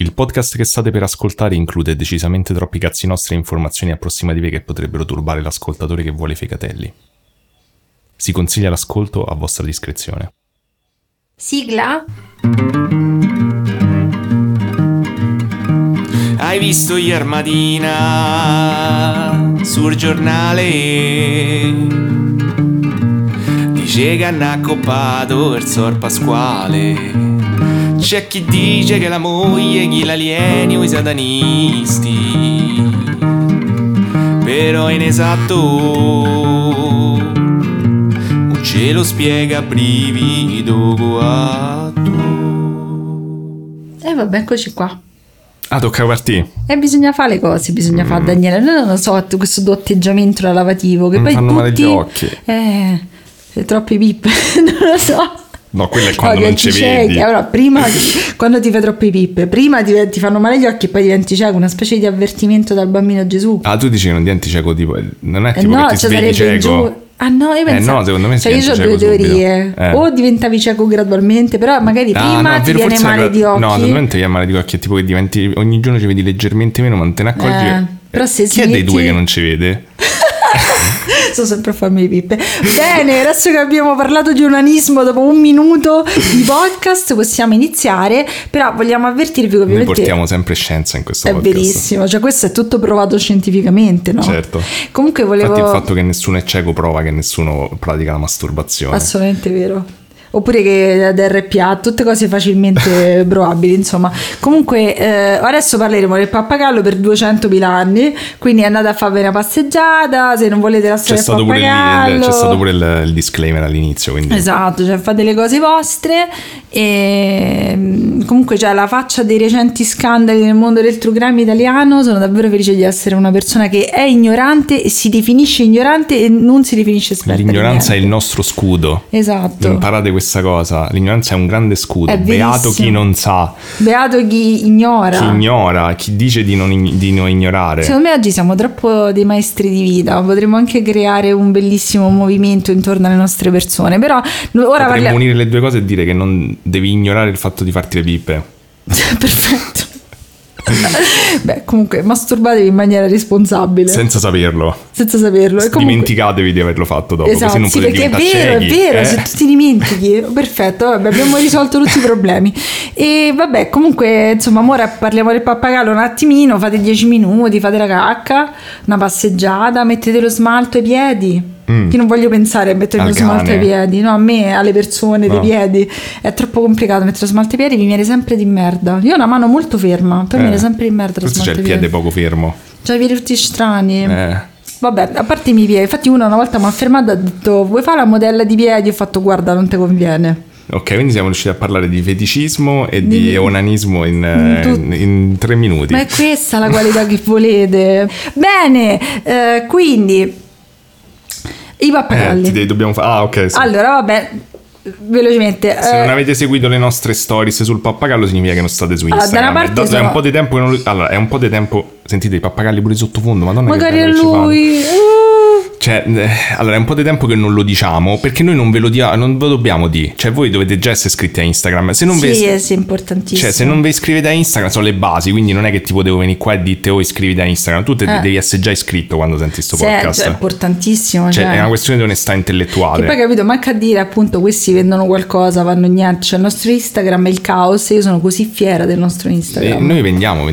Il podcast che state per ascoltare include decisamente troppi cazzi nostri e informazioni approssimative che potrebbero turbare l'ascoltatore che vuole i fegatelli. Si consiglia l'ascolto a vostra discrezione. Sigla? Hai visto ieri mattina sul giornale? Dice che hanno accoppato il Sor Pasquale. C'è chi dice che la moglie chi l'alieni o i satanisti, però è inesatto, non ce lo spiega brivido coatto. E vabbè, eccoci qua. Ah, tocca partire. E bisogna fare le cose, bisogna fare, Daniele. Noi non lo so, questo tuo atteggiamento da lavativo che mi poi fanno tutti... male gli occhi. Troppe pippe, non lo so. No, quello è quando non ci vedi. Allora, prima, quando ti fai troppe pippe, prima ti fanno male gli occhi e poi diventi cieco, una specie di avvertimento dal bambino Gesù. Ah, tu dici che non diventi cieco, tipo, non è tipo no, che ti svegli cieco? Ah no, io pensavo, no, secondo me io ho due teorie. O diventavi cieco gradualmente, però magari prima ti viene male di occhi. No, secondo me ti viene male di occhi, è tipo che diventi, ogni giorno ci vedi leggermente meno, ma non te ne accorgi. Però se chi è dei due che non ci vede? Sono sempre a farmi le pippe. Bene, adesso che abbiamo parlato di onanismo dopo un minuto di podcast possiamo iniziare, però vogliamo avvertirvi che ovviamente noi portiamo sempre scienza in questo podcast. È verissimo, cioè questo è tutto provato scientificamente, no? Certo. Comunque volevo... Infatti il fatto che nessuno è cieco prova che nessuno pratica la masturbazione. Assolutamente vero. Oppure che ad RPA, tutte cose facilmente probabili, insomma. Comunque adesso parleremo del pappagallo per 200.000 anni, quindi andate a farvi una passeggiata, se non volete la storia del pappagallo. C'è stato pure il disclaimer all'inizio, quindi. Esatto, cioè fate le cose vostre. E comunque c'è la faccia dei recenti scandali nel mondo del true crime italiano. Sono davvero felice di essere una persona che è ignorante e si definisce ignorante e non si definisce esperta. L'ignoranza è il nostro scudo. Esatto. Imparate questa cosa, l'ignoranza è un grande scudo. È beato chi non sa, beato chi ignora, chi dice di non ignorare. Secondo me oggi siamo troppo dei maestri di vita, potremmo anche creare un bellissimo movimento intorno alle nostre persone, però ora potremmo unire le due cose e dire che non devi ignorare il fatto di farti le pippe. Perfetto. Beh, comunque masturbatevi in maniera responsabile senza saperlo. E comunque... dimenticatevi di averlo fatto dopo, esatto, così non sì, potete diventare ciechi. È vero, se tu ti dimentichi. Perfetto, vabbè, abbiamo risolto tutti i problemi. E vabbè, comunque insomma ora parliamo del pappagallo un attimino. Fate 10 minuti, fate la cacca, una passeggiata, mettete lo smalto ai piedi. Che non voglio pensare a mettere lo smalto ai piedi, no, a me, alle persone dei piedi è troppo complicato mettere lo smalto ai piedi, mi viene sempre di merda. Io ho una mano molto ferma, poi mi viene sempre di merda lo smalto ai piedi. C'è il piede poco fermo, c'ha i piedi tutti strani. Vabbè, a parte i miei piedi, infatti una volta mi ha fermato e ha detto vuoi fare la modella di piedi? Ho fatto guarda, non ti conviene. Ok, quindi siamo riusciti a parlare di feticismo e di onanismo in 3 minuti. Ma è questa la qualità che volete. Bene, quindi i pappagalli dobbiamo fare. Ah, ok, sì. Allora, vabbè, velocemente. Se non avete seguito le nostre stories sul pappagallo significa che non state su Instagram. È un po' di tempo che non... Allora, è un po' di tempo. Sentite i pappagalli pure sottofondo, madonna. Magari a lui. Cioè, allora è un po' di tempo che non lo diciamo, perché noi non ve lo dobbiamo dire. Cioè voi dovete già essere iscritti a Instagram. Se non sì, è importantissimo. Cioè se non vi iscrivete a Instagram sono le basi, quindi non è che tipo devo venire qua e dite iscriviti a Instagram. Tu devi essere già iscritto quando senti sto podcast. Cioè, è importantissimo. Cioè è una questione di onestà intellettuale. E poi capito, manca a dire appunto questi vendono qualcosa, vanno niente. Cioè il nostro Instagram è il caos e io sono così fiera del nostro Instagram. E noi vendiamo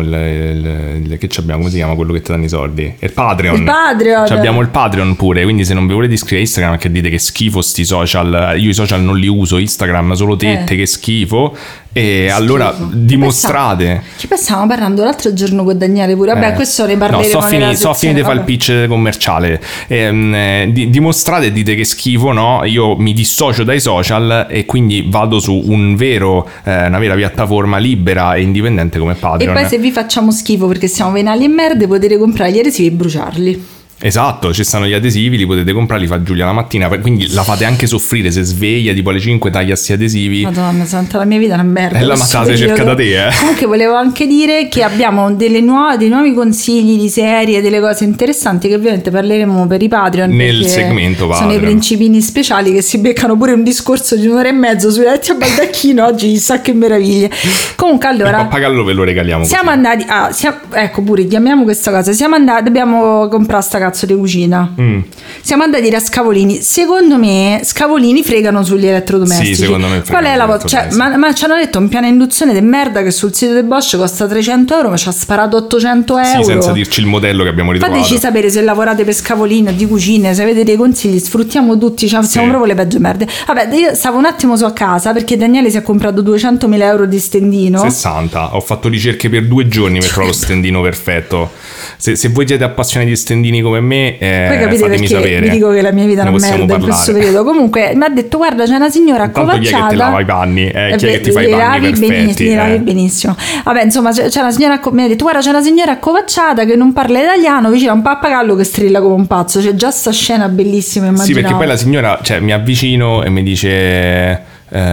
che abbiamo, come si chiama quello che ti danno i soldi? Il Patreon. Abbiamo il Patreon pure, quindi se non vi volete iscrivere a Instagram che dite che schifo sti social, io i social non li uso, Instagram solo tette, che schifo. E schifo. Allora dimostrate. Ci stavamo parlando l'altro giorno con Daniele pure. Vabbè, questo ne parleremo. No, sto finendo di fare il pitch commerciale. Dimostrate e dite che schifo, no? Io mi dissocio dai social e quindi vado su una vera piattaforma libera e indipendente come Patreon. E poi se vi facciamo schifo perché siamo venali e merde, potete comprare gli adesivi e bruciarli. Esatto, ci stanno gli adesivi, li potete comprare, li fa Giulia la mattina, quindi la fate anche soffrire, se sveglia tipo alle 5 taglia sti adesivi. Madonna santa, la mia vita è una merda. E la mazzata cerca da te, Comunque volevo anche dire che abbiamo dei nuovi consigli di serie, delle cose interessanti che ovviamente parleremo per i Patreon nel segmento Patreon. Sono i principini speciali che si beccano pure un discorso di 1 ora e mezzo sui letti a baldacchino oggi, chissà che meraviglie. Comunque allora il pappagallo ve lo regaliamo siamo così. Andati ecco pure chiamiamo questa cosa, siamo andati, dobbiamo comprare sta cazzo di cucina. Siamo andati da Scavolini. Secondo me Scavolini fregano sugli elettrodomestici. Sì, secondo me qual è la ma ci hanno detto un piano induzione di merda che sul sito del Bosch costa 300 euro, ma ci ha sparato 800 euro. Sì, senza dirci il modello che abbiamo ritrovato. Fateci sapere se lavorate per Scavolini o di cucine, se avete dei consigli, sfruttiamo tutti, siamo proprio le peggio merde. Vabbè, io stavo un attimo su a casa perché Daniele si è comprato 200.000 euro di stendino. 60, ho fatto ricerche per 2 giorni per trovare lo stendino perfetto. Se voi siete appassionati di stendini come me, fatemi sapere. Vi dico che la mia vita è una merda in questo periodo. Comunque mi ha detto guarda c'è una signora accovacciata. Chi è che ti lava i panni? Chi è che ti fa i panni perfetti? Li lavi benissimo. Vabbè insomma c'è una signora, mi ha detto guarda c'è una signora accovacciata che non parla italiano vicino a un pappagallo che strilla come un pazzo. C'è già sta scena bellissima, immaginavo. Sì, perché poi la signora mi avvicino e mi dice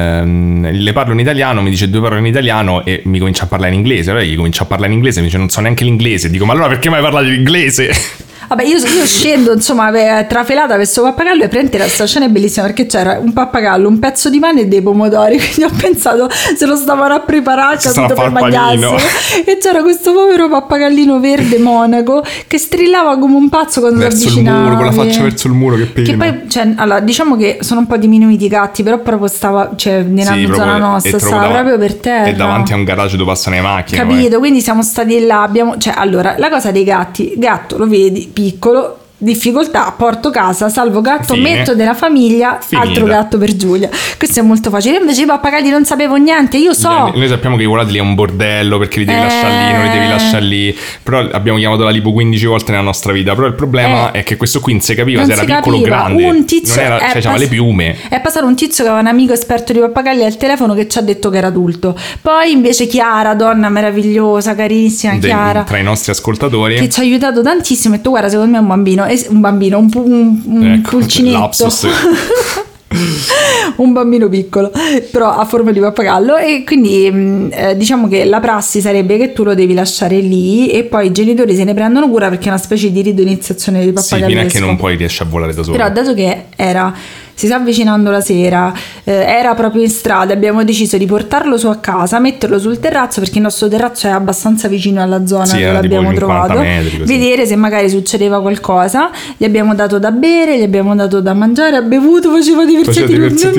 le parlo in italiano, mi dice 2 parole in italiano e mi comincia a parlare in inglese. Allora gli comincio a parlare in inglese, mi dice non so neanche l'inglese. Dico ma allora perché mai parlate in inglese? Vabbè, io scendo, insomma, trafelata questo pappagallo e prende la scena è bellissima perché c'era un pappagallo, un pezzo di pane e dei pomodori, quindi ho pensato se lo stavano a preparare, capito, per mangiarsi. E c'era questo povero pappagallino verde monaco che strillava come un pazzo quando si avvicinava. Verso il muro, con la faccia verso il muro, che pena. Che poi, allora, diciamo che sono un po' diminuiti i gatti, però proprio stava, nella zona nostra, stava proprio per terra. E davanti a un garage dove passano le macchine. Capito, quindi siamo stati là, allora, la cosa dei gatti, gatto lo vedi, piccolo, difficoltà, porto casa, salvo gatto, metto della famiglia, altro gatto per Giulia. Questo è molto facile. Invece i pappagalli non sapevo niente, io so. Noi sappiamo che i volatili è un bordello perché li devi lasciare lì, non li devi lasciare lì. Però abbiamo chiamato la Lipo 15 volte nella nostra vita. Però il problema è che questo qui non si capiva se era piccolo o grande. Un tizio non era, c'aveva le piume. È passato un tizio che aveva un amico esperto di pappagalli al telefono che ci ha detto che era adulto. Poi invece Chiara, donna meravigliosa, carissima Chiara, tra i nostri ascoltatori, che ci ha aiutato tantissimo. E detto guarda, secondo me è un bambino, un pulcinetto. Lapsus. Un bambino piccolo però a forma di pappagallo, e quindi diciamo che la prassi sarebbe che tu lo devi lasciare lì e poi i genitori se ne prendono cura perché è una specie di rito iniziazione di pappagallo. Sì, fino a che non poi riesce a volare da solo. Però dato che si sta avvicinando la sera, era proprio in strada, abbiamo deciso di portarlo su a casa, metterlo sul terrazzo perché il nostro terrazzo è abbastanza vicino alla zona dove l'abbiamo trovato, vedere se magari succedeva qualcosa. Gli abbiamo dato da bere, gli abbiamo dato da mangiare, ha bevuto, faceva diversetti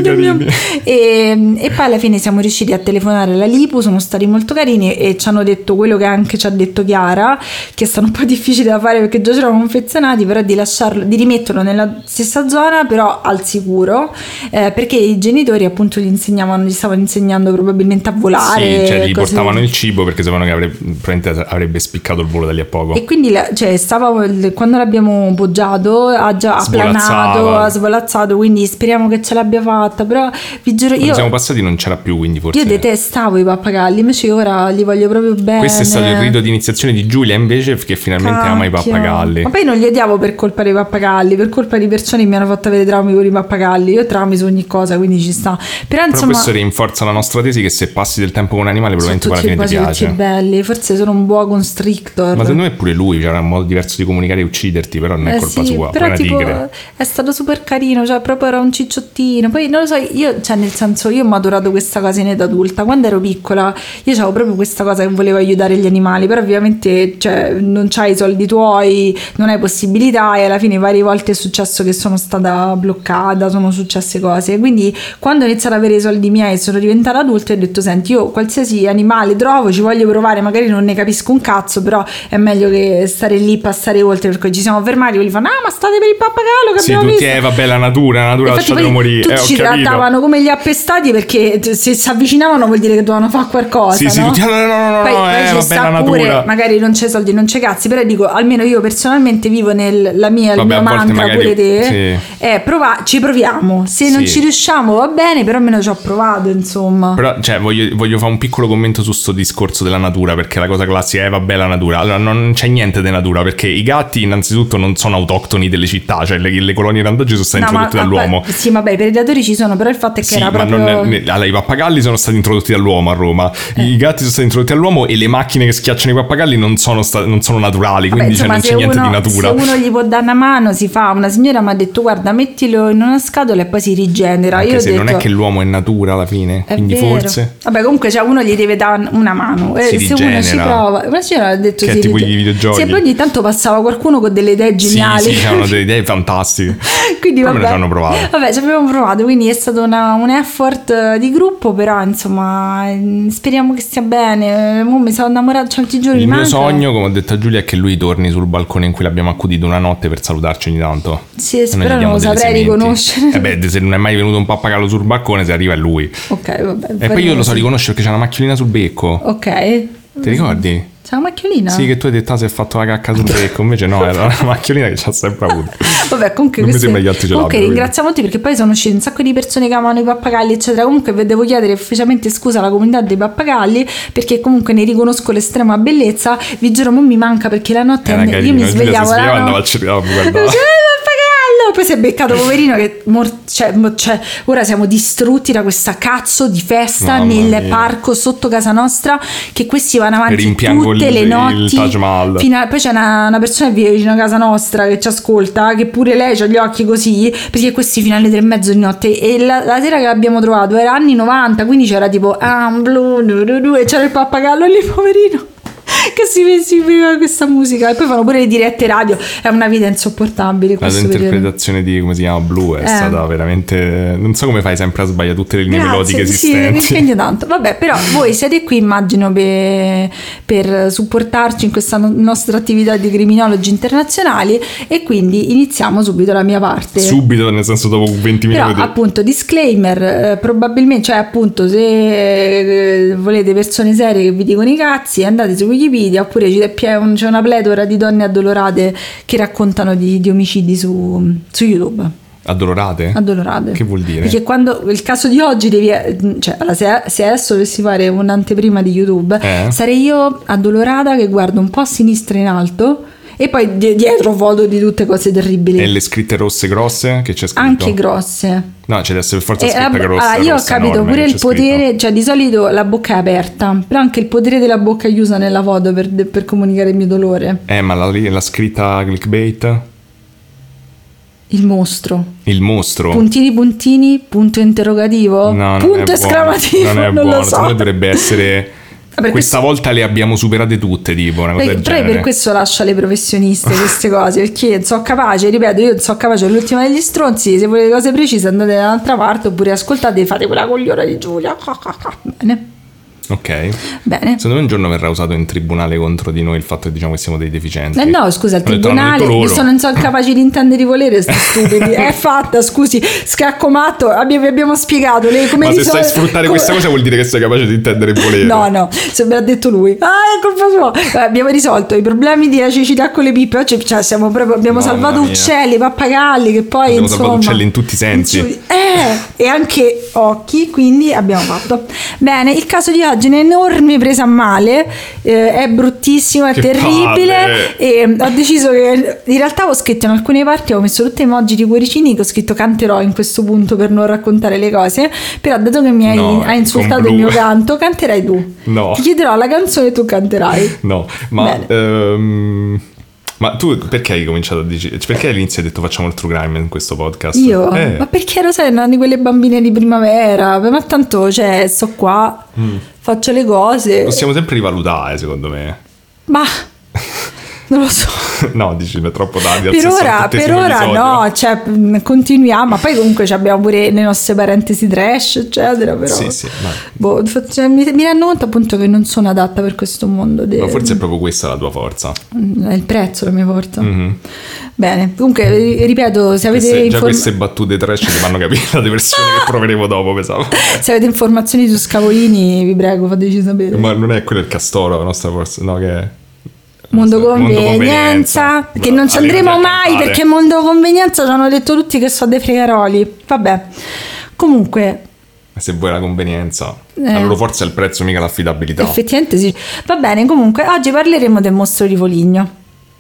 e poi alla fine siamo riusciti a telefonare alla Lipo, sono stati molto carini e ci hanno detto quello che anche ci ha detto Chiara, che è stato un po' difficile da fare perché già c'eravamo confezionati, però di lasciarlo, di rimetterlo nella stessa zona però al sicuro, perché i genitori appunto gli stavano insegnando probabilmente a volare, sì, gli portavano il cibo perché sapevano che probabilmente avrebbe spiccato il volo da lì a poco, e quindi quando l'abbiamo poggiato ha già planato, ha svolazzato, quindi speriamo che ce l'abbia fatta. Però vi giuro, quando siamo passati non c'era più, quindi forse io detestavo i pappagalli, invece ora li voglio proprio bene. Questo è stato il rito di iniziazione di Giulia invece, che finalmente ama i pappagalli. Ma poi non li odiavo per colpa dei pappagalli, per colpa di persone che mi hanno fatto avere traumi con i pappagalli. Io traumi su ogni cosa, quindi ci sta. Però insomma, questo rinforza la nostra tesi che se passi del tempo con un animale probabilmente poi alla fine ti piace. Tutti belli, forse sono un boa constrictor. Ma secondo me pure lui c'era un modo diverso di comunicare e ucciderti, però non è colpa sua. Però tipo è stato super carino, proprio era un cicciottino. Poi non lo so, io nel senso, io ho maturato questa cosa in età adulta. Quando ero piccola io avevo proprio questa cosa che volevo aiutare gli animali, però ovviamente non c'hai i soldi tuoi, non hai possibilità, e alla fine varie volte è successo che sono stata bloccata, sono successe cose. Quindi quando ho iniziato ad avere i soldi miei e sono diventata adulta ho detto senti, io qualsiasi animale trovo ci voglio provare, magari non ne capisco un cazzo, però è meglio che stare lì, passare oltre. Perché ci siamo fermati, quelli fanno ma state per il pappagallo che abbiamo visto. Vabbè, la natura lasciatelo morire. Tutti ci trattavano come gli appestati perché se si avvicinavano vuol dire che dovevano fare qualcosa. Sì, no? Tutti, no, poi ci sta pure, magari non c'è soldi, non c'è cazzi, però dico almeno io personalmente vivo la mia, il mio mantra, pure te, ci proviamo proviamo, se non ci riusciamo va bene, però almeno ci ho provato, insomma. Però voglio fare un piccolo commento su sto discorso della natura, perché la cosa classica è vabbè la natura. Allora non c'è niente di natura, perché i gatti innanzitutto non sono autoctoni delle città, cioè le colonie randaggi sono state introdotte dall'uomo. Sì, vabbè, i predatori ci sono, però il fatto è che era proprio... allora, i pappagalli sono stati introdotti dall'uomo a Roma, i gatti sono stati introdotti dall'uomo e le macchine che schiacciano i pappagalli non sono naturali, quindi insomma, non c'è niente di natura. Se uno gli può dare una mano, si fa. Una signora mi ha detto guarda, mettilo in una scatola e poi si rigenera. Anche se non è che l'uomo è natura alla fine, quindi vero. Forse vabbè, comunque uno gli deve dare una mano, si se uno ci prova. Una signora ha detto che è tipo i videogiochi. Sì, poi ogni tanto passava qualcuno con delle idee geniali. Sì, c'erano delle idee fantastiche. Quindi vabbè, ci hanno provato. Vabbè, ci abbiamo provato, quindi è stato un effort di gruppo, però insomma speriamo che stia bene. Mi sono innamorata, cioè, ti giuro, il mio sogno, come ho detto a Giulia, è che lui torni sul balcone in cui l'abbiamo accudito una notte per salutarci ogni tanto. Sì, però non lo saprei riconoscere. Se non è mai venuto un pappagallo sul balcone, se arriva è lui. Ok, vabbè. E poi io lo so riconoscere perché c'è una macchiolina sul becco. Ok. Ti ricordi? C'è una macchiolina? Sì, che tu hai detto si è fatto la cacca sul becco, invece no, era una macchiolina che c'ha sempre avuto. Vabbè, comunque non mi sembra gli altri ce l'abbiano. Ringraziamo tutti, perché poi sono usciti un sacco di persone che amano i pappagalli, eccetera. Comunque devo chiedere ufficialmente scusa alla comunità dei pappagalli, perché comunque ne riconosco l'estrema bellezza. Vi giuro, non mi manca, perché la notte io mi svegliavo e andavo al cielo, poi si è beccato poverino che ora siamo distrutti da questa cazzo di festa nel parco sotto casa nostra, che questi vanno avanti tutte le notti poi c'è una persona vicino a casa nostra che ci ascolta, che pure lei ha gli occhi così, perché questi fino alle 3:30 di notte, e la sera che l'abbiamo trovato era anni 90, quindi c'era tipo e c'era il pappagallo lì, poverino, che si vede questa musica, e poi fanno pure le dirette radio. È una vita insopportabile. L'interpretazione di come si chiama Blue è stata veramente, non so come fai sempre a sbagliare tutte le linee melodiche esistenti. Sì, mi impegno tanto. Vabbè, però voi siete qui, immagino, per supportarci in questa nostra attività di criminologi internazionali, e quindi iniziamo subito la mia parte. Subito, nel senso dopo 20 minuti. Però appunto disclaimer, probabilmente, cioè appunto se volete persone serie che vi dicono i cazzi, andate su Wikipedia, oppure c'è una pletora di donne addolorate che raccontano di omicidi su YouTube. Addolorate? Addolorate. Che vuol dire? Perché quando il caso di oggi se adesso dovessi fare un'anteprima di YouTube, sarei io addolorata che guardo un po' a sinistra in alto e poi dietro foto di tutte cose terribili. E le scritte rosse grosse che c'è scritto? Anche grosse. No, c'è deve essere forza scritta rossa. Io ho capito pure il potere, scritto. Cioè di solito la bocca è aperta, però anche il potere della bocca è chiusa nella foto per comunicare il mio dolore. Ma la scritta clickbait? Il mostro. Puntini, punto interrogativo, no, punto esclamativo. Non è non buono, lo so. secondo me dovrebbe essere... Questa volta le abbiamo superate tutte, tipo una cosa del genere. Per questo lascio alle professioniste queste cose, perché non so capace, ripeto, io non so capace, l'ultima degli stronzi. Se volete cose precise andate dall'altra parte, oppure ascoltate e fate quella cogliona di Giulia. Bene. Ok. Bene. Secondo me un giorno verrà usato in tribunale contro di noi il fatto che diciamo che siamo dei deficienti. No, scusa, il tribunale, io non so capaci di intendere di volere, sti stupidi. È fatta, scusi, scacco matto, vi abbiamo spiegato. Ma se sai sfruttare questa cosa vuol dire che sei capace di intendere di volere. No, se me l'ha detto lui. È colpa sua. Abbiamo risolto i problemi di cecità con le pippe. Cioè abbiamo salvato uccelli, pappagalli, che poi abbiamo salvato uccelli in tutti i sensi. E anche occhi, quindi abbiamo fatto. Bene, il caso di oggi è un'enorme presa a male, è bruttissimo, è terribile, e ho deciso che in realtà ho scritto in alcune parti, ho messo tutti emoji di cuoricini che ho scritto canterò in questo punto per non raccontare le cose, però dato che mi hai insultato il mio canto, canterai tu. No. Ti chiederò la canzone e tu canterai. No, ma tu perché hai cominciato a dire? Perché all'inizio hai detto facciamo il true crime in questo podcast? Io? Ma perché ero una di quelle bambine di primavera, ma tanto sto qua, faccio le cose. Possiamo sempre rivalutare, secondo me. Ma non lo so. No, dici, è troppo tardi. Per ora no, cioè continuiamo, ma poi comunque abbiamo pure le nostre parentesi trash, eccetera, però. Sì. Mi rendo conto appunto che non sono adatta per questo mondo. Ma forse è proprio questa la tua forza. È il prezzo la mia forza. Mm-hmm. Bene, comunque ripeto, se avete queste battute trash che fanno capire la versione che proveremo dopo, pensavo. Se avete informazioni su Scavolini, vi prego, fateci sapere. Ma non è quello il castoro, la nostra forza, no, che è... Mondo Convenienza, che non ci andremo mai perché Mondo Convenienza ci hanno detto tutti che so dei fregaroli. Vabbè, comunque, se vuoi la convenienza, la loro forza è il prezzo, mica l'affidabilità. Effettivamente sì. Va bene, comunque oggi parleremo del mostro di Foligno.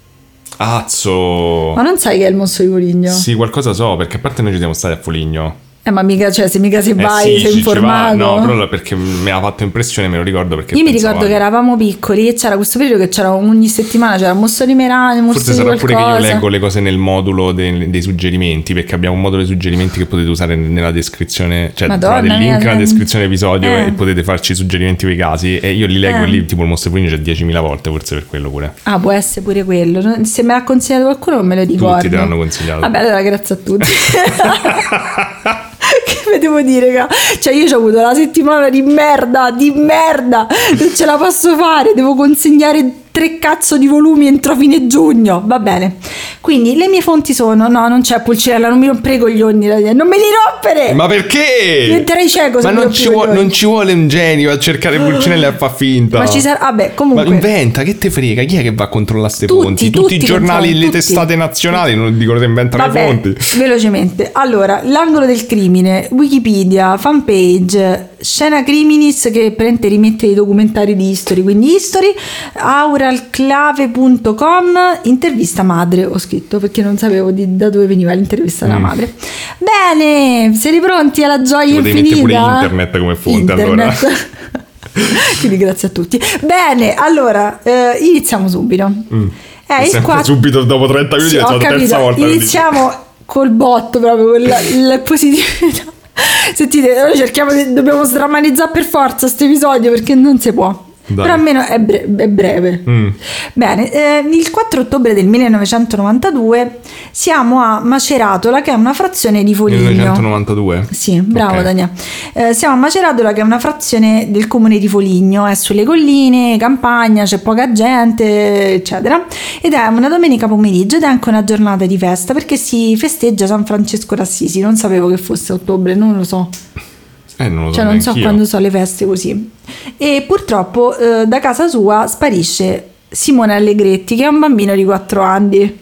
Azzo! Ma non sai che è il mostro di Foligno? Sì, qualcosa so, perché a parte noi ci siamo stati a Foligno. Ma mica, cioè, se vai, sì, sei informato. No, però perché mi ha fatto impressione, me lo ricordo perché io mi ricordo che eravamo piccoli e c'era questo periodo che c'era ogni settimana c'era il mostro di Merano, il mostro forse di sarà qualcosa. Pure che io leggo le cose nel modulo dei suggerimenti, perché abbiamo un modulo dei suggerimenti che potete usare nella descrizione, cioè trovate il link nella descrizione dell'episodio e potete farci suggerimenti per i casi, e io li leggo lì, tipo il mostro di Foligno c'è 10.000 volte, forse per quello pure. Ah, può essere pure quello. Se me l'ha consigliato qualcuno non me lo ricordo. Tutti te l'hanno consigliato. Vabbè, allora grazie a tutti. Che devo dire, raga? Cioè io ho avuto la settimana di merda, non ce la posso fare, devo consegnare 3 cazzo di volumi entro fine giugno, va bene. Quindi le mie fonti sono, no, non c'è Pulcinella, non mi rompere i coglioni, non me li rompere! Ma perché? Diventerei cieco se ma non ci vuole un genio a cercare Pulcinella e a fa finta. Ma ci sarà, vabbè, comunque. Ma inventa, che te frega? Chi è che va a controllare ste fonti? Tutti i giornali, le testate nazionali non dicono di inventare le fonti. Velocemente. Allora, l'angolo del crimine, Wikipedia, fanpage, Scena Criminis che prende e rimette i documentari di History, quindi History, auralclave.com, intervista madre ho scritto perché non sapevo da dove veniva l'intervista della madre. Bene, siete pronti alla gioia infinita? Devi mettere pure internet come fonte allora. Quindi grazie a tutti. Bene, allora iniziamo subito. Il 4... subito dopo 30 minuti è la terza volta. Iniziamo col botto, proprio con la positività. Sentite, noi dobbiamo sdrammatizzare per forza questo episodio perché non si può. Dai. Però almeno è breve. Bene, il 4 ottobre del 1992 siamo a Maceratola, che è una frazione di Foligno. 1992? Sì, bravo, okay. Daniele. Siamo a Maceratola, che è una frazione del comune di Foligno, è sulle colline, campagna, c'è poca gente, eccetera. Ed è una domenica pomeriggio ed è anche una giornata di festa perché si festeggia San Francesco d'Assisi. Non sapevo che fosse ottobre, non lo so. Non lo so, cioè non so quando sono le feste così. E purtroppo da casa sua sparisce Simone Allegretti, che è un bambino di 4 anni.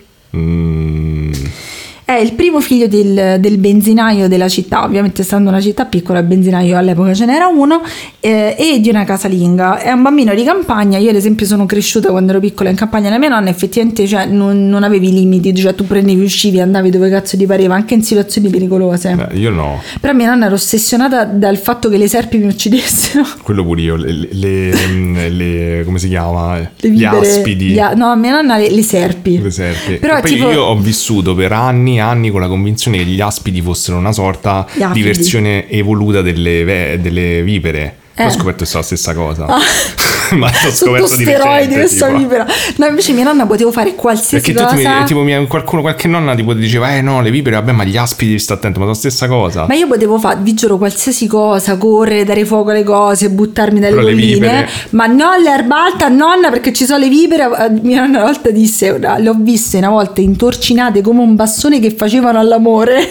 È il primo figlio del benzinaio della città, ovviamente essendo una città piccola, il benzinaio all'epoca ce n'era uno, e di una casalinga. È un bambino di campagna. Io ad esempio sono cresciuta quando ero piccola in campagna, la mia nonna effettivamente, cioè, non avevi limiti, cioè tu prendevi, uscivi, andavi dove cazzo ti pareva, anche in situazioni pericolose. Io no. Però mia nonna era ossessionata dal fatto che le serpi mi uccidessero. Quello pure io, le come si chiama? Gli aspidi. No, mia nonna le serpi. Le serpi. Però e poi tipo... io ho vissuto per anni con la convinzione che gli aspidi fossero una sorta di versione evoluta delle vipere. Ho scoperto che è la stessa cosa. Ma l'ho scoperto di steroidi questa vipera. No, invece mia nonna poteva fare qualsiasi cosa. Perché qualche nonna tipo diceva no, le vipere, vabbè, ma gli aspidi sta attento, ma è la stessa cosa. Ma io potevo fare, vi giuro, qualsiasi cosa, correre, dare fuoco alle cose, buttarmi dalle colline, ma non l'erba alta, nonna, perché ci sono le vipere. Mia nonna una volta disse, le ho viste una volta intorcinate come un bastone che facevano all'amore.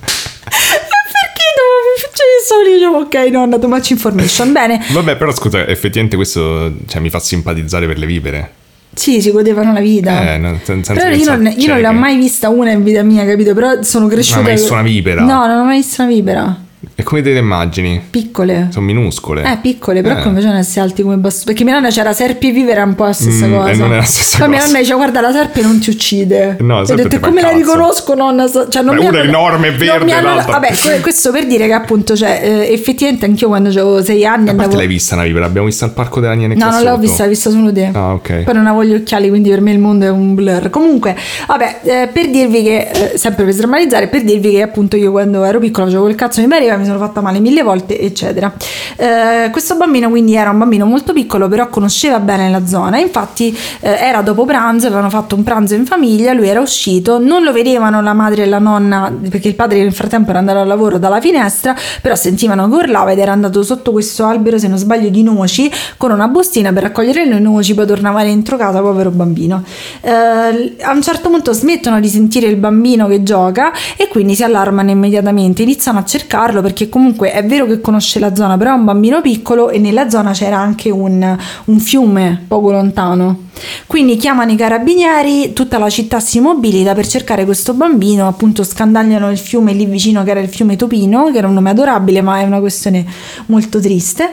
Io dicevo, ok, nonna, too much information. Bene. Vabbè, però scusa, effettivamente questo mi fa simpatizzare per le vipere. Sì, si godevano la vita. Però io non l'ho mai vista una in vita mia, capito? Però sono cresciuta. Non hai mai visto una vipera? No, non ho mai visto una vipera. E come te le immagini? Piccole. Sono minuscole. Piccole, però come facevano a essere alti come bastoni? Perché mia nonna c'era serpi e vivere, era un po' la stessa cosa. E non è la stessa cosa. Poi mia nonna diceva, guarda, la serpe non ti uccide. No, ho detto, come la riconosco, nonna? Cioè, non una è enorme, verde, vabbè, questo per dire che appunto, effettivamente anch'io quando avevo 6 anni andavo... l'hai vista una vipera? L'abbiamo vista al Parco della Niene. No, non l'ho vista, l'ho vista solo te. Ah, ok. Poi non avevo gli occhiali, quindi per me il mondo è un blur. Comunque, vabbè, per dirvi che, sempre per sdrammatizzare, per dirvi che appunto io quando ero piccola facevo quel cazzo mi pareva, mi sono fatta male 1000 volte, eccetera. Questo bambino quindi era un bambino molto piccolo, però conosceva bene la zona. Infatti era dopo pranzo, avevano fatto un pranzo in famiglia, lui era uscito, non lo vedevano la madre e la nonna perché il padre nel frattempo era andato al lavoro dalla finestra, però sentivano che urlava ed era andato sotto questo albero, se non sbaglio, di noci con una bustina per raccogliere le noci, poi tornava dentro casa, povero bambino. A un certo punto smettono di sentire il bambino che gioca e quindi si allarmano immediatamente, iniziano a cercarlo perché comunque è vero che conosce la zona, però è un bambino piccolo e nella zona c'era anche un fiume poco lontano. Quindi chiamano i carabinieri, tutta la città si mobilita per cercare questo bambino, appunto scandagliano il fiume lì vicino che era il fiume Topino, che era un nome adorabile ma è una questione molto triste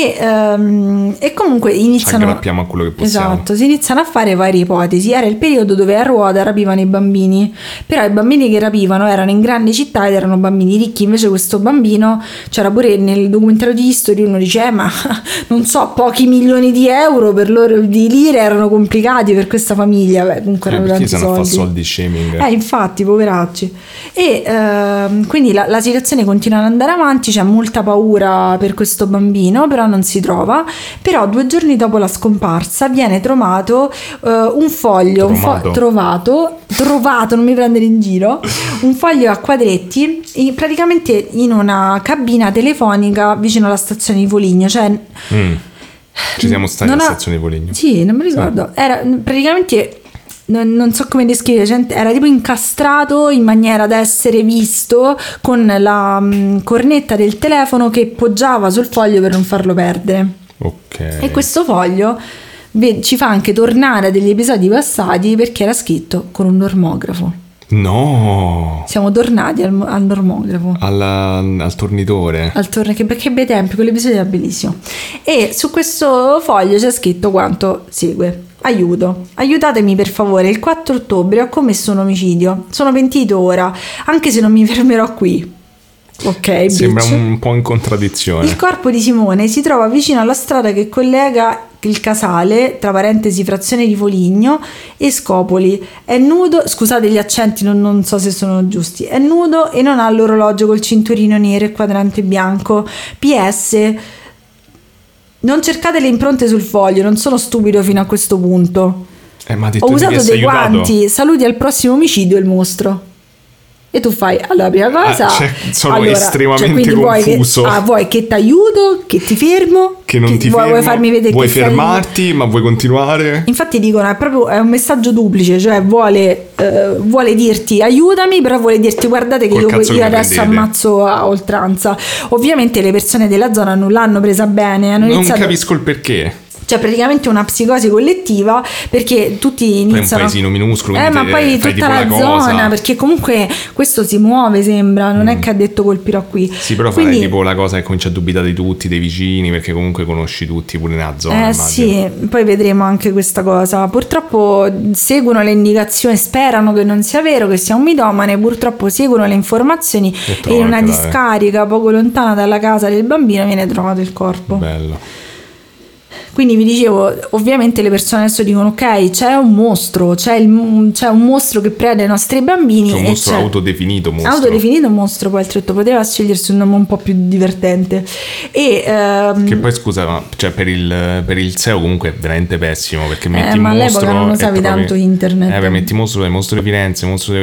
e comunque iniziano, ci aggrappiamo a quello che possiamo. Esatto, si iniziano a fare varie ipotesi. Era il periodo dove a ruota rapivano i bambini, però i bambini che rapivano erano in grandi città ed erano bambini ricchi, invece questo bambino, c'era pure nel documentario di History, uno dice ma non so, pochi milioni di euro per loro, di lire, erano complicati per questa famiglia. Beh, comunque erano tanti soldi. Perché stanno a fare soldi shaming? Infatti, poveracci. E quindi la situazione continua ad andare avanti, c'è molta paura per questo bambino, però non si trova. Però 2 giorni dopo la scomparsa viene trovato un foglio, trovato, non mi prendere in giro, un foglio a quadretti praticamente in una cabina telefonica vicino alla stazione di Foligno, cioè ci siamo stati alla stazione di Foligno. Sì, non mi ricordo. Era praticamente, non so come descrivere, era tipo incastrato in maniera da essere visto con la cornetta del telefono che poggiava sul foglio per non farlo perdere. Ok. E questo foglio ci fa anche tornare a degli episodi passati perché era scritto con un normografo. No! Siamo tornati al normografo. Al tornitore. Perché bei tempi, quell'episodio era bellissimo. E su questo foglio c'è scritto quanto segue. Aiutatemi per favore, il 4 ottobre ho commesso un omicidio. Sono pentito ora, anche se non mi fermerò qui. Ok, sembra un po' in contraddizione. Il corpo di Simone si trova vicino alla strada che collega il casale, tra parentesi frazione di Foligno, e Scopoli. È nudo, scusate gli accenti, non so se sono giusti. È nudo e non ha l'orologio col cinturino nero e quadrante bianco. PS: non cercate le impronte sul foglio, non sono stupido fino a questo punto. Ma ho usato dei guanti. Saluti al prossimo omicidio, il mostro. E tu fai, allora, prima cosa, sono estremamente confuso. Vuoi che ti aiuto, che ti fermo, che non ti fermo, vuoi farmi vedere, vuoi fermarti, ma vuoi continuare? Infatti dicono, è un messaggio duplice, cioè vuole dirti aiutami, però vuole dirti guardate che io adesso ammazzo a oltranza. Ovviamente le persone della zona non l'hanno presa bene, non capisco il perché. Cioè praticamente una psicosi collettiva, perché tutti iniziano, poi un paesino minuscolo, ma poi tutta la zona, perché comunque questo si muove, sembra, non è che ha detto colpirò qui. Sì, però fai tipo la cosa che comincia a dubitare di tutti, dei vicini, perché comunque conosci tutti pure nella zona. Sì, poi vedremo anche questa cosa. Purtroppo seguono le indicazioni, sperano che non sia vero, che sia un mitomane, purtroppo seguono le informazioni e in una discarica poco lontana dalla casa del bambino viene trovato il corpo. Bello. Quindi vi dicevo, ovviamente le persone adesso dicono ok, c'è un mostro, c'è un mostro che prede i nostri bambini. C'è un mostro autodefinito mostro. Autodefinito mostro, poi oltretutto poteva scegliersi un nome un po' più divertente. Che poi scusa, ma cioè per il SEO comunque è veramente pessimo, perché metti ma mostro. Ma all'epoca non usavi tanto internet. Metti mostro di Firenze,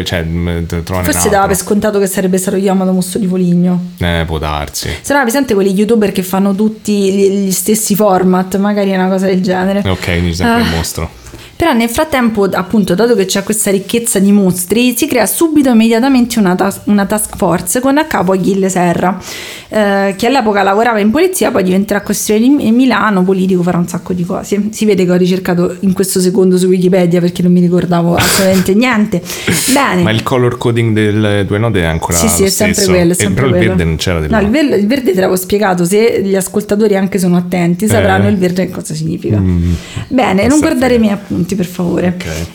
forse dava per scontato che sarebbe stato chiamato mostro di Foligno. Può darsi. Se no, presente quelli youtuber che fanno tutti gli stessi format, magari è una cosa del genere. Ok, quindi sempre il mostro. Però nel frattempo, appunto, dato che c'è questa ricchezza di mostri, si crea subito immediatamente una task force con a capo Achille Serra, che all'epoca lavorava in polizia, poi diventerà questione di Milano, politico, farà un sacco di cose. Si vede che ho ricercato in questo secondo su Wikipedia perché non mi ricordavo assolutamente niente. Bene. Ma il color coding delle tue note è ancora sì, è sempre quello. Però il verde non c'era. No, il verde te l'avevo spiegato, se gli ascoltatori anche sono attenti sapranno il verde cosa significa. Bene, non guardare i miei appunti, per favore. Okay.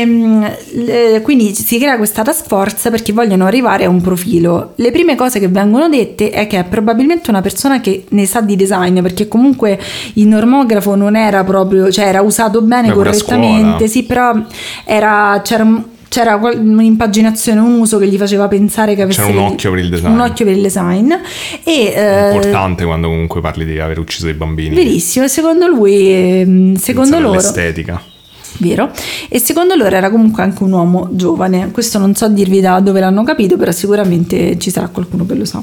E quindi si crea questa task force perché vogliono arrivare a un profilo. Le prime cose che vengono dette è che è probabilmente una persona che ne sa di design, perché comunque il normografo non era proprio, cioè era usato bene, correttamente, sì, però c'era un'impaginazione, un uso che gli faceva pensare che avesse un occhio per il design. Un occhio per il design. Importante quando comunque parli di aver ucciso dei bambini. Verissimo, e secondo lui, secondo loro, l'estetica. Vero? E secondo loro era comunque anche un uomo giovane. Questo non so dirvi da dove l'hanno capito, però sicuramente ci sarà qualcuno che lo sa.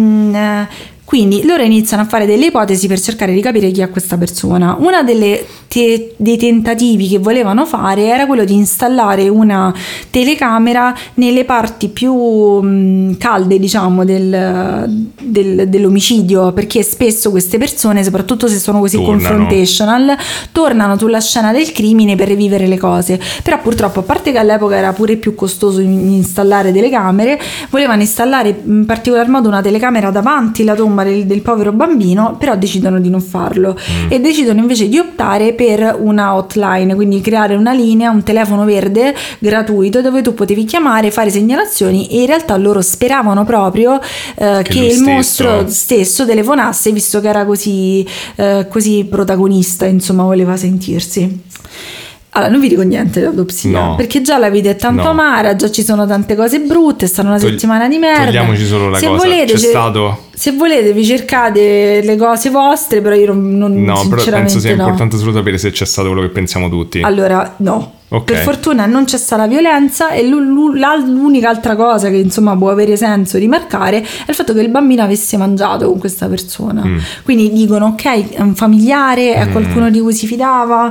E quindi loro iniziano a fare delle ipotesi per cercare di capire chi è questa persona. Una delle dei tentativi che volevano fare era quello di installare una telecamera nelle parti più calde, diciamo, dell'omicidio, perché spesso queste persone, soprattutto se sono così confrontational, tornano sulla scena del crimine per rivivere le cose. Però purtroppo, a parte che all'epoca era pure più costoso installare telecamere, volevano installare in particolar modo una telecamera davanti la tomba del povero bambino, però decidono di non farlo e decidono invece di optare per una hotline, quindi creare una linea, un telefono verde gratuito dove tu potevi chiamare, fare segnalazioni, e in realtà loro speravano proprio che il mostro stesso telefonasse, visto che era così protagonista, insomma, voleva sentirsi. Allora, non vi dico niente dell'autopsia, perché già la vita è tanto amara, già ci sono tante cose brutte, è stata una settimana di merda. Togliamoci solo la cosa, se volete vi cercate le cose vostre, però io non però penso sia importante solo sapere se c'è stato quello che pensiamo tutti. Allora, no. Okay. Per fortuna non c'è stata violenza, e l'unica altra cosa che insomma può avere senso rimarcare è il fatto che il bambino avesse mangiato con questa persona. Quindi dicono ok, è un familiare, è qualcuno di cui si fidava,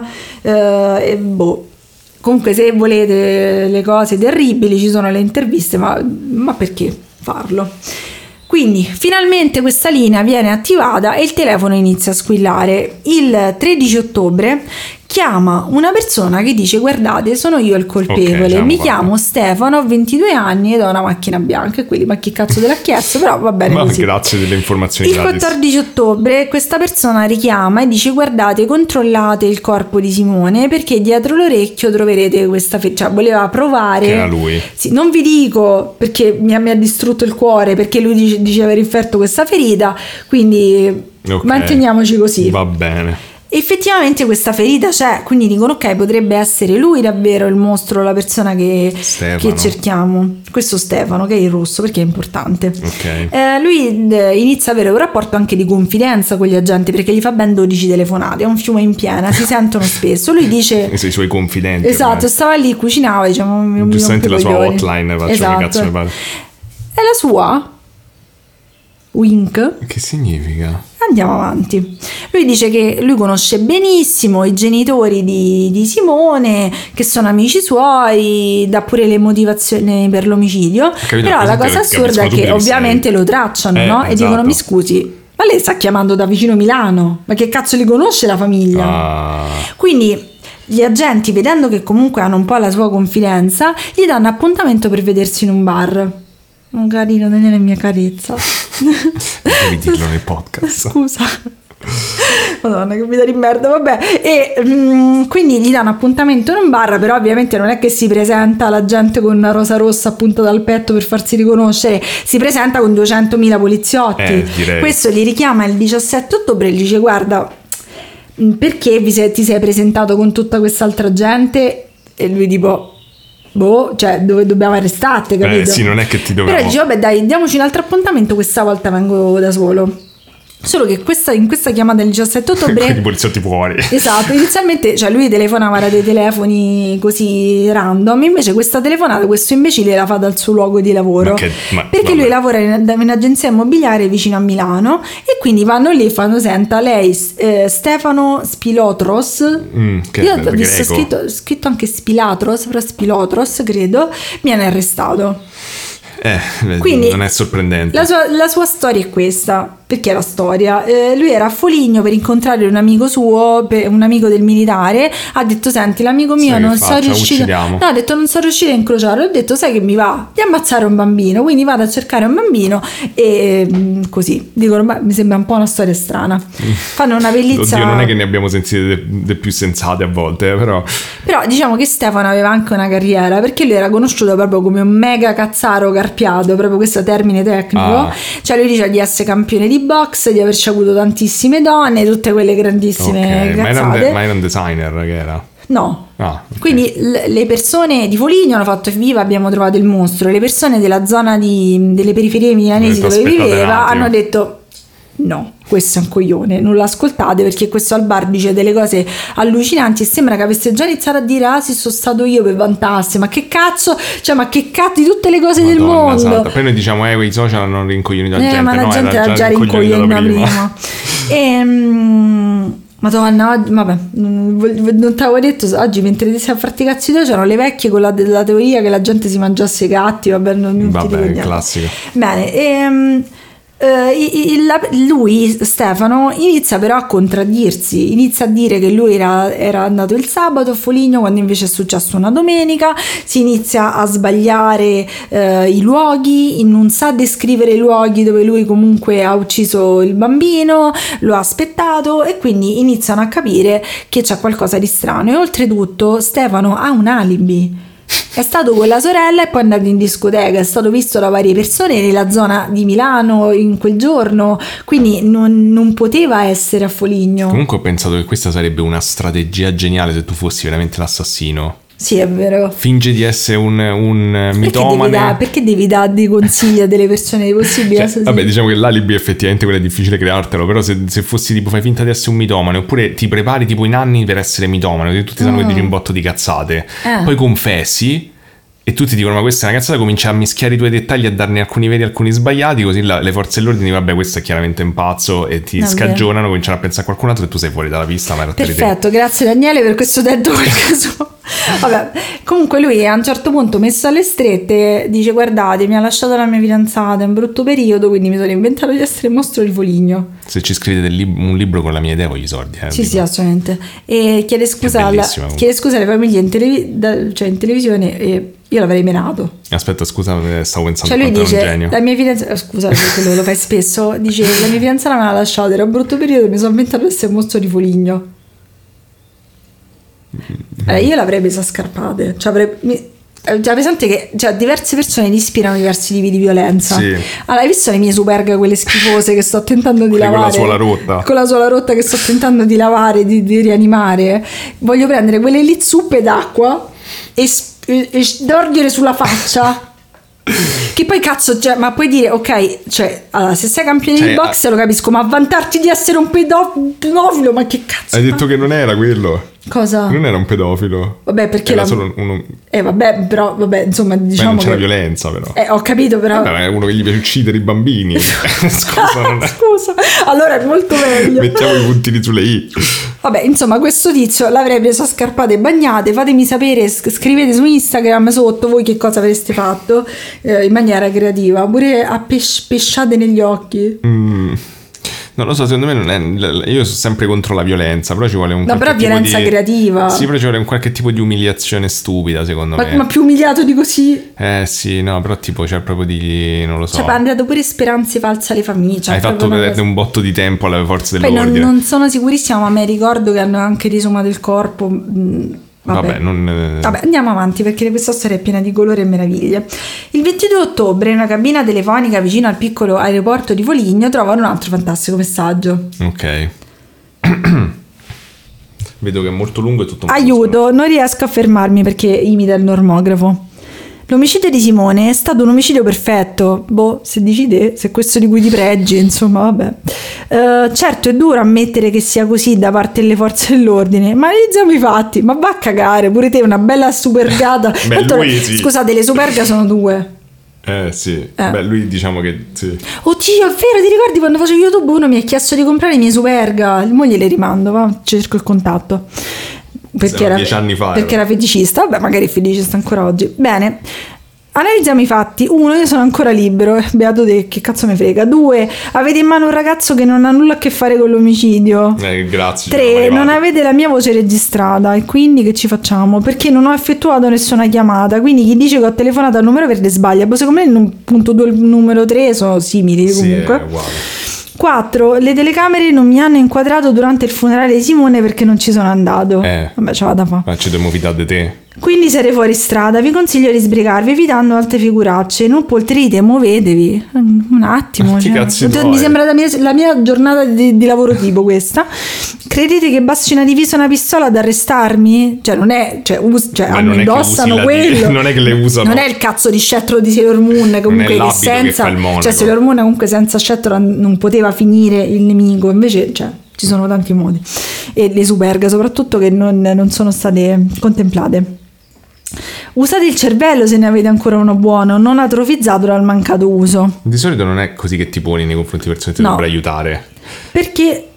comunque se volete le cose terribili ci sono le interviste, ma perché farlo? Quindi finalmente questa linea viene attivata e il telefono inizia a squillare. Il 13 ottobre chiama una persona che dice: guardate, sono io il colpevole, mi chiamo Stefano, ho 22 anni ed ho una macchina bianca. E quelli, ma chi cazzo te l'ha chiesto? Però va bene così. Grazie delle informazioni il gratis. 14 ottobre questa persona richiama e dice: guardate, controllate il corpo di Simone, perché dietro l'orecchio troverete questa cioè voleva provare che era lui. Sì, non vi dico perché mi ha distrutto il cuore, perché lui dice aver inferto questa ferita, quindi manteniamoci così. Va bene. Effettivamente questa ferita c'è, quindi dicono ok, potrebbe essere lui davvero il mostro, la persona che cerchiamo, questo Stefano, che è il rosso, perché è importante. Lui inizia ad avere un rapporto anche di confidenza con gli agenti, perché gli fa ben 12 telefonate, è un fiume in piena, si sentono spesso. Lui dice i suoi confidenti, esatto, stava lì, cucinava, diciamo, giustamente la sua hotline, faccio che cazzo mi pare. È la sua wink. Che significa? Andiamo avanti. Lui dice che lui conosce benissimo i genitori di Simone, che sono amici suoi, dà pure le motivazioni per l'omicidio. Però la cosa assurda è che ovviamente lo tracciano, no? E dicono: mi scusi, ma lei sta chiamando da vicino Milano, ma che cazzo li conosce la famiglia? Quindi gli agenti, vedendo che comunque hanno un po' la sua confidenza, gli danno appuntamento per vedersi in un bar. Un carino, Daniele mi carezza. Devi dirlo nei podcast. Scusa. Madonna, che vita di merda, vabbè. E quindi gli danno appuntamento in un bar, però ovviamente non è che si presenta la gente con una rosa rossa appuntata dal petto per farsi riconoscere, si presenta con 200.000 poliziotti. Questo li richiama il 17 ottobre e gli dice: guarda, perché ti sei presentato con tutta quest'altra gente? E lui tipo: cioè dove dobbiamo arrestarti, capito? Sì, non è che ti dobbiamo. Però dice: vabbè, dai, diamoci un altro appuntamento, questa volta vengo da solo. Solo che in questa chiamata del 17 ottobre i poliziotti fuori. Esatto, inizialmente cioè lui telefonava da dei telefoni così random, invece questa telefonata questo imbecille la fa dal suo luogo di lavoro, perché lui lavora in un'agenzia immobiliare vicino a Milano, e quindi vanno lì e fanno: senta, lei Stefano Spilotros, io ho visto scritto anche Spilatros, però Spilotros credo, viene arrestato. Quindi non è sorprendente. La sua storia è questa. Perché è la storia? Lui era a Foligno per incontrare un amico suo, un amico del militare. Ha detto: senti, l'amico mio non sono riuscito. No, ha detto: non sono riuscito a incrociarlo. Ho detto: sai che mi va di ammazzare un bambino, quindi vado a cercare un bambino. E così dicono: ma mi sembra un po' una storia strana. Fanno una bellezza. Oddio, non è che ne abbiamo sentite de più sensate a volte, però diciamo che Stefano aveva anche una carriera, perché lui era conosciuto proprio come un mega cazzaro carpiato, proprio questo termine tecnico. Cioè lui dice di essere campione di box, di averci avuto tantissime donne, tutte quelle grandissime cazzate. Ma era un designer che era? No. Quindi le persone di Foligno hanno fatto: viva, abbiamo trovato il mostro. Le persone della zona delle periferie milanesi dove viveva hanno detto: no, questo è un coglione, non l'ascoltate, perché questo al bar dice delle cose allucinanti e sembra che avesse già iniziato a dire: ah sì, sono stato io per vantarsi, ma che cazzo, cioè ma che cazzo di tutte le cose del mondo. Santa. Poi noi diciamo quei social hanno rincoglionito la gente, ma la gente era già rincoglionita prima. Madonna, vabbè, non te l'avevo detto, oggi mentre ti sei a farti i cazzi tuoi c'erano le vecchie con la teoria che la gente si mangiasse i gatti, vabbè, non ti dico niente. Classico. Bene, lui, Stefano, inizia però a contraddirsi, inizia a dire che lui era andato il sabato a Foligno quando invece è successo una domenica, si inizia a sbagliare i luoghi, non sa descrivere i luoghi dove lui comunque ha ucciso il bambino, lo ha aspettato, e quindi iniziano a capire che c'è qualcosa di strano. E oltretutto Stefano ha un alibi. È stato con la sorella e poi è andato in discoteca, è stato visto da varie persone nella zona di Milano in quel giorno, quindi non poteva essere a Foligno. Comunque ho pensato che questa sarebbe una strategia geniale se tu fossi veramente l'assassino. Sì, è vero. Finge di essere un mitomane. Perché devi dare dei consigli a delle persone possibili? Cioè, vabbè, diciamo che l'alibi effettivamente quello è difficile creartelo, però se fossi tipo fai finta di essere un mitomane, oppure ti prepari tipo in anni per essere mitomane, che tutti sanno che dici un botto di cazzate, poi confessi e tutti dicono ma questa è una cazzata, cominci a mischiare i tuoi dettagli, a darne alcuni veri e alcuni sbagliati, così le forze dell'ordine vabbè questo è chiaramente un pazzo e ti scagionano, cominciano a pensare a qualcun altro e tu sei fuori dalla pista. Ma perfetto, grazie Daniele per questo detto qualcosa. Vabbè, comunque lui a un certo punto, messo alle strette, dice guardate, mi ha lasciato la mia fidanzata, è un brutto periodo, quindi mi sono inventato di essere il mostro di Foligno. Se ci scrivete un libro con la mia idea voglio i soldi. Sì, assolutamente. E chiede scusa alle famiglie in televisione e io l'avrei menato. Aspetta, scusa, stavo pensando. Cioè lui dice, un genio. La mia fidanzata, scusa, quello lo fai spesso, dice la mia fidanzata me l'ha lasciato, era un brutto periodo, mi sono inventato di essere un mostro di Foligno. Io l'avrei presa a scarpate, già presente che diverse persone ti ispirano diversi tipi di violenza. Sì. Allora, hai visto le mie Superga, quelle schifose che sto tentando di lavare? Con la suola rotta che sto tentando di lavare, di rianimare. Voglio prendere quelle lì zuppe d'acqua e storgliere sulla faccia. Che poi cazzo, ma puoi dire ok, allora, se sei campione di box lo capisco, ma vantarti di essere un pedofilo, ma che cazzo? Hai detto che non era quello. Cosa? Non era un pedofilo. Vabbè, perché era solo uno. Vabbè, insomma, diciamo. Ma non c'era violenza, però. Ho capito, però. Vabbè, è uno che gli piace uccidere i bambini. Scusa, allora è molto meglio. Mettiamo i puntini sulle i. Vabbè, insomma, questo tizio l'avrei preso a scarpate bagnate. Fatemi sapere, scrivete su Instagram sotto voi che cosa avreste fatto in maniera creativa. Pure a pesciate negli occhi. Non lo so, secondo me non è. Io sono sempre contro la violenza, però ci vuole un. No, però violenza creativa. Sì, però ci vuole un qualche tipo di umiliazione stupida, secondo me. Ma più umiliato di così? Sì, no, però tipo c'è proprio di. Non lo so. Ha dato pure speranze false alle famiglie. Hai fatto perdere un botto di tempo alle forze dell'ordine. Poi non sono sicurissima, ma mi ricordo che hanno anche risumato il corpo. Vabbè, andiamo avanti perché questa storia è piena di colore e meraviglie. Il 22 ottobre in una cabina telefonica vicino al piccolo aeroporto di Foligno trovano un altro fantastico messaggio. Ok. Vedo che è molto lungo e tutto aiuto, non riesco a fermarmi perché imita il normografo. L'omicidio di Simone è stato un omicidio perfetto. Se dici te, se è questo di cui ti pregi, insomma, vabbè. Certo è duro ammettere che sia così da parte delle forze dell'ordine, ma analizziamo i fatti. Ma va a cagare, pure te una bella supergata. Sì. Scusate, le superga sono due. Sì. Beh, lui diciamo che sì. Oddio, è vero, ti ricordi quando facevo YouTube uno mi ha chiesto di comprare i miei superga? Mo gliele rimando, va, cerco il contatto. Perché era 10 anni fa. Perché era feticista, vabbè, magari è feticista ancora oggi. Bene, analizziamo i fatti. 1, io sono ancora libero, beato te, che cazzo me frega. 2, avete in mano un ragazzo che non ha nulla a che fare con l'omicidio. Grazie. 3, non avete la mia voce registrata e quindi che ci facciamo? Perché non ho effettuato nessuna chiamata, quindi chi dice che ho telefonato al numero verde sbaglia. Secondo me il punto 2 e il numero 3 sono simili comunque. È uguale. 4, le telecamere non mi hanno inquadrato durante il funerale di Simone perché non ci sono andato. Vabbè, ce la da fa. Ma ci devo fidare di te. Quindi siete fuori strada, vi consiglio di sbrigarvi evitando altre figuracce, non poltrite, muovetevi un attimo. Mi sembra la mia giornata di lavoro tipo questa. Credete che basti una divisa e una pistola ad arrestarmi? Non è, hanno indossano quello. Non è che le usano. Non è il cazzo di scettro di Sailor Moon, comunque che senza, Sailor Moon comunque senza scettro non poteva finire il nemico, invece ci sono tanti modi. E le superga soprattutto che non sono state contemplate. Usate il cervello se ne avete ancora uno buono, non atrofizzato dal mancato uso. Di solito non è così che ti poni nei confronti di persone che ti dovrebbero aiutare. Perché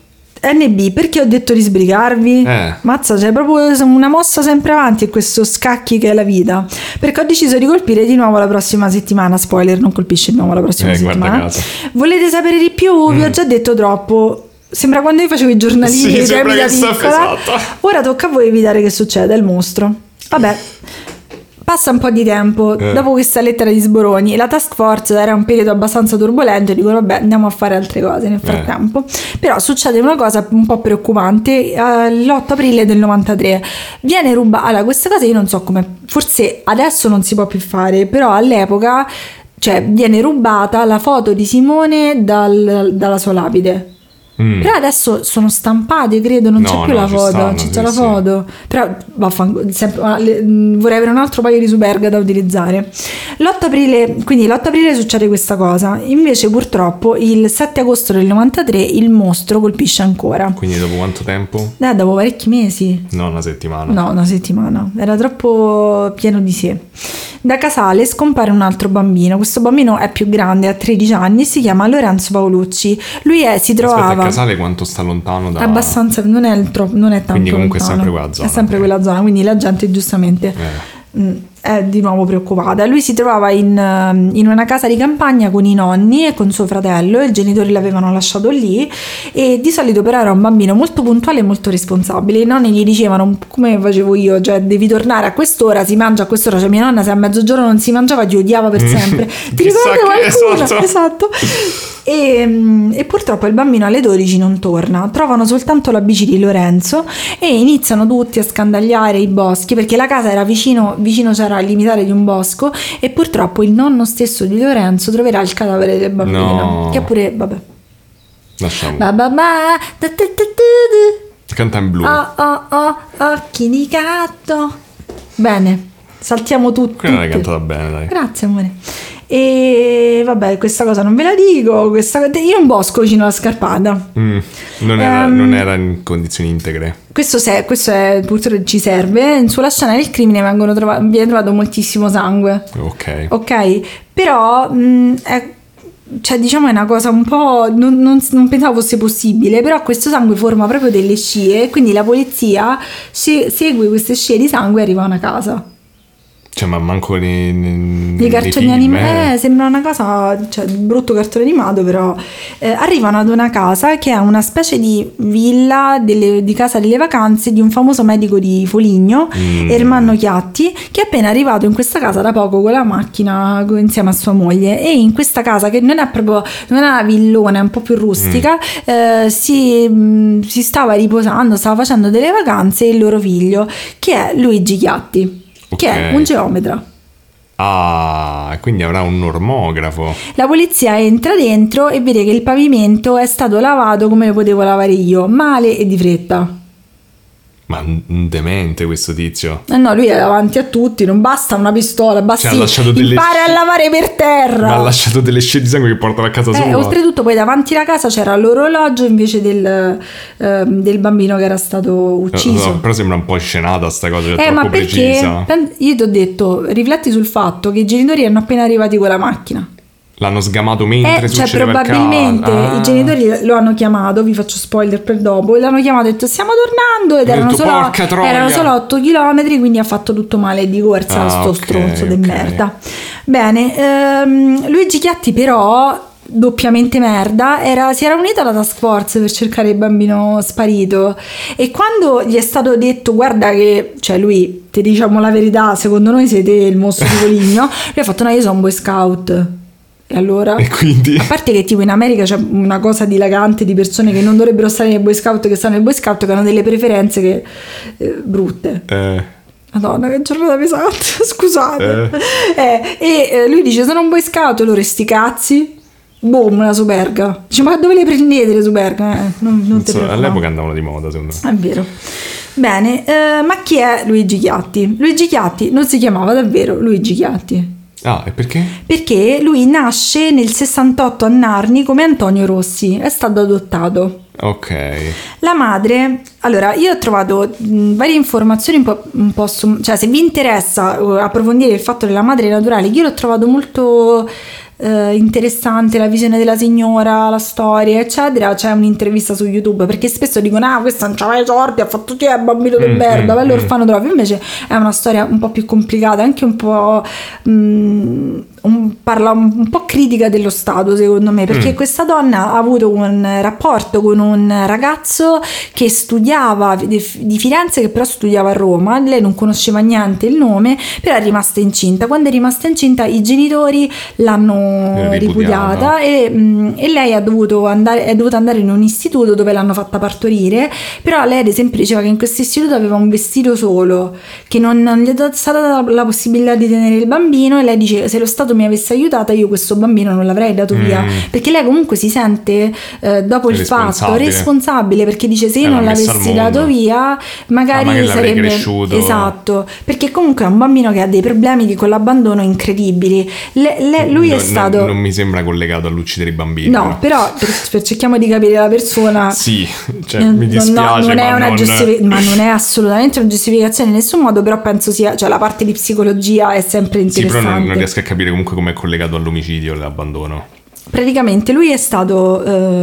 NB, perché ho detto di sbrigarvi? Mazza, c'è proprio una mossa sempre avanti e questo scacchi che è la vita. Perché ho deciso di colpire di nuovo la prossima settimana. Spoiler, non colpisce di nuovo la prossima settimana. Volete sapere di più? Vi ho già detto troppo. Sembra quando io facevo i giornalini, sì, sembra che sta piccola. Ora tocca a voi evitare che succeda il mostro. Vabbè. Passa un po' di tempo dopo questa lettera di sboroni. La task force era un periodo abbastanza turbolento e dicono vabbè, andiamo a fare altre cose nel frattempo. Però succede una cosa un po' preoccupante. L'8 aprile del 93 viene rubata. Allora, queste cose io non so come, forse adesso non si può più fare, però all'epoca, cioè, viene rubata la foto di Simone dalla sua lapide. Però adesso sono stampate, credo, non c'è più la foto, c'è la foto. Però vorrei avere un altro paio di Superga da utilizzare. L'8 aprile succede questa cosa. Invece purtroppo il 7 agosto del 93 il mostro colpisce ancora. Quindi dopo quanto tempo? Dopo parecchi mesi. No, una settimana. No, una settimana. Era troppo pieno di sé. Da Casale scompare un altro bambino. Questo bambino è più grande, ha 13 anni, si chiama Lorenzo Paolucci. Lui si trovava... Casale quanto sta lontano da... Abbastanza, non è tanto quindi comunque lontano. È sempre quella zona. È sempre quella zona, quindi la gente giustamente è di nuovo preoccupata. Lui si trovava in una casa di campagna con i nonni e con suo fratello, e i genitori l'avevano lasciato lì, e di solito però era un bambino molto puntuale e molto responsabile. I nonni gli dicevano, come facevo io, cioè devi tornare a quest'ora, si mangia a quest'ora, cioè mia nonna se a mezzogiorno non si mangiava ti odiava per sempre. Ti ricordi qualcuno? Esatto. E purtroppo il bambino alle 12 non torna, trovano soltanto la bici di Lorenzo e iniziano tutti a scandagliare i boschi, perché la casa era vicino c'era il limitare di un bosco, e purtroppo il nonno stesso di Lorenzo troverà il cadavere del bambino, che pure, vabbè, lasciamo. Canta in blu. Occhi di gatto. Bene, saltiamo tutti. Quella l'hai cantata bene, dai. Grazie amore. E vabbè, questa cosa non ve la dico. Io un bosco vicino alla Scarpata. Non era in condizioni integre. Questo è purtroppo ci serve. Sulla scena del crimine viene trovato moltissimo sangue. Ok, però cioè diciamo è una cosa un po' non pensavo fosse possibile, però questo sangue forma proprio delle scie, quindi la polizia segue queste scie di sangue e arriva a una casa. Cioè, ma manco i cartoni animati, sembra una cosa, cioè brutto cartone animato, però arrivano ad una casa che è una specie di villa di casa delle vacanze di un famoso medico di Foligno, Ermanno Chiatti, che è appena arrivato in questa casa da poco con la macchina insieme a sua moglie, e in questa casa, che non è una villona, è un po' più rustica, si stava riposando, stava facendo delle vacanze il loro figlio, che è Luigi Chiatti. Che è un geometra. Quindi avrà un normografo. La polizia entra dentro e vede che il pavimento è stato lavato come lo potevo lavare io, male e di fretta. Ma un demente questo tizio. No, lui è davanti a tutti, non basta una pistola, basta impara a lavare per terra. Ma ha lasciato delle scie di sangue che portava a casa sua. Oltretutto poi davanti alla casa c'era l'orologio invece del bambino che era stato ucciso. Però sembra un po' scenata sta cosa, cioè ma perché? Io ti ho detto, rifletti sul fatto che i genitori erano appena arrivati con la macchina. L'hanno sgamato mentre succedeva probabilmente i genitori lo hanno chiamato, vi faccio spoiler per dopo, e l'hanno chiamato e detto stiamo tornando, ed erano solo 8 km, quindi ha fatto tutto male di corsa sto stronzo di merda. Bene, Luigi Chiatti però, doppiamente merda, si era unito alla task force per cercare il bambino sparito, e quando gli è stato detto guarda che, cioè lui, ti diciamo la verità, secondo noi siete il mostro di Foligno, lui ha fatto no, io sono un boy scout. E allora, e quindi? A parte che tipo in America c'è una cosa dilagante di persone che non dovrebbero stare nei boy scout, che stanno nei boy scout, che hanno delle preferenze brutte. Madonna, che giornata pesante, scusate. E lui dice sono un boy scout, e loro sti cazzi, boom, la Superga. Dice ma dove le prendete le Superga? Non te preoccupare. All'epoca andavano di moda, secondo me. È vero. Bene, ma chi è Luigi Chiatti? Luigi Chiatti non si chiamava davvero Luigi Chiatti. E perché? Perché lui nasce nel 68 a Narni come Antonio Rossi, è stato adottato. Ok. La madre, allora io ho trovato varie informazioni un po' cioè se vi interessa approfondire il fatto della madre naturale, io l'ho trovato molto interessante la visione della signora, la storia eccetera, c'è un'intervista su YouTube, perché spesso dicono questa non c'aveva i sordi, ha fatto chi è bambino del merda, va all'orfanotrofio. Invece è una storia un po' più complicata, anche un po' parla un po' critica dello Stato, secondo me, perché questa donna ha avuto un rapporto con un ragazzo che studiava di Firenze, che però studiava a Roma. Lei non conosceva niente il nome, però è rimasta incinta. Quando è rimasta incinta i genitori l'hanno ripudiata e lei è dovuta andare in un istituto dove l'hanno fatta partorire. Però lei ad esempio diceva che in questo istituto aveva un vestito solo, che non gli è stata data la possibilità di tenere il bambino, e lei dice: se lo Stato mi avesse aiutata, io questo bambino non l'avrei dato via, perché lei comunque si sente dopo il fatto responsabile, perché dice: se io non l'avessi dato via magari sarebbe cresciuto. Esatto, perché comunque è un bambino che ha dei problemi con l'abbandono incredibili. Lui è stato, non mi sembra collegato all'uccidere i bambini, no, però cerchiamo di capire la persona. Sì, cioè, mi dispiace, ma non è assolutamente una giustificazione in nessun modo, però penso sia, cioè, la parte di psicologia è sempre interessante. Sì, però non riesco a capire comunque come è collegato all'omicidio e all'abbandono. Praticamente lui è stato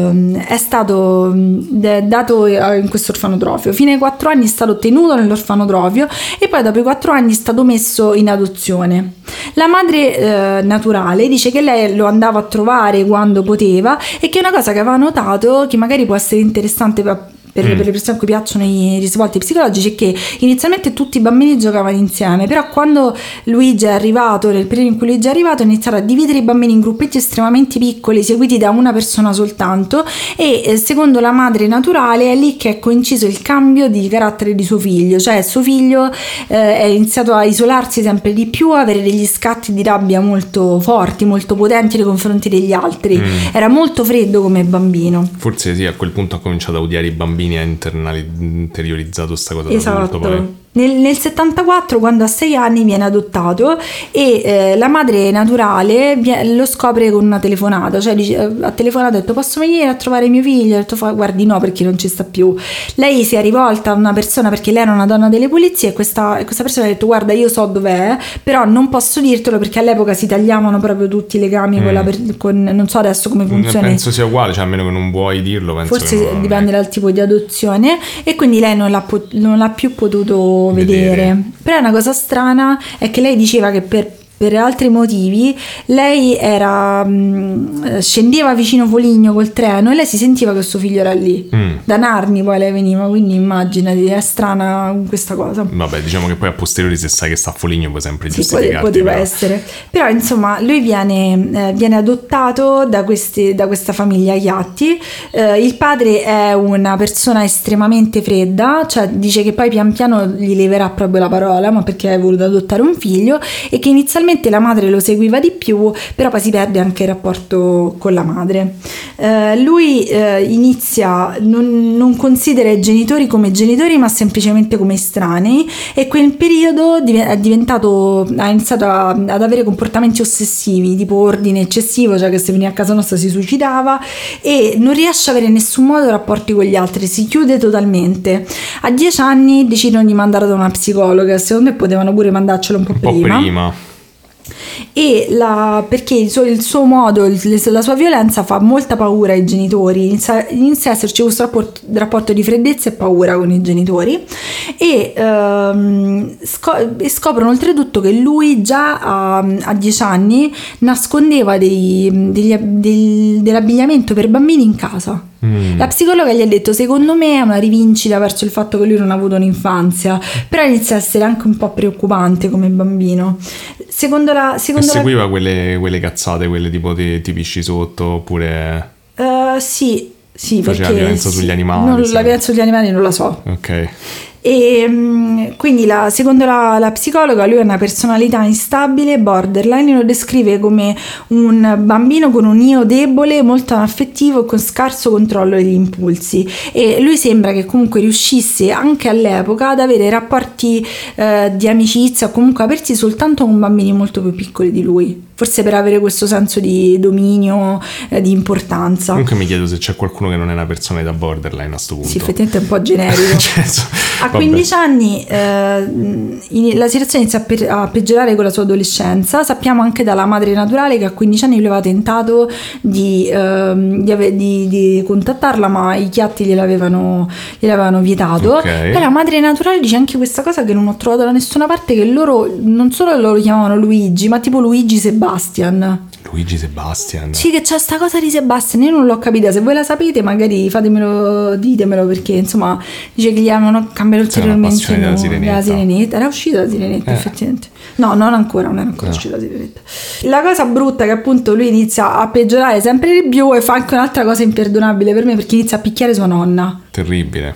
dato in questo orfanotrofio. Fino ai 4 anni è stato tenuto nell'orfanotrofio e poi dopo i 4 anni è stato messo in adozione. La madre naturale dice che lei lo andava a trovare quando poteva, e che è una cosa che aveva notato, che magari può essere interessante per le persone a cui piacciono i risvolti psicologici, è che inizialmente tutti i bambini giocavano insieme, però quando Luigi è arrivato, nel periodo in cui Luigi è arrivato, ha iniziato a dividere i bambini in gruppetti estremamente piccoli, seguiti da una persona soltanto, e secondo la madre naturale è lì che è coinciso il cambio di carattere di suo figlio, cioè suo figlio è iniziato a isolarsi sempre di più, a avere degli scatti di rabbia molto forti, molto potenti nei confronti degli altri. Era molto freddo come bambino. Forse sì, a quel punto ha cominciato a odiare i bambini, ha interiorizzato sta cosa. Esatto. Poi. Nel 74, quando ha 6 anni, viene adottato, e la madre naturale lo scopre con una telefonata, cioè ha telefonato e ha detto: posso venire a trovare mio figlio? Ha detto: guardi, no, perché non ci sta più. Lei si è rivolta a una persona, perché lei era una donna delle pulizie, e questa persona ha detto: guarda, io so dov'è, però non posso dirtelo, perché all'epoca si tagliavano proprio tutti i legami con non so adesso come funziona. Penso sia uguale, cioè a meno che non vuoi dirlo, penso forse che dipende dal tipo di adozione, e quindi lei non l'ha più potuto vedere. Però è una cosa strana, è che lei diceva che per altri motivi lei scendeva vicino Foligno col treno e lei si sentiva che suo figlio era lì. Da Narni poi lei veniva, quindi immaginati, è strana questa cosa. Vabbè, diciamo che poi a posteriori, se sai che sta a Foligno, puoi sempre giustificarti. Poteva essere. Però insomma lui viene adottato da questa famiglia Chiatti. Il padre è una persona estremamente fredda, cioè dice che poi pian piano gli leverà proprio la parola, ma perché ha voluto adottare un figlio, e che inizialmente la madre lo seguiva di più, però poi si perde anche il rapporto con la madre. Lui inizia, non considera i genitori come genitori, ma semplicemente come estranei, e quel periodo ha iniziato ad avere comportamenti ossessivi, tipo ordine eccessivo, cioè che se veniva a casa nostra si suicidava, e non riesce a avere in nessun modo rapporti con gli altri, si chiude totalmente. A 10 anni decidono di mandarlo da una psicologa, secondo me potevano pure mandarcelo un po' prima. E perché il suo modo, la sua violenza fa molta paura ai genitori, inizia a esserci questo rapporto di freddezza e paura con i genitori, e scoprono oltretutto che lui già a 10 anni nascondeva dell'abbigliamento per bambini in casa. La psicologa gli ha detto: secondo me è una rivincita verso il fatto che lui non ha avuto un'infanzia, però inizia a essere anche un po' preoccupante come bambino. Seguiva quelle cazzate, quelle tipo ti pisci sotto, oppure sì, faceva perché violenza sugli animali. La violenza sugli animali non la so. Ok. E quindi secondo la psicologa lui ha una personalità instabile, borderline, lo descrive come un bambino con un io debole, molto affettivo e con scarso controllo degli impulsi, e lui sembra che comunque riuscisse anche all'epoca ad avere rapporti di amicizia, o comunque aperti soltanto con bambini molto più piccoli di lui. forse per avere questo senso di dominio, di importanza. Comunque mi chiedo se c'è qualcuno che non è una persona da borderline a sto punto. Sì, effettivamente è un po' generico. A 15 anni la situazione inizia a peggiorare con la sua adolescenza. Sappiamo anche dalla madre naturale che a 15 anni lui aveva tentato di contattarla, ma i chiatti gliel'avevano vietato. E la madre naturale dice anche questa cosa che non ho trovato da nessuna parte, che loro non solo lo chiamavano Luigi, ma tipo Luigi Sebastian. Luigi Sebastian. Sì, che c'è sta cosa di Sebastian, io non l'ho capita. Se voi la sapete magari ditemelo, perché insomma dice che gli avevano cambiato ulteriormente la Sirenetta. Era uscita la Sirenetta effettivamente. No, non era ancora uscita la Sirenetta. La cosa brutta è che appunto lui inizia a peggiorare sempre di più e fa anche un'altra cosa imperdonabile per me, perché inizia a picchiare sua nonna. Terribile.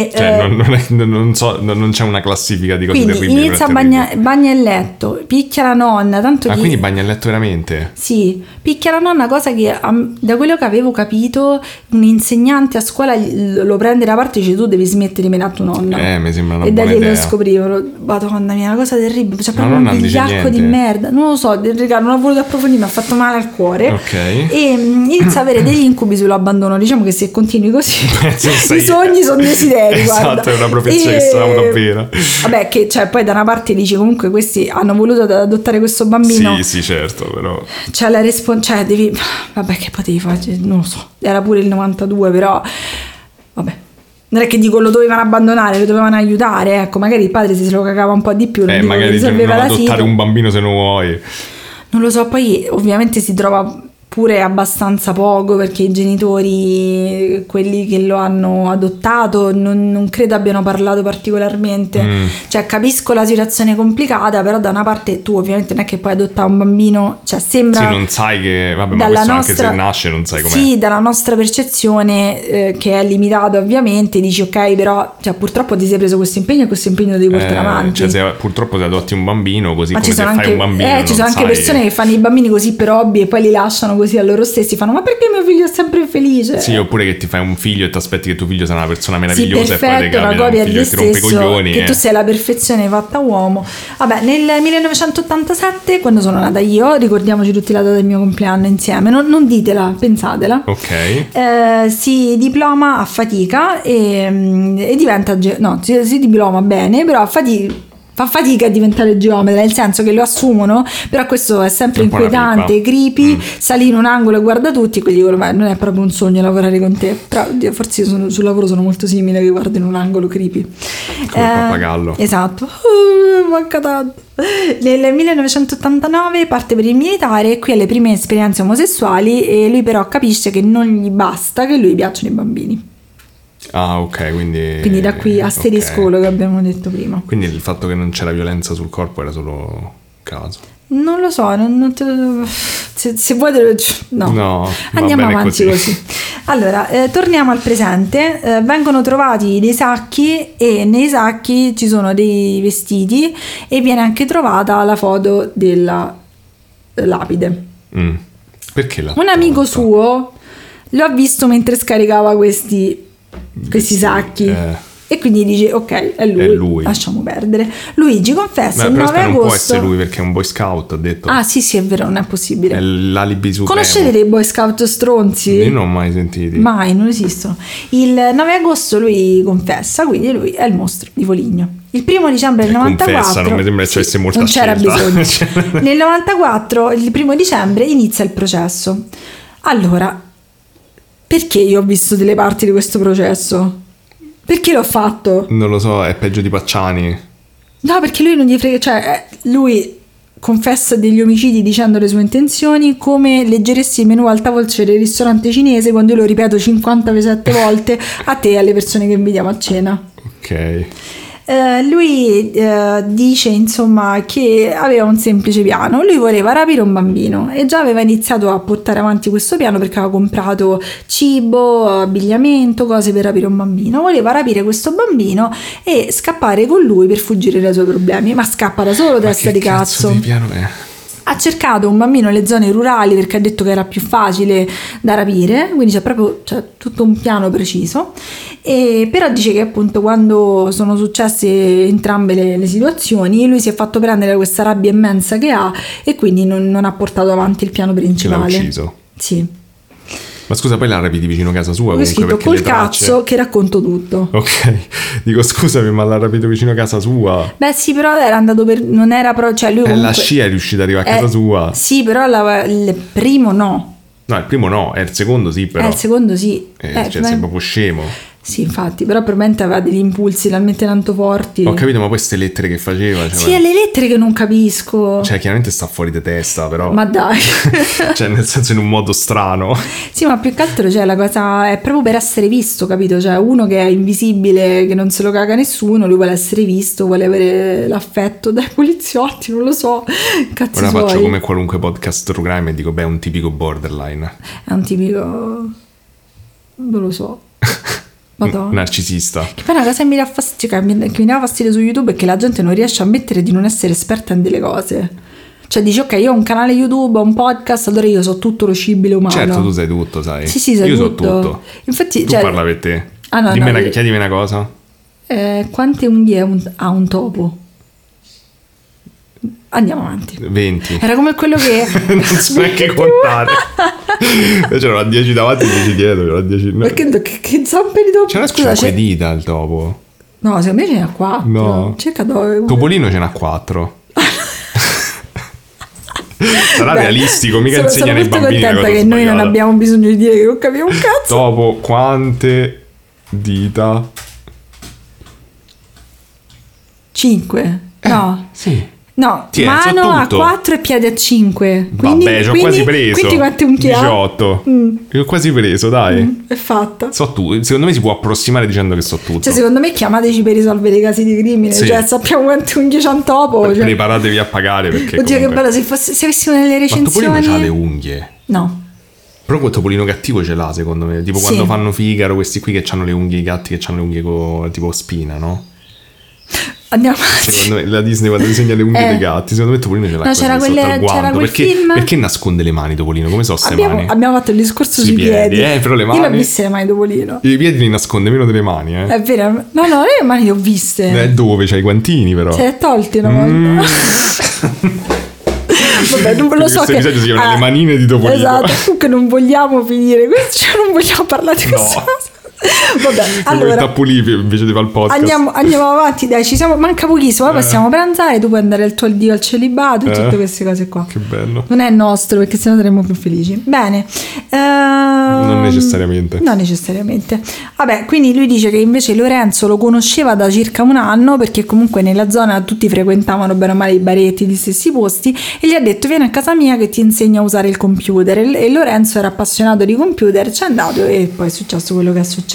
Non c'è una classifica di cose quindi terribili. Inizia a bagna il letto, picchia la nonna, quindi bagna il letto veramente? Sì, picchia la nonna, cosa che da quello che avevo capito un insegnante a scuola lo prende da parte e dice tu devi smettere di menare tua nonna. Mi sembra una buona idea. E da lì lo scoprivano. Madonna mia, una cosa terribile, c'è proprio un vigliacco di merda, non lo so, raga, non ho voluto approfondire, mi ha fatto male al cuore. E inizia a avere degli incubi sull'abbandono. Diciamo che se continui così i sogni sono desideri. Esatto, è una profezia davvero. Vabbè, che cioè, poi da una parte dici comunque questi hanno voluto adottare questo bambino. Sì, certo, però c'è la devi vabbè, che potevi fare, non lo so, era pure il 92, però vabbè, non è che dico lo dovevano abbandonare, lo dovevano aiutare, ecco, magari il padre se lo cagava un po' di più, magari non adottare un bambino se non vuoi, non lo so. Poi ovviamente si trova pure abbastanza poco, perché i genitori, quelli che lo hanno adottato, non credo abbiano parlato particolarmente. Cioè capisco la situazione complicata, però da una parte tu ovviamente non è che puoi adottare un bambino, cioè sembra, sì, non sai che vabbè, ma questo anche se nasce non sai com'è. Sì, dalla nostra percezione che è limitata ovviamente, dici ok, però cioè, purtroppo ti sei preso questo impegno e questo impegno lo devi portare avanti. Cioè purtroppo se adotti un bambino così, ma come se fai un bambino, ci sono anche persone che fanno i bambini così per hobby e poi li lasciano così a loro stessi, fanno ma perché mio figlio è sempre felice? Sì, oppure che ti fai un figlio e ti aspetti che tuo figlio sia una persona meravigliosa, perfetto, e poi ti capita un figlio che ti rompe i coglioni, che tu sei la perfezione fatta uomo. Vabbè, nel 1987, quando sono nata io, ricordiamoci tutti la data del mio compleanno insieme, non ditela, pensatela. Si diploma a fatica e diventa si diploma bene, però fa fatica a diventare geometra, nel senso che lo assumono, però questo è sempre inquietante, creepy, sali in un angolo e guarda tutti e quelli dicono ma non è proprio un sogno lavorare con te, però forse sul lavoro sono molto simile, che guardo in un angolo creepy come il pappagallo. Esatto. Manca tanto. Nel 1989 parte per il militare e qui ha le prime esperienze omosessuali, e lui però capisce che non gli basta che lui piacciono i bambini. Ah, ok, quindi da qui asterisco quello che abbiamo detto prima. Quindi il fatto che non c'era violenza sul corpo era solo caso? Non lo so, se vuoi no. Andiamo avanti così. Allora, torniamo al presente. Vengono trovati dei sacchi e nei sacchi ci sono dei vestiti e viene anche trovata la foto della lapide. Perché la un amico suo lo ha visto mentre scaricava questi sacchi e quindi dice ok, è lui, lasciamo perdere. Luigi confessa il 9 agosto. Non può essere lui perché è un boy scout, ha detto. Ah sì, è vero, non è possibile, è l'alibi supremo. Conoscete dei boy scout stronzi? Io non ho mai sentiti, mai, non esistono. Il 9 agosto lui confessa, quindi lui è il mostro di Foligno. Il 1 dicembre del 94 confessa, non mi sembra che ci avesse molta non c'era scelta. Bisogno. Nel 94, il 1 dicembre inizia il processo. Allora, perché io ho visto delle parti di questo processo? Perché l'ho fatto? Non lo so, è peggio di Pacciani. No, perché lui non gli frega, cioè lui confessa degli omicidi dicendo le sue intenzioni, come leggeresti il menù al tavolino del ristorante cinese quando io lo ripeto 57 volte a te e alle persone che invitiamo a cena. Ok. Lui dice insomma che aveva un semplice piano, lui voleva rapire un bambino e già aveva iniziato a portare avanti questo piano perché aveva comprato cibo, abbigliamento, cose per rapire un bambino. Voleva rapire questo bambino e scappare con lui per fuggire dai suoi problemi, ma scappa da solo, testa di cazzo. Che piano è? Ha cercato un bambino nelle zone rurali perché ha detto che era più facile da rapire, quindi c'è proprio tutto un piano preciso. E però dice che appunto quando sono successe entrambe le situazioni lui si è fatto prendere da questa rabbia immensa che ha e quindi non ha portato avanti il piano principale. Che l'ha ucciso? Sì. Ma scusa, poi la rapiti vicino a casa sua? Ho scritto col cazzo che racconto tutto. Ok, dico scusami, ma l'ha rapito vicino a casa sua? Beh sì, però era andato per... non era proprio... cioè lui comunque... la scia è riuscita ad arrivare a casa sua? Sì, però il primo no. No, il primo no, è il secondo sì però. Il secondo sì. Cioè sei proprio scemo. Sì, infatti, però probabilmente aveva degli impulsi talmente tanto forti. Ho capito, ma poi queste lettere che faceva... Sì, è le lettere che non capisco. Cioè, chiaramente sta fuori di testa, però... Ma dai. Cioè, nel senso in un modo strano. Sì, ma più che altro, cioè, la cosa è proprio per essere visto, capito? Cioè, uno che è invisibile, che non se lo caga nessuno, lui vuole essere visto, vuole avere l'affetto dai poliziotti, non lo so. Cazzo ora suoi. faccio come qualunque podcast true crime e dico, beh, è un tipico borderline. È un tipico... non lo so. Madonna. Narcisista. Che poi una cosa che mi dà fastidio, che mi dava fastidio su YouTube è che la gente non riesce a ammettere di non essere esperta in delle cose. Cioè dici ok, io ho un canale YouTube, ho un podcast, allora io so tutto lo scibile umano. Certo, tu sai tutto, sai. Sì, sai io tutto. so tutto. Infatti, tu parla per te. No, chiedimi una cosa. Quante unghie ha un topo? Andiamo avanti. 20. Era come quello che... non si può neanche contare. C'erano a 10 davanti e 10 dietro. C'era 10... no. Che zampe di topo? C'era 5 dita il topo. No, secondo me ce n'ha 4. No. Cerca dove... Topolino ce n'ha 4. Sarà realistico, mica insegnano ai bambini. Sono contenta che noi non abbiamo bisogno di dire che non capiamo un cazzo. Topo, quante dita? 5. No. Sì. No, mano a 4 e piedi a 5. Quindi, vabbè, ci ho quasi preso. Quindi quante unghie ha? 18. Ci ho quasi preso, dai. È fatta. So tu, secondo me si può approssimare dicendo che so tutto. Cioè, secondo me chiamateci per risolvere i casi di crimine. Sì. Cioè, sappiamo quante unghie c'ha un topo. Cioè... preparatevi a pagare perché. Oddio, comunque... che bello, se avessimo nelle recensioni. Ma Topolino c'ha le unghie. No. Però quel Topolino cattivo ce l'ha, secondo me. Tipo quando fanno Figaro, questi qui che hanno le unghie, i gatti che hanno le unghie tipo spina, no? Andiamo avanti. Secondo me la Disney quando disegna le unghie dei gatti, secondo me Topolino ce l'ha così sotto al guanto. Film... perché nasconde le mani Topolino? Come so se mani? Abbiamo fatto il discorso sui piedi. Però le mani... Io l'ho viste le mani Topolino. I piedi li nasconde meno delle mani, È vero. No, le mani le ho viste. Dove? C'hai i guantini però. Se le tolti una volta. Vabbè, non lo so. Questo si chiamano le manine di Topolino. Esatto, comunque non vogliamo finire questo, cioè non vogliamo parlare di questa cosa. Vabbè, allora Pulipi invece di fare il podcast. Andiamo avanti, dai, ci siamo, manca pochissimo, poi possiamo pranzare, tu puoi andare al tuo addio al celibato e tutte queste cose qua. Che bello. Non è nostro perché sennò saremmo più felici. Bene. Non necessariamente. Vabbè, quindi lui dice che invece Lorenzo lo conosceva da circa un anno perché comunque nella zona tutti frequentavano bene o male i baretti di stessi posti e gli ha detto vieni a casa mia che ti insegno a usare il computer e Lorenzo era appassionato di computer, ci è andato e poi è successo quello che è successo.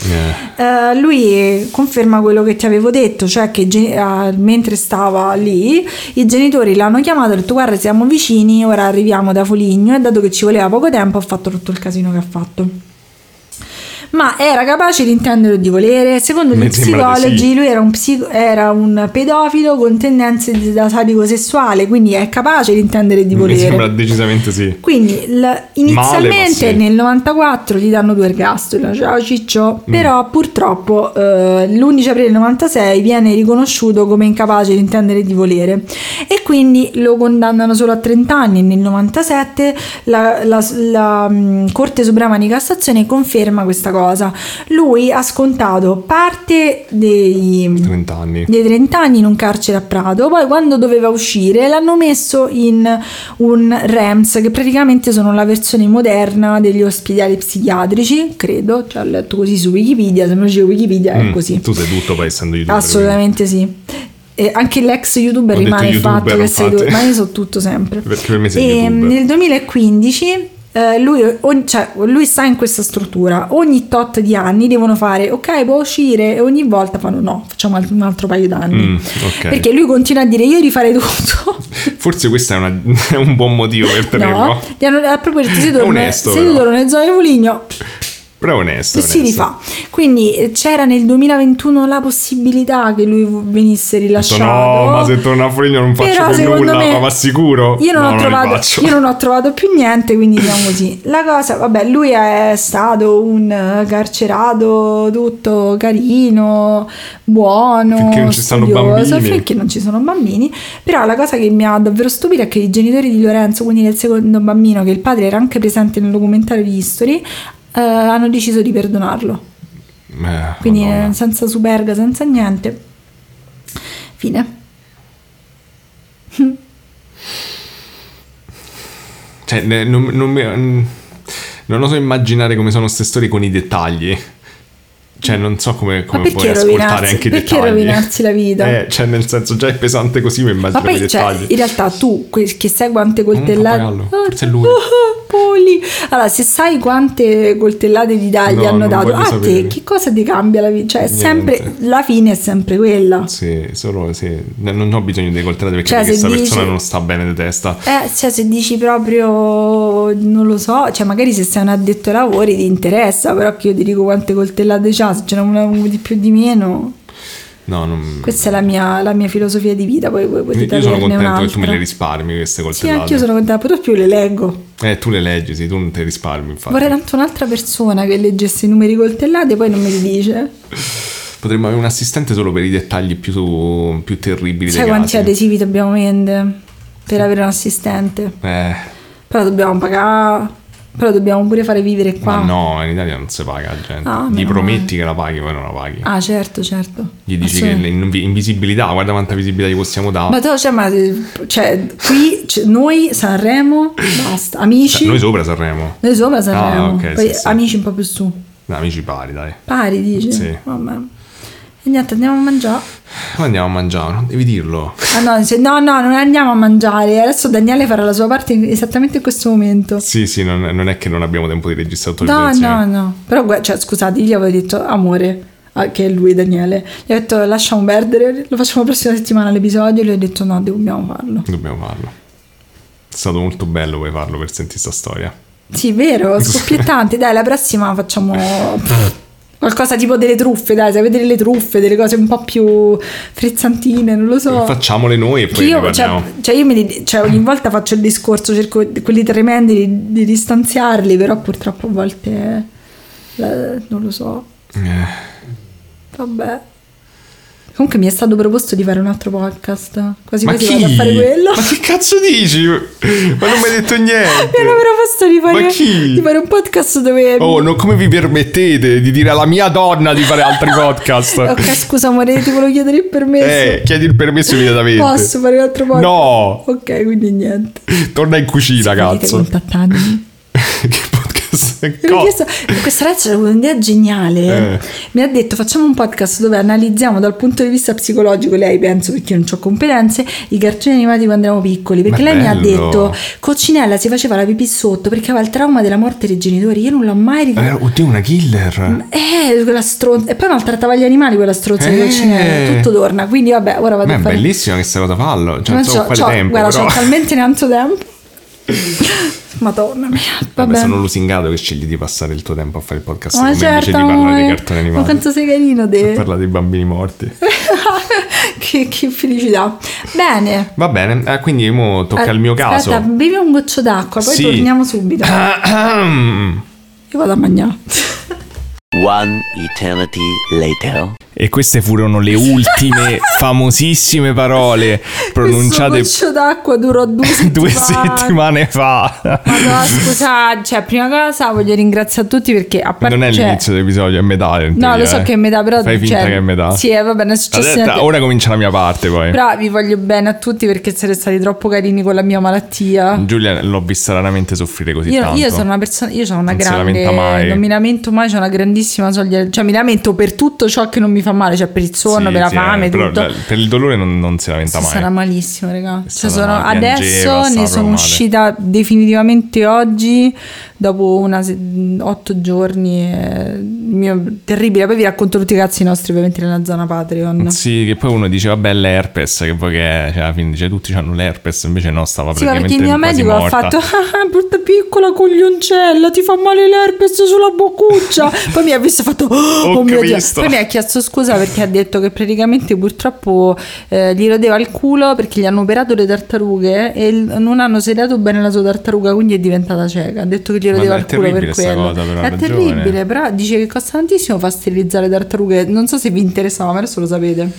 Lui conferma quello che ti avevo detto, cioè che mentre stava lì i genitori l'hanno chiamato e ha detto guarda siamo vicini, ora arriviamo da Foligno e dato che ci voleva poco tempo ha fatto tutto il casino che ha fatto. Ma era capace di intendere o di volere. Secondo gli psicologi lui era un pedofilo con tendenze da sadico sessuale, quindi è capace di intendere e di volere. Mi sembra decisamente sì. Quindi inizialmente nel 94 gli danno 2 ergastoli, ciao ciccio, però purtroppo l'11 aprile 96 viene riconosciuto come incapace di intendere e di volere e quindi lo condannano solo a 30 anni. Nel 97 la Corte Suprema di Cassazione conferma questa cosa. Lui ha scontato parte dei 30 anni in un carcere a Prato, poi quando doveva uscire l'hanno messo in un REMS, che praticamente sono la versione moderna degli ospedali psichiatrici, credo, cioè ho letto così su Wikipedia, se non c'è Wikipedia è così. Tu sei tutto poi essendo youtuber. Assolutamente sì. E anche l'ex youtuber rimane il fatto che sei tu, ma io so tutto sempre. Perché per me sei youtuber. Nel 2015 lui sta in questa struttura, ogni tot di anni devono fare ok può uscire e ogni volta fanno no, facciamo un altro paio d'anni, perché lui continua a dire io rifarei tutto. Forse questo è un buon motivo per tenerlo. Gli hanno proprio detto se tu torni nelle zone di Foligno Però onesto. Si rifà. Quindi c'era nel 2021 la possibilità che lui venisse rilasciato. No, ma se torna fuori io non faccio più nulla, ma va sicuro. Io non ho trovato più niente, quindi diciamo così. La cosa, vabbè, lui è stato un carcerato tutto carino, buono, finché non ci stanno bambini. Finché non ci sono bambini. Però la cosa che mi ha davvero stupito è che i genitori di Lorenzo, quindi del secondo bambino, che il padre era anche presente nel documentario di History, hanno deciso di perdonarlo. Quindi senza superga, senza niente. Fine. Cioè, non oso immaginare come sono queste storie con i dettagli. Cioè, non so come puoi ascoltare anche i dettagli. Perché rovinarsi la vita? Cioè, nel senso, già è pesante così, ma immagino poi, i dettagli. In realtà tu, che sai quante coltellate... Forse è lui. Allora, se sai quante coltellate di dagli hanno dato a te, che cosa ti cambia la vita? Cioè, sempre, la fine è sempre quella. Sì, solo sì. Non ho bisogno di coltellate perché questa persona non sta bene di testa. Cioè, se dici proprio, non lo so, cioè magari se sei un addetto ai lavori ti interessa, però che io ti dico quante coltellate c'ha, se ce n'è una di più di meno. No, non... Questa è la mia filosofia di vita. Poi potete io sono contento un'altra. che tu me le risparmi queste coltellate. Sì, anche io sono contenta, però più le leggo. Tu le leggi, sì, tu non te le risparmi, infatti. Vorrei tanto un'altra persona che leggesse i numeri coltellati e poi non me li dice. Potremmo avere un assistente solo per i dettagli più terribili. Sai quanti adesivi dobbiamo vendere per avere un assistente? Però dobbiamo pagare. Però dobbiamo pure fare vivere qua. Ma no, in Italia non si paga la gente. Gli prometti che la paghi, poi non la paghi. Ah, certo. Gli dici che invisibilità, guarda quanta visibilità gli possiamo dare. Ma tu, qui noi Sanremo, basta. Amici. Noi sopra Sanremo. Okay, poi sì. Amici un po' più su. No, amici pari, dai. Pari, dici? Sì. Vabbè. E niente, andiamo a mangiare. Ma andiamo a mangiare, non devi dirlo. No, non andiamo a mangiare. Adesso Daniele farà la sua parte esattamente in questo momento. Sì, non è che non abbiamo tempo di registrare tutto il video. No. Però, scusate, gli avevo detto amore, che è lui, Daniele. Gli ho detto lasciamo perdere, lo facciamo la prossima settimana l'episodio. E lui ha detto no, dobbiamo farlo. È stato molto bello poi farlo per sentire sta storia. Sì, vero, scoppiettante. Dai, la prossima facciamo... qualcosa tipo delle truffe, dai, sai vedere le truffe, delle cose un po' più frizzantine, non lo so. Facciamole noi e poi ne parliamo. Io ogni volta faccio il discorso, cerco quelli tremendi di distanziarli, però purtroppo a volte non lo so. Vabbè. Comunque mi è stato proposto di fare un altro podcast. Quasi vado a fare quello. Ma che cazzo dici? Ma non mi hai detto niente. Mi hanno proposto di fare un podcast dove... come vi permettete di dire alla mia donna di fare altri podcast? Ok, scusa amore, ti volevo chiedere il permesso. Chiedi il permesso immediatamente. Posso fare un altro podcast? No. Ok, quindi niente. Torna in cucina, cazzo. Contattatemi. Che podcast? Questa ragazza ha avuto un'idea geniale. Mi ha detto facciamo un podcast dove analizziamo dal punto di vista psicologico, lei penso perché io non ho competenze, i cartoni animati quando eravamo piccoli, perché lei mi ha detto Coccinella si faceva la pipì sotto perché aveva il trauma della morte dei genitori. Io non l'ho mai ricordato. Oddio, una killer. Quella stronza. E poi maltrattava gli animali, quella stronza di Coccinella. Tutto torna. Quindi vabbè, ora vado a fare. È bellissima questa cosa, fallo. Cioè, non so quale tempo. Guarda, c'ho talmente tanto tempo. Madonna mia. Vabbè, sono lusingato che scegli di passare il tuo tempo a fare il podcast come invece di parlare dei cartoni animati. Ma quanto sei carino te. Parla dei bambini morti. che felicità. Bene. Va bene, quindi mo tocca il mio caso. Aspetta, bevi un goccio d'acqua, poi torniamo subito. Io vado a mangiare. One eternity later. E queste furono le ultime famosissime parole pronunciate. Questo goccio d'acqua durò 2 settimane fa. Ma scusa, prima cosa voglio ringraziare tutti perché a parte, non è l'inizio dell'episodio, è metà. No, lo so che è metà, però fai finta che è metà. Sì, va bene, è successo. Ora comincia la mia parte poi. Però vi voglio bene a tutti perché siete stati troppo carini con la mia malattia. Giulia l'ho vista raramente soffrire così tanto. Io sono una persona, io sono una non grande, non mi lamento mai, c'ho una grandissima soglia, cioè mi lamento per tutto ciò che non mi fa male, cioè per il sonno, per la fame, tutto. Per il dolore non si lamenta mai. Sarà malissimo, raga. Adesso ne sono uscita definitivamente oggi dopo 8 giorni terribile. Poi vi racconto tutti i cazzi nostri ovviamente nella zona Patreon. Sì, che poi uno dice vabbè l'herpes, che poi che cioè, alla fine dice tutti hanno l'herpes, invece no, stava praticamente perché il mio medico morta. ha fatto brutta piccola coglioncella, ti fa male l'herpes sulla boccuccia. Poi mi ha visto e ha fatto oh mio Dio. Poi mi ha chiesto scusa perché ha detto che praticamente purtroppo gli rodeva il culo perché gli hanno operato le tartarughe e non hanno sedato bene la sua tartaruga, quindi è diventata cieca. Ha detto che gli rodeva il culo per quello. Cosa, però, è terribile, però dice che costa tantissimo far sterilizzare tartarughe. Non so se vi interessava, ma adesso lo sapete.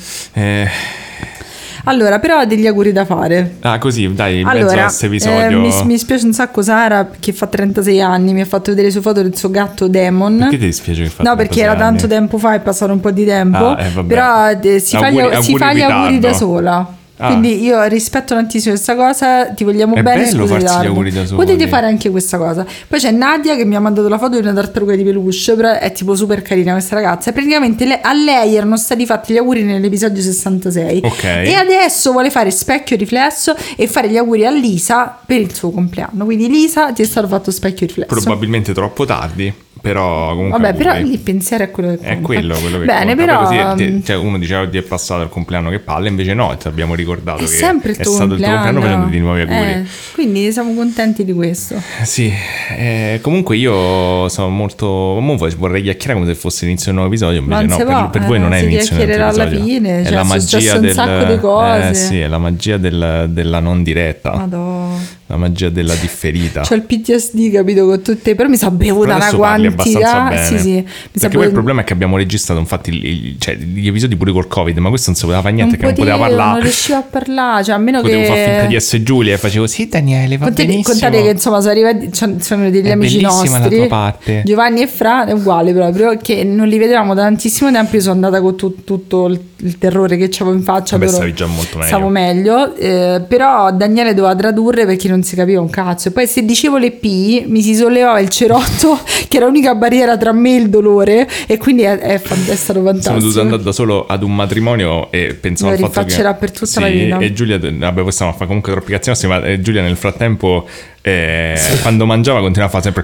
Allora, però ha degli auguri da fare. Ah, così, dai, in mezzo a questo episodio. Mi spiace un sacco Sara, che fa 36 anni, mi ha fatto vedere su foto del suo gatto Demon. Perché ti dispiace che fa 36 No, perché era tanto tempo fa e passato un po' di tempo. Però si fa gli auguri da sola. Quindi io rispetto tantissimo questa cosa, ti vogliamo è bene. Bello farsi gli auguri da soli. Potete fare anche questa cosa. Poi c'è Nadia che mi ha mandato la foto di una tartaruga di peluche, però è tipo super carina questa ragazza, e praticamente a lei erano stati fatti gli auguri nell'episodio 66, e adesso vuole fare specchio riflesso e fare gli auguri a Lisa per il suo compleanno. Quindi Lisa, ti è stato fatto specchio riflesso. Probabilmente troppo tardi, però comunque vabbè, però il pensiero è quello che conta. È quello che bene, conta. però così, cioè, uno diceva oggi è passato il compleanno, che palle, invece no, ti abbiamo ricordato è che sempre è stato il tuo compleanno facendo di nuovi auguri. Quindi siamo contenti di questo. Sì, comunque io sono molto vorrei chiacchierare come se fosse l'inizio di un nuovo episodio, invece no, per voi non è l'inizio di un nuovo episodio. Alla fine, è la magia un sacco di cose. Sì, è la magia della non diretta. Madonna. La magia della differita. C'ho il PTSD, capito, con tutte, però mi sa bevuta una quantità. Sì. Perché poi il problema è che abbiamo registrato infatti gli episodi pure col Covid, ma questo non si poteva fare niente, che non poteva parlare. Non riuscivo a parlare, cioè a meno potevo fare finta di essere Giulia e facevo sì Daniele, va benissimo. Contate che insomma sono degli amici nostri, la tua parte. Giovanni e Fra, è uguale proprio, che non li vedevamo da tantissimo tempo. Io sono andata con tutto il terrore che c'avevo in faccia. Vabbè, stavi già molto meglio. Stavo meglio, però Daniele doveva tradurre perché non si capiva un cazzo, e poi se dicevo le P mi si sollevava il cerotto che era l'unica barriera tra me e il dolore, e quindi è stato fantastico. Sono dovuto andare da solo ad un matrimonio e pensavo al fatto che per tutta la vita. E Giulia, vabbè, poi stiamo a fare comunque troppi cazzi nostri, ma Giulia nel frattempo quando mangiava continuava a fare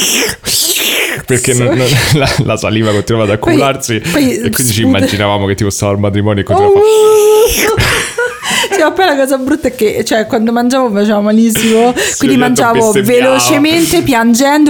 sempre perché la saliva continuava ad accumularsi, e quindi ci immaginavamo che tipo stava al matrimonio e continuava a fare sì, ma poi la cosa brutta è che cioè quando mangiavo faceva malissimo, quindi mangiavo velocemente, piangendo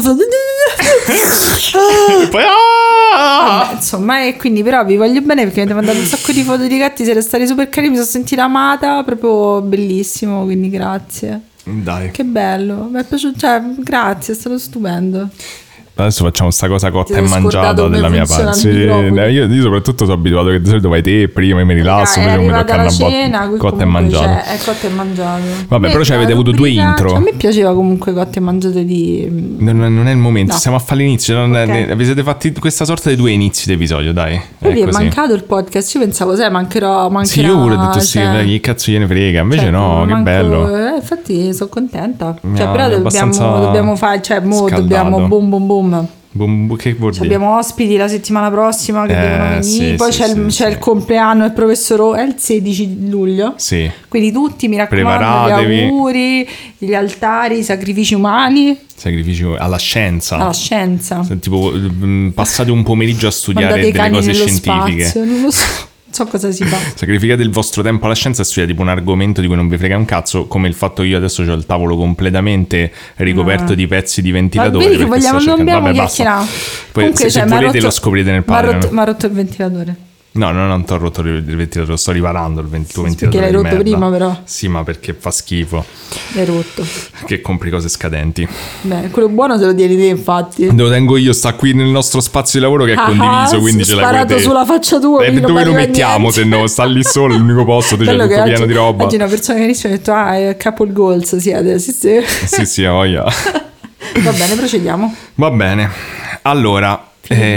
e poi vabbè, insomma, e quindi però vi voglio bene perché mi avete mandato un sacco di foto di gatti, siete stati super carini, mi sono sentita amata, proprio bellissimo, quindi grazie. Dai, che bello, mi è piaciuto, cioè grazie, è stato stupendo. Adesso facciamo sta cosa cotta e mangiata della mia parte. Sì, io soprattutto sono abituato che di solito vai te prima e mi rilasso, invece non mi tocca una cena, cotta e mangiata. È cotta e mangiata. Vabbè, però avete avuto due intro. A me piaceva comunque cotte e mangiate di non è il momento, stiamo a fare l'inizio. Vi siete fatti questa sorta di due inizi di episodio, dai. Poi è mancato il podcast. Io pensavo, mancherò. Sì, io pure ho detto sì, che cazzo gliene frega. Invece no, che bello. Infatti sono contenta. Però dobbiamo fare, dobbiamo boom boom boom. Che vuol dire? Abbiamo ospiti la settimana prossima che devono venire. Sì, poi c'è il compleanno del professor, è il 16 luglio. Sì. Quindi tutti, mi raccomando, gli auguri, gli altari, i sacrifici umani. Sacrifici alla scienza. Alla scienza. Tipo passate un pomeriggio a studiare delle cose scientifiche. Spazio, non lo so. So cosa si fa. Sacrificate il vostro tempo alla scienza e studiate tipo un argomento di cui non vi frega un cazzo, come il fatto che io adesso ho il tavolo completamente ricoperto di pezzi di ventilatore. Ma vedi che non abbiamo chiacchierato. Poi comunque, se volete lo scoprite nel Patreon. Mi ha rotto il ventilatore. No, non ti ho rotto il ventilatore, sto riparando il tuo ventilatore. Perché l'hai rotto prima, però. Sì, ma perché fa schifo. L'hai rotto. Che compri cose scadenti. Beh, quello buono se lo tieni te, infatti. Lo tengo io, sta qui nel nostro spazio di lavoro che è condiviso, quindi ce l'hai sparato sulla faccia tua. Dove lo mettiamo se no? Sta lì solo, è l'unico posto, c'è tutto pieno di roba. Oggi una persona che inizia ha detto, è couple goals, siete. Sì, voglia. Va bene, procediamo. Va bene. Allora...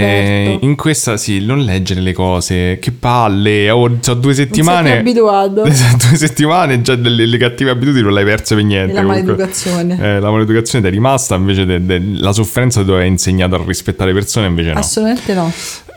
in questa non leggere le cose, che palle, ho 2 settimane. Non sei abituato. 2 settimane già delle cattive abitudini non l'hai perse per niente. La maleducazione. La maleducazione ti è rimasta, invece la sofferenza ti ha insegnato a rispettare le persone, invece no. Assolutamente no.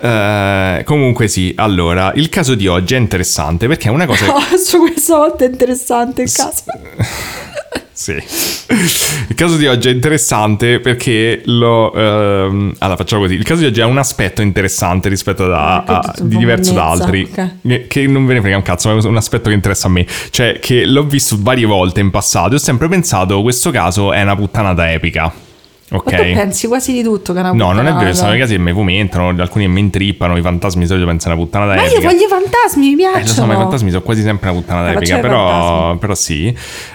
Comunque sì, allora il caso di oggi è interessante perché è una cosa questa volta è interessante il caso. Sì. Il caso di oggi è interessante perché allora facciamo così. Il caso di oggi ha un aspetto interessante rispetto di diverso da altri, okay. Che non ve ne frega un cazzo, ma è un aspetto che interessa a me. Cioè che l'ho visto varie volte in passato e ho sempre pensato questo caso è una puttanata epica. Ok. Ma tu pensi quasi di tutto che è una puttanata. No, non è vero, sono i casi che mi fomentano, alcuni che mi intrippano, i fantasmi di solito pensano una puttanata epica. Ma io voglio i fantasmi, mi piacciono. Lo so, ma i fantasmi sono quasi sempre una puttanata epica, però sì.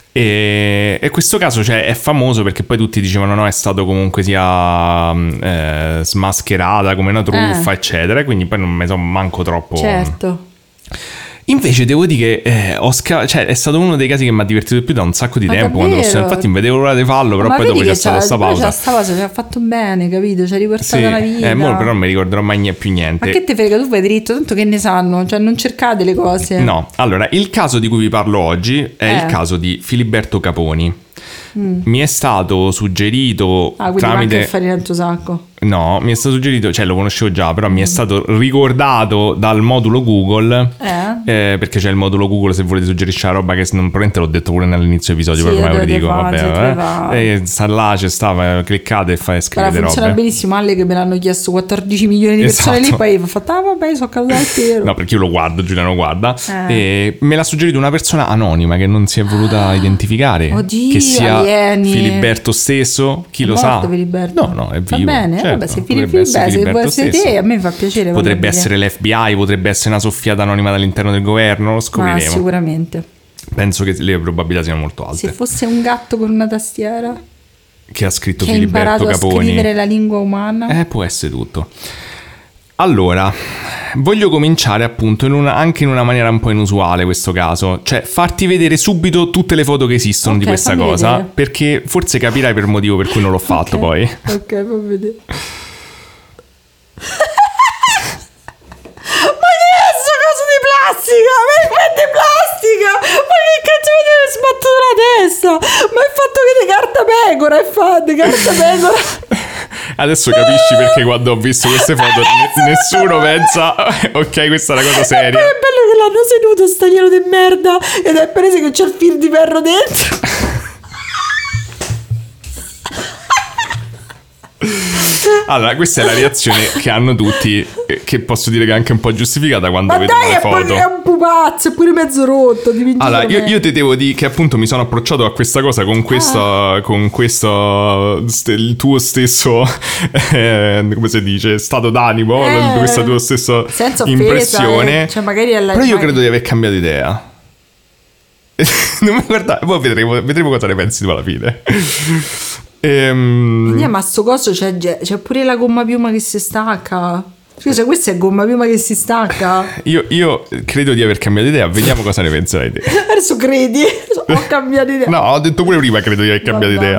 E questo caso è famoso perché poi tutti dicevano no, è stato comunque sia smascherata come una truffa, eccetera, quindi poi non mi sono manco troppo... Certo. Invece devo dire che è stato uno dei casi che mi ha divertito di più da un sacco di tempo quando infatti non vedevo l'ora di farlo, però poi dopo c'è stata sta pausa. Sta cosa ci ha fatto bene, capito? Ci ha riportato la vita. Però non mi ricorderò mai più niente. Ma che te frega, tu vai dritto, tanto che ne sanno, cioè non cercate le cose. No, allora, il caso di cui vi parlo oggi è il caso di Filiberto Caponi. Mi è stato suggerito quindi tramite... manca il tuo sacco. No, mi è stato suggerito, lo conoscevo già, però mi è stato ricordato dal modulo Google, perché c'è il modulo Google se volete suggerisce la roba che probabilmente l'ho detto pure all'inizio episodio, sì, però ormai ve lo dico, vabbè, sta là, cliccate e fai scrivere robe. Funziona benissimo, alle che me l'hanno chiesto 14 milioni di persone lì, poi ho fatto, vabbè, sono caduto al tiro. No, perché io lo guardo, Giuliano guarda, e me l'ha suggerito una persona anonima che non si è voluta identificare. Oddio, che sia Filiberto stesso, chi lo sa? Filiberto? No, è vivo. Va bene, vabbè, se Filiberto può essere te, a me fa piacere. Potrebbe essere l'FBI, potrebbe essere una soffiata anonima dall'interno del governo, lo scopriremo. Ma sicuramente. Penso che le probabilità siano molto alte. Se fosse un gatto con una tastiera che ha scritto che Filiberto Caponi, ha imparato a scrivere la lingua umana, può essere tutto. Allora, voglio cominciare appunto anche in una maniera un po' inusuale questo caso, cioè farti vedere subito tutte le foto che esistono di questa cosa, vedere. Perché forse capirai per motivo per cui non l'ho fatto poi. Ok, fa vedere. Plastica, ma è di plastica, ma che cazzo mi deve sbattuto la testa, ma è fatto che di carta pecora, Adesso capisci perché quando ho visto queste foto nessuno pensa ok, questa è una cosa seria. E poi è bello che l'hanno seduto stagliano di merda ed è preso che c'è il fil di ferro dentro. Allora, questa è la reazione che hanno tutti, che posso dire che è anche un po' giustificata quando vedono le foto. Ma è un pupazzo, è pure mezzo rotto. Allora, io ti devo dire che appunto mi sono approcciato a questa cosa con questo il tuo stesso come si dice, stato d'animo, questa tua stessa impressione. Cioè, magari però io credo di aver cambiato idea. Non mi guardare, poi vedremo cosa ne pensi tu alla fine. Ma sto coso c'è pure la gomma piuma che si stacca. Scusa, questa è gomma piuma che si stacca. Io credo di aver cambiato idea. Vediamo cosa ne penserai te. Adesso credi? Ho cambiato idea. No, ho detto pure prima credo di aver cambiato idea.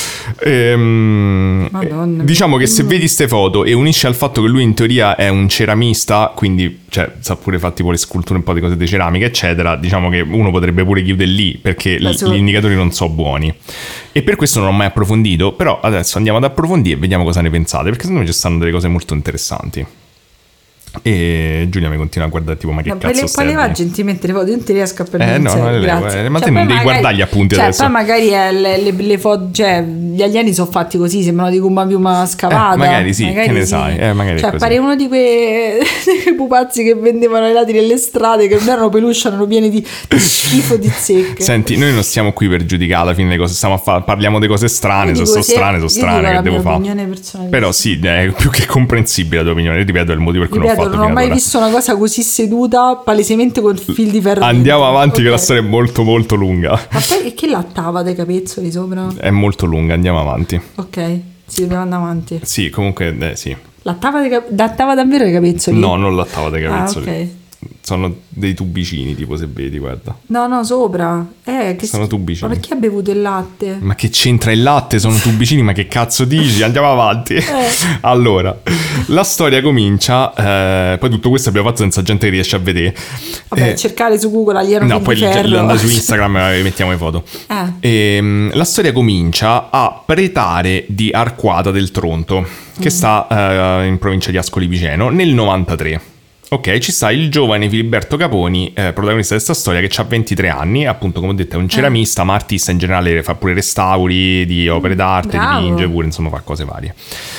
Madonna, diciamo che se vedi ste foto e unisci al fatto che lui in teoria è un ceramista, quindi sa pure fare tipo le sculture, un po' di cose di ceramica eccetera, diciamo che uno potrebbe pure chiudere lì perché gli indicatori non sono buoni e per questo non ho mai approfondito, però adesso andiamo ad approfondire e vediamo cosa ne pensate, perché secondo me ci stanno delle cose molto interessanti. E Giulia mi continua a guardare tipo ma che cazzo stai? Poi leva gentilmente le foto, io non ti riesco a prendere no, ma te non devi guardare gli appunti adesso. Poi magari le foto, gli alieni sono fatti così, sembrano di gomma piuma scavata. Magari sì, che ne sai, magari così. Pare uno di quei pupazzi che vendevano ai lati delle strade, che non erano peluche, erano pieni di schifo di zecche. Senti, noi non stiamo qui per giudicare alla fine le cose, parliamo di cose strane, sono strane che devo fare. Però sì, è più che comprensibile la tua opinione, ripeto, è il motivo per cui non ho fatto. Non ho mai visto una cosa così seduta, palesemente con fil di ferro. Andiamo avanti, che la storia è molto molto lunga. Ma poi che lattava dei capezzoli sopra? È molto lunga, andiamo avanti. Ok, sì, dobbiamo andare avanti. Sì, comunque sì. Lattava davvero dei capezzoli? No, non lattava dei capezzoli. Ok. Sono dei tubicini, tipo, se vedi, guarda. No, sopra. Sono tubicini. Ma perché ha bevuto il latte? Ma che c'entra il latte? Sono tubicini, ma che cazzo dici? Andiamo avanti. Allora, la storia comincia. Poi tutto questo abbiamo fatto senza gente che riesce a vedere. Vabbè, cercare su Google alieno. No, poi andare su Instagram e mettiamo le foto. La storia comincia a Pretare di Arquata del Tronto, che sta in provincia di Ascoli Piceno, nel 93. Ok, ci sta il giovane Filiberto Caponi, protagonista di questa storia, che ha 23 anni, appunto come ho detto è un ceramista, ma artista in generale, fa pure restauri di opere d'arte, dipinge pure, insomma fa cose varie.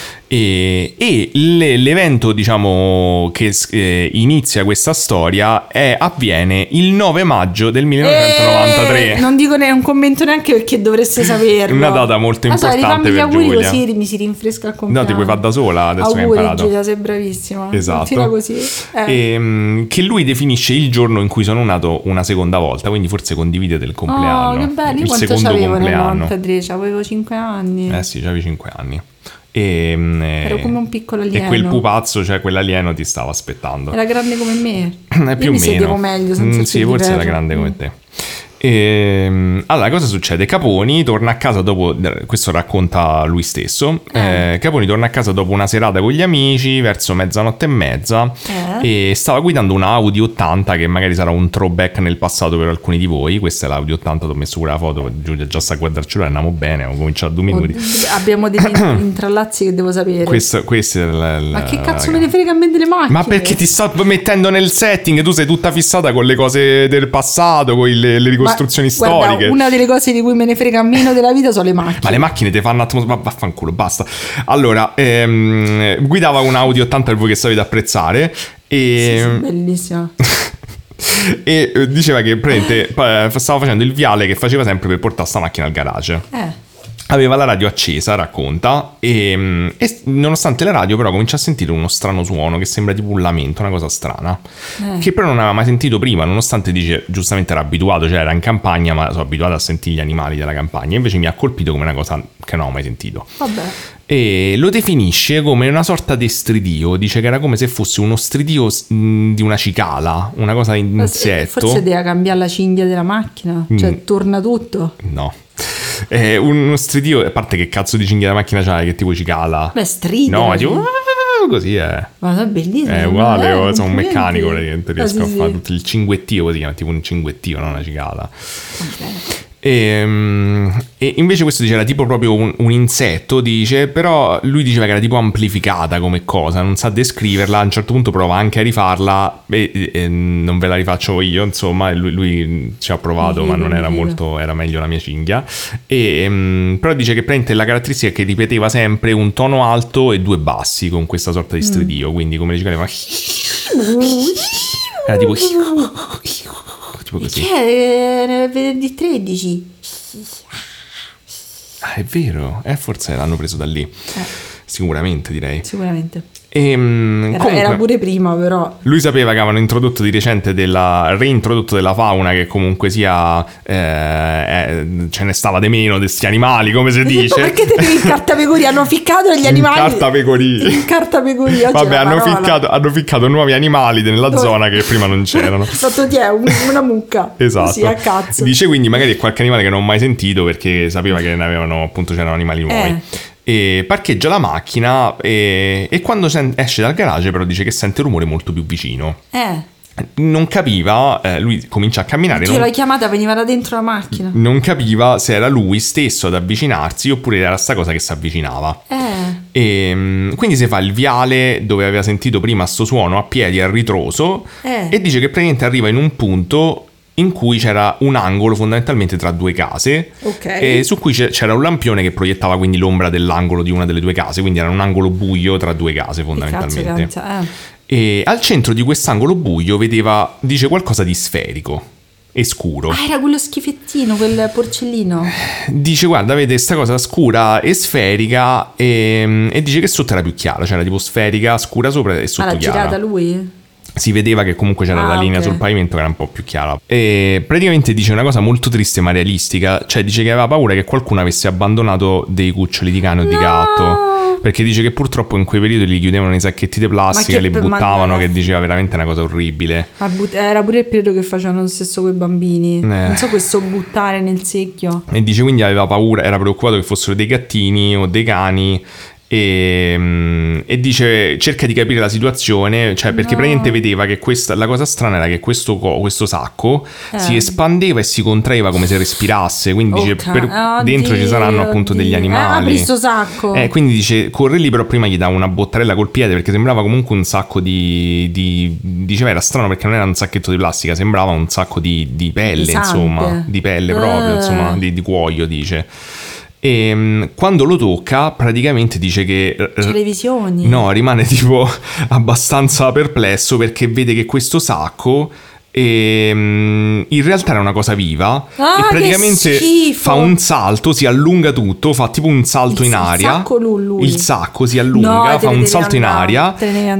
E l'evento, diciamo, che inizia questa storia avviene il 9 maggio del 1993. Non dico un commento neanche perché dovreste saperlo. Una data molto importante per Giulia. Così mi si rinfresca il compleanno. No, ti puoi fare da sola adesso auguri, che hai imparato. Giulia, sei bravissima. Esatto. Tira così. Che lui definisce il giorno in cui sono nato una seconda volta, quindi forse condividete il compleanno. Oh, che bello, io quanto c'avevo nel 93? Avevo 5 anni. Sì, c'avevi 5 anni. Ero come un piccolo alieno. E quel pupazzo, cioè quell'alieno, ti stava aspettando. Era grande come me. Più o meno. Sedevo meglio senza sì, forse era grande come te. Allora, cosa succede? Caponi torna a casa dopo, questo racconta lui stesso, Caponi torna a casa dopo una serata con gli amici verso mezzanotte e mezza e stava guidando una Audi 80 che magari sarà un throwback nel passato per alcuni di voi. Questa è l'Audi 80, ti ho messo pure la foto, Giulia già sta a guardarcelo, andiamo bene, ho cominciato a 2 minuti. Abbiamo degli intrallazzi che devo sapere. Questo è ma che cazzo me ne frega a me delle macchine? Ma perché ti sto mettendo nel setting, tu sei tutta fissata con le cose del passato, con le ricostruzioni storiche. Guarda, una delle cose di cui me ne frega meno della vita sono le macchine. Ma le macchine ti fanno atmosfera, vaffanculo, basta. Allora, guidava un Audi 80 per voi che sapete apprezzare sì, bellissima. E diceva che stava facendo il viale che faceva sempre per portare sta macchina al garage. Aveva la radio accesa, racconta, e nonostante la radio però comincia a sentire uno strano suono che sembra tipo un lamento, una cosa strana, che però non aveva mai sentito prima, nonostante dice giustamente era abituato, cioè era in campagna, ma sono abituato a sentire gli animali della campagna, invece mi ha colpito come una cosa che non ho mai sentito. Vabbè. E lo definisce come una sorta di stridio, dice che era come se fosse uno stridio di una cicala, una cosa in insetto. Forse deve cambiare la cinghia della macchina, cioè torna tutto. No. Uno stridio, a parte che cazzo di cinghia della macchina c'hai che tipo cicala? Beh, stridio. No, tipo così è. Ma è bellissimo. È uguale, sono un meccanico praticamente, riesco a fare tutto il cinguettio, così chiama, tipo un cinguettio, non una cicala. Okay. E invece questo dice era tipo proprio un insetto, dice, però lui diceva che era tipo amplificata come cosa, non sa descriverla, a un certo punto prova anche a rifarla e non ve la rifaccio io, insomma, e lui ci ha provato, ma non era molto, era meglio la mia cinghia, però dice che praticamente la caratteristica è che ripeteva sempre un tono alto e 2 bassi con questa sorta di stridio, quindi come dice era tipo così. Che è venerdì 13? È vero, forse l'hanno preso da lì. Sicuramente, direi. Sicuramente. Era pure prima, però. Lui sapeva che avevano introdotto di recente reintrodotto della fauna, che comunque sia ce ne stava di meno di sti animali, come si dice. Perché te devi in cartapecoria? Hanno ficcato gli animali in cartapecoria. Vabbè, hanno ficcato nuovi animali nella zona che prima non c'erano. Fatto una mucca. Esatto. Così, a cazzo. Dice quindi magari è qualche animale che non ho mai sentito, perché sapeva che ne avevano, appunto, c'erano animali nuovi. E parcheggia la macchina e quando esce dal garage però dice che sente un rumore molto più vicino. Non capiva, lui comincia a camminare. L'ho chiamata, veniva da dentro la macchina. Non capiva se era lui stesso ad avvicinarsi oppure era sta cosa che si avvicinava. E quindi si fa il viale dove aveva sentito prima sto suono a piedi a ritroso e dice che praticamente arriva in un punto in cui c'era un angolo fondamentalmente tra 2 case, e su cui c'era un lampione che proiettava quindi l'ombra dell'angolo di una delle 2 case, quindi era un angolo buio tra 2 case fondamentalmente. E al centro di quest'angolo buio vedeva, dice, qualcosa di sferico e scuro. Era quello schifettino, quel porcellino. Dice, guarda, vede sta cosa scura e sferica e dice che sotto era più chiara, c'era tipo sferica, scura sopra e sotto chiara. L'ha girata lui? Si vedeva che comunque c'era la linea sul pavimento che era un po' più chiara. E praticamente dice una cosa molto triste ma realistica, cioè dice che aveva paura che qualcuno avesse abbandonato dei cuccioli di cane o di gatto, perché dice che purtroppo in quei periodi li chiudevano nei sacchetti di plastica e li buttavano, che diceva veramente una cosa orribile. Era pure il periodo che facevano lo stesso con i bambini, non so, questo buttare nel secchio. E dice quindi aveva paura, era preoccupato che fossero dei gattini o dei cani. e dice, cerca di capire la situazione, cioè perché praticamente vedeva che la cosa strana era che questo sacco si espandeva e si contraeva come se respirasse, quindi dice dentro ci saranno appunto degli animali. Apri sto sacco. Quindi dice corre lì, però prima gli dà una bottarella col piede perché sembrava comunque un sacco diceva era strano perché non era un sacchetto di plastica, sembrava un sacco di pelle, insomma, di pelle proprio, insomma, di cuoio, dice. E quando lo tocca praticamente dice che c'è le visioni. No, rimane tipo abbastanza perplesso perché vede che questo sacco in realtà era una cosa viva e praticamente fa un salto, si allunga tutto, fa tipo un salto in aria. Il sacco si allunga, fa un salto in aria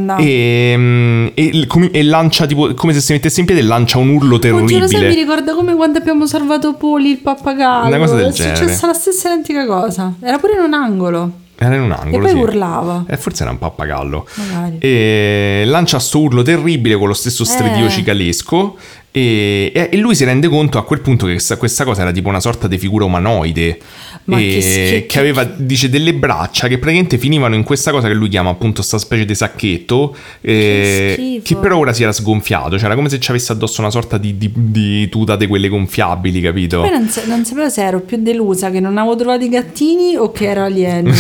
e lancia tipo come se si mettesse in piede e lancia un urlo terribile. Oddio, mi ricorda come quando abbiamo salvato Poli, il pappagallo. Una cosa del genere. È successa la stessa identica cosa. Era pure in un angolo. Era in un angolo, e poi urlava. Forse era un pappagallo. Magari. E lancia sto urlo terribile con lo stesso stridio cicalesco e lui si rende conto a quel punto che questa cosa era tipo una sorta di figura umanoide. Ma che aveva, dice, delle braccia che praticamente finivano in questa cosa che lui chiama appunto sta specie di sacchetto che però ora si era sgonfiato, cioè era come se ci avesse addosso una sorta di tuta di quelle gonfiabili, capito? Poi non sapevo se ero più delusa che non avevo trovato i gattini o che ero alieni.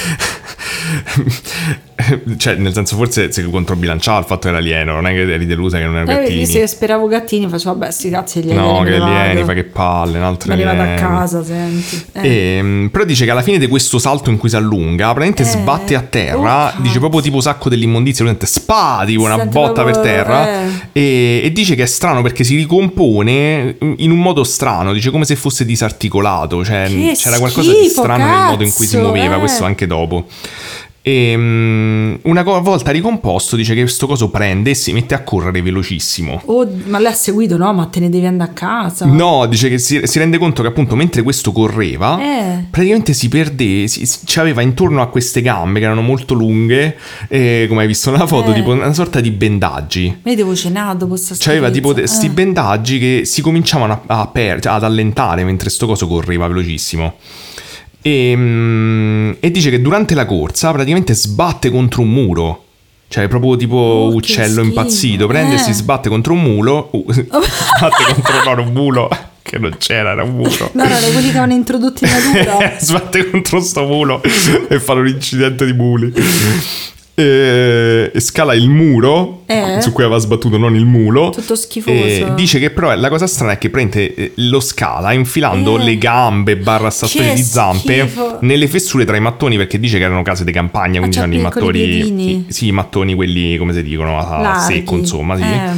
Cioè, nel senso, forse si controbilanciava il fatto che era alieno, non è che eri delusa che non erano gattini. Se speravo gattini, facevo vabbè, sti cazzi alieni. No, che alieni, fa che palle, un altro alieni. Me ne vado a casa, senti. Però dice che alla fine di questo salto in cui si allunga, praticamente sbatte a terra, dice proprio tipo sacco dell'immondizia, tipo una botta per terra. E dice che è strano perché si ricompone in un modo strano, dice come se fosse disarticolato, cioè c'era qualcosa di strano nel modo in cui si muoveva, questo anche dopo. E una volta ricomposto dice che questo coso prende e si mette a correre velocissimo. Ma l'ha seguito, no? Ma te ne devi andare a casa. No, dice che si rende conto che appunto mentre questo correva praticamente si perde, ci aveva intorno a queste gambe che erano molto lunghe, come hai visto nella foto, tipo una sorta di bendaggi. Ma io devo cenare dopo sta storia. C'aveva tipo questi bendaggi che si cominciavano ad allentare mentre sto coso correva velocissimo. E dice che durante la corsa praticamente sbatte contro un muro, cioè proprio tipo uccello impazzito, prende e si sbatte contro un muro, sbatte contro un muro che non c'era, era un muro. No, erano quelli che avevano introdotto in natura. Sbatte contro sto muro e fa un incidente di muli. E scala il muro su cui aveva sbattuto, non il mulo, tutto schifoso. Dice che però la cosa strana è che prende lo scala infilando le gambe / sta specie di zampe nelle fessure tra i mattoni, perché dice che erano case di campagna, quindi c'erano i mattoni, i mattoni quelli come si dicono a secco, insomma,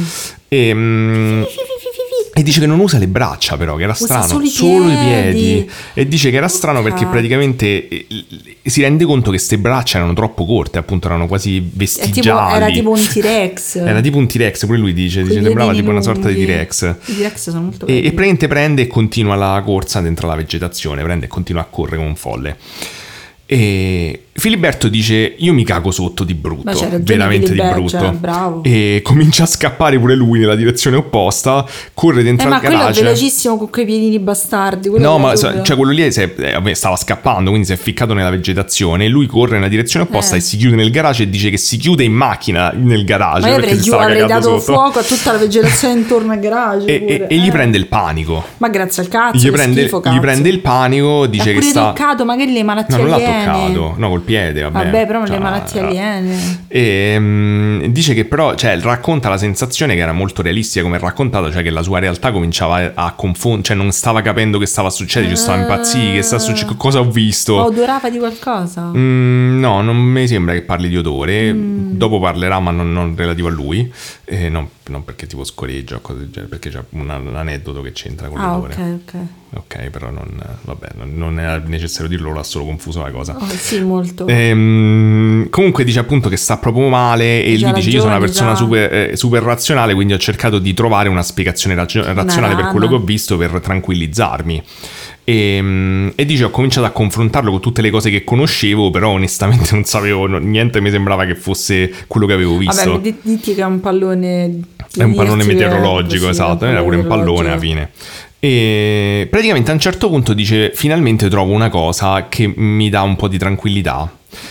e dice che non usa le braccia, però, che era strano, solo i piedi. E dice che era strano perché praticamente si rende conto che queste braccia erano troppo corte, appunto erano quasi vestigiali. Era tipo un T-Rex. Era tipo un T-Rex, pure lui dice sembrava tipo una sorta di T-Rex. I T-Rex sono molto belli. E praticamente prende e continua la corsa dentro la vegetazione, prende e continua a correre come un folle. E Filiberto dice io mi cago sotto di brutto, veramente di brutto, bravo. E comincia a scappare pure lui nella direzione opposta, corre dentro al garage. Ma quello è velocissimo con quei piedini bastardi. No, ma cioè quello lì stava scappando, quindi si è ficcato nella vegetazione, lui corre nella direzione opposta e si chiude nel garage e dice che si chiude in macchina nel garage. Ma io avrei dato fuoco a tutta la vegetazione intorno al garage e gli prende il panico. Ma grazie al cazzo, gli prende il panico, dice che sta toccato magari le malattie aliene. Non l'ha toccato, no, col piede, vabbè però le malattie aliene. E dice che però, cioè, racconta la sensazione che era molto realistica come raccontata, cioè che la sua realtà cominciava a confondere, cioè non stava capendo che stava succedendo, stava impazzito, che sta succedendo, cosa ho visto. Odorava di qualcosa? No, non mi sembra che parli di odore. Dopo parlerà, ma non relativo a lui, non perché tipo scoreggia o cose del genere, perché c'è un aneddoto che c'entra con l'odore. Ok, però non è necessario dirlo, l'ha solo confuso la cosa. Sì, molto. Comunque dice appunto che sta proprio male e lui dice io sono una persona super razionale, quindi ho cercato di trovare una spiegazione razionale per quello che ho visto, per tranquillizzarmi. E dice ho cominciato a confrontarlo con tutte le cose che conoscevo, però onestamente non sapevo niente, mi sembrava che fosse quello che avevo visto. Vabbè, dici che è un pallone. È un pallone meteorologico, esatto, era pure un pallone alla fine. E praticamente a un certo punto dice finalmente trovo una cosa che mi dà un po' di tranquillità.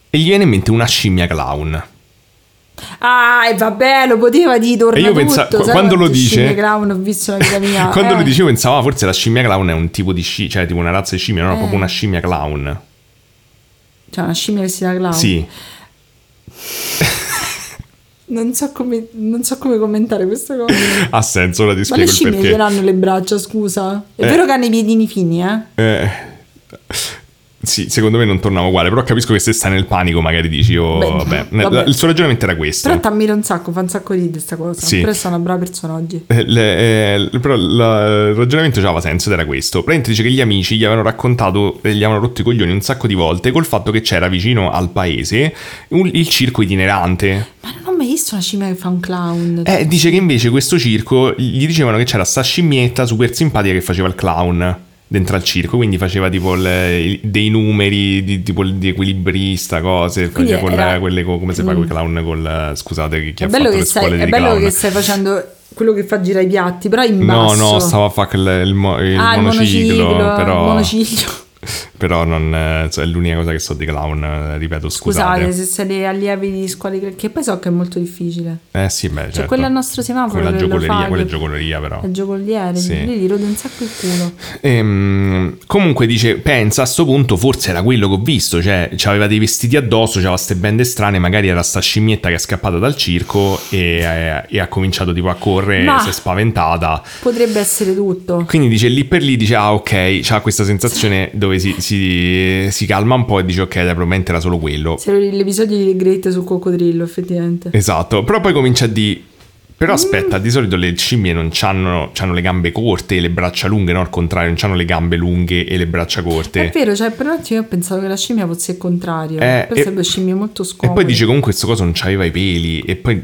e gli viene in mente una scimmia clown. Ah, e vabbè, lo poteva dire, torna e io tutto. Quando lo dice clown ho visto la vita mia. Quando lo dicevo pensavo forse la scimmia clown è un tipo di scimmia, cioè tipo una razza di scimmia, no, proprio una scimmia clown. Cioè una scimmia vestita da clown. Sì. Non so come commentare questa cosa. Ha senso, ora ti spiego il perché. Ma le scimmie ce l'hanno le braccia, scusa. È vero che hanno i piedini fini, Sì, secondo me non tornava uguale, però capisco che se stai nel panico magari dici vabbè. Il suo ragionamento era questo. Però t'ammiro un sacco, fa un sacco di questa cosa. Sì. Però sei una brava persona oggi. Però il ragionamento aveva senso ed era questo. Praticamente dice che gli amici gli avevano raccontato, gli avevano rotto i coglioni un sacco di volte col fatto che c'era vicino al paese il circo itinerante. Ma non ho mai visto una scimmia che fa un clown. Dice che invece questo circo gli dicevano che c'era sta scimmietta super simpatica che faceva il clown dentro al circo, quindi faceva tipo dei numeri tipo di equilibrista, cose, faceva quelle come si fa con i clown scusate chi ha fatto le scuole di clown. È bello che stai facendo quello che fa girare i piatti, però in basso. No, stavo a fare il monociclo, però il monociclo. Però non è l'unica cosa che so di clown, ripeto, scusate se siete allievi di scuole, che poi so che è molto difficile. Sì, beh, certo. Quello è il nostro semaforo, quella è giocoleria però è giocoliere, sì. Gli rode un sacco il culo. Comunque dice, pensa a sto punto forse era quello che ho visto, cioè aveva dei vestiti addosso, c'aveva ste bende strane, magari era sta scimmietta che è scappata dal circo e ha cominciato tipo a correre, si è spaventata, potrebbe essere tutto. Quindi dice lì per lì, dice ok, c'ha questa sensazione dove si calma un po' e dice ok, dai, probabilmente era solo quello. C'era l'episodio di Great sul coccodrillo, effettivamente. Esatto, però poi comincia a dire però aspetta, di solito le scimmie non c'hanno le gambe corte e le braccia lunghe, no? Al contrario, non c'hanno le gambe lunghe e le braccia corte. È vero, cioè per un attimo io ho pensato che la scimmia fosse il contrario. Poi sarebbe scimmie molto scomode. E poi dice comunque questo coso non c'aveva i peli e poi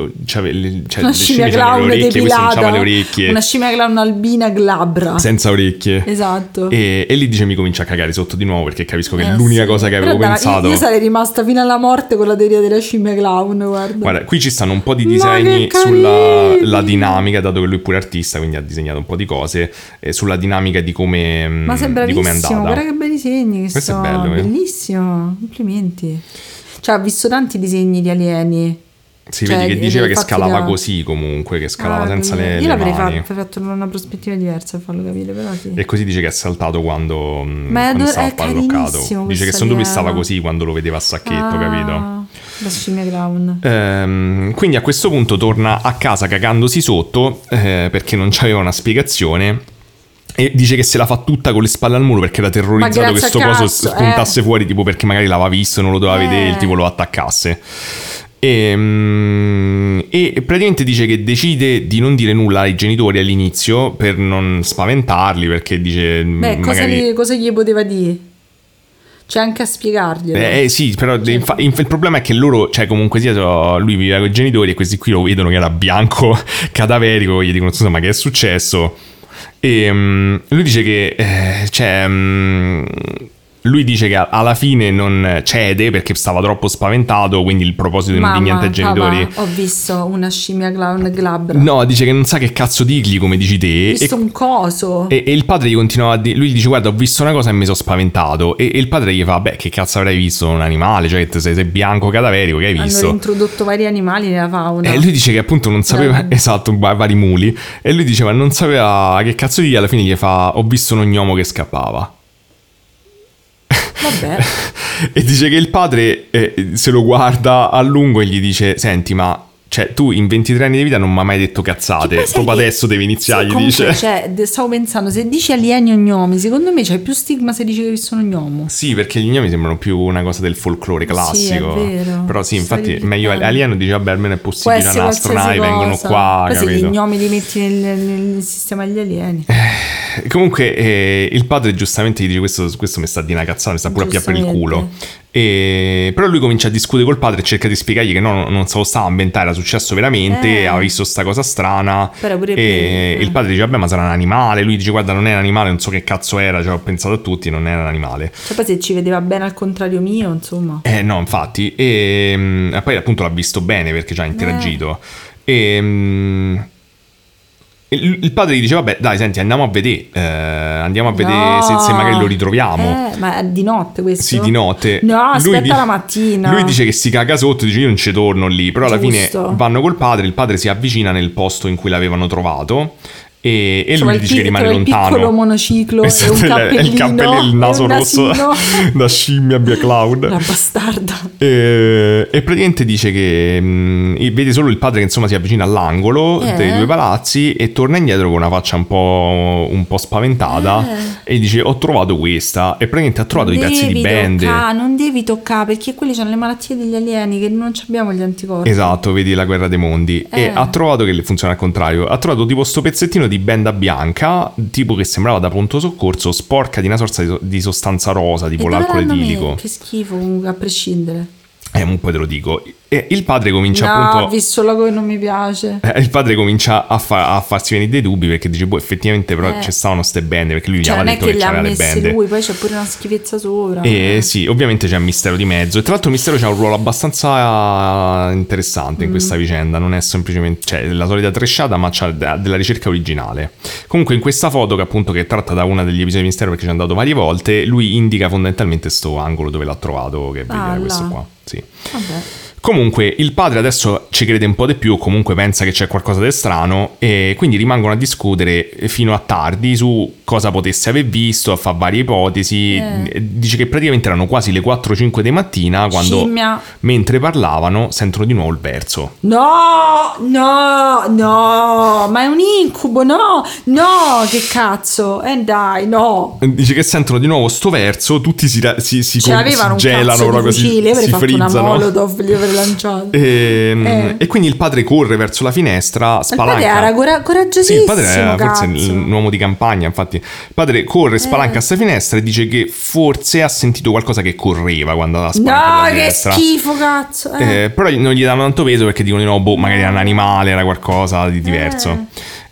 una scimmia clown depilata, le orecchie. Una scimmia clown albina glabra. Senza orecchie. Esatto. E lì dice mi comincia a cagare sotto di nuovo perché capisco che è l'unica cosa che avevo pensato. Io sarei rimasta fino alla morte con la teoria della scimmia clown, guarda, qui ci stanno un po' di disegni sulla dinamica, dato che lui pure è artista, quindi ha disegnato un po' di cose sulla dinamica di come ma sei bravissimo, guarda che bei disegni che questo è bello, bellissimo, complimenti. Cioè ha visto tanti disegni di alieni. Sì, vedi che diceva che scalava così comunque, che scalava senza le mani. Io l'avrei fatto in una prospettiva diversa per farlo capire, però sì. E così dice che è saltato quando stava bloccato. Dice che secondo lui stava così quando lo vedeva a sacchetto, capito? La scimmia clown. Quindi a questo punto torna a casa cagandosi sotto perché non c'aveva una spiegazione. E dice che se la fa tutta con le spalle al muro perché era terrorizzato che sto coso spuntasse fuori, tipo perché magari l'aveva visto e non lo doveva vedere, il tipo lo attaccasse. E praticamente dice che decide di non dire nulla ai genitori all'inizio per non spaventarli, perché dice magari cosa gli poteva dire? C'è anche a spiegarglielo. Sì, però il problema è che loro, cioè comunque sia, lui viveva con i genitori e questi qui lo vedono che era bianco, cadaverico, gli dicono scusa ma che è successo? E lui dice che lui dice che alla fine non cede perché stava troppo spaventato, quindi il proposito di non dire niente ai genitori. Ho visto una scimmia clown glabra. No, dice che non sa che cazzo dirgli, come dici te. Ho visto un coso. E il padre gli continuava a dire, lui gli dice guarda ho visto una cosa e mi sono spaventato. E il padre gli fa beh che cazzo avrai visto? Un animale, cioè sei bianco cadaverico, che hai visto? Hanno introdotto vari animali nella fauna. E lui dice che appunto non sapeva, esatto, vari muli. E lui diceva non sapeva che cazzo dirgli, alla fine gli fa ho visto un gnomo che scappava. Vabbè. E dice che il padre se lo guarda a lungo e gli dice senti ma cioè tu in 23 anni di vita non mi hai mai detto cazzate, proprio adesso devi iniziare, gli dice. Cioè stavo pensando, se dici alieni o gnomi, secondo me c'è più stigma se dici che sono gnomo. Sì, perché gli gnomi sembrano più una cosa del folklore classico. Sì, è vero. Però sì, infatti meglio alieno, dice vabbè almeno è possibile, una astronave vengono qua, poi capito? Se gli gnomi li metti nel sistema degli alieni. Comunque il padre giustamente gli dice questo mi sta di una cazzata, mi sta pure a piappare il culo. Però lui comincia a discutere col padre e cerca di spiegargli che no, non se lo stava a inventare, era successo veramente, aveva visto sta cosa strana. E il padre dice vabbè ma sarà un animale, lui dice guarda non è un animale, non so che cazzo era, cioè ho pensato a tutti, non era un animale. Cioè poi se ci vedeva bene al contrario mio, insomma. No, infatti. E poi appunto l'ha visto bene perché ci ha interagito. il padre gli dice vabbè dai senti andiamo a vedere se magari lo ritroviamo. Ma è di notte questo? Sì, di notte. No, aspetta la mattina. Lui dice che si caga sotto, dice io non ci torno lì, però alla fine vanno col padre, il padre si avvicina nel posto in cui l'avevano trovato e lui dice che rimane lontano. Un piccolo monociclo e un cappellino, il naso rosso da scimmia via Cloud, la bastarda, e praticamente dice che vede solo il padre che insomma si avvicina all'angolo dei due palazzi e torna indietro con una faccia un po' spaventata e dice ho trovato questa, e praticamente ha trovato i pezzi di bende. Non devi toccare perché quelli hanno le malattie degli alieni che non abbiamo gli anticorpi. Esatto, vedi la guerra dei mondi. E ha trovato che funziona al contrario, ha trovato tipo sto pezzettino di benda bianca, tipo che sembrava da pronto soccorso, sporca di una sorta di sostanza rosa, tipo l'alcol etilico. Che schifo, a prescindere. Un po' te lo dico. E il padre comincia appunto... No, ho visto la cosa che non mi piace. Il padre comincia a farsi venire dei dubbi perché dice effettivamente però ci stavano ste bende, perché lui gli aveva detto che c'era le bende. Lui, poi c'è pure una schifezza sopra. E sì, ovviamente c'è un mistero di mezzo. E tra l'altro il mistero c'ha un ruolo abbastanza interessante in questa vicenda. Non è semplicemente la solita tresciata, ma c'ha della ricerca originale. Comunque in questa foto che tratta da una degli episodi di mistero, perché ci è andato varie volte, lui indica fondamentalmente sto angolo dove l'ha trovato, che vede questo qua. Sì. Vabbè. Comunque il padre adesso ci crede un po' di più, comunque pensa che c'è qualcosa di strano e quindi rimangono a discutere fino a tardi su cosa potesse aver visto, a fare varie ipotesi. Dice che praticamente erano quasi le 4-5 di mattina quando mentre parlavano sentono di nuovo il verso. No, ma è un incubo, no, che cazzo, dai, no. Dice che sentono di nuovo sto verso, tutti si gelano proprio, si frizzano. Una molotov, gli avrei lanciato. E quindi il padre corre verso la finestra, spalanca. Il padre era coraggiosissimo. Sì, il padre era forse un uomo di campagna, infatti. Il padre corre, spalanca questa finestra e dice che forse ha sentito qualcosa che correva quando ha spalancato la finestra. No, che schifo, cazzo. Però non gli danno tanto peso perché dicono di no, magari era un animale, era qualcosa di diverso.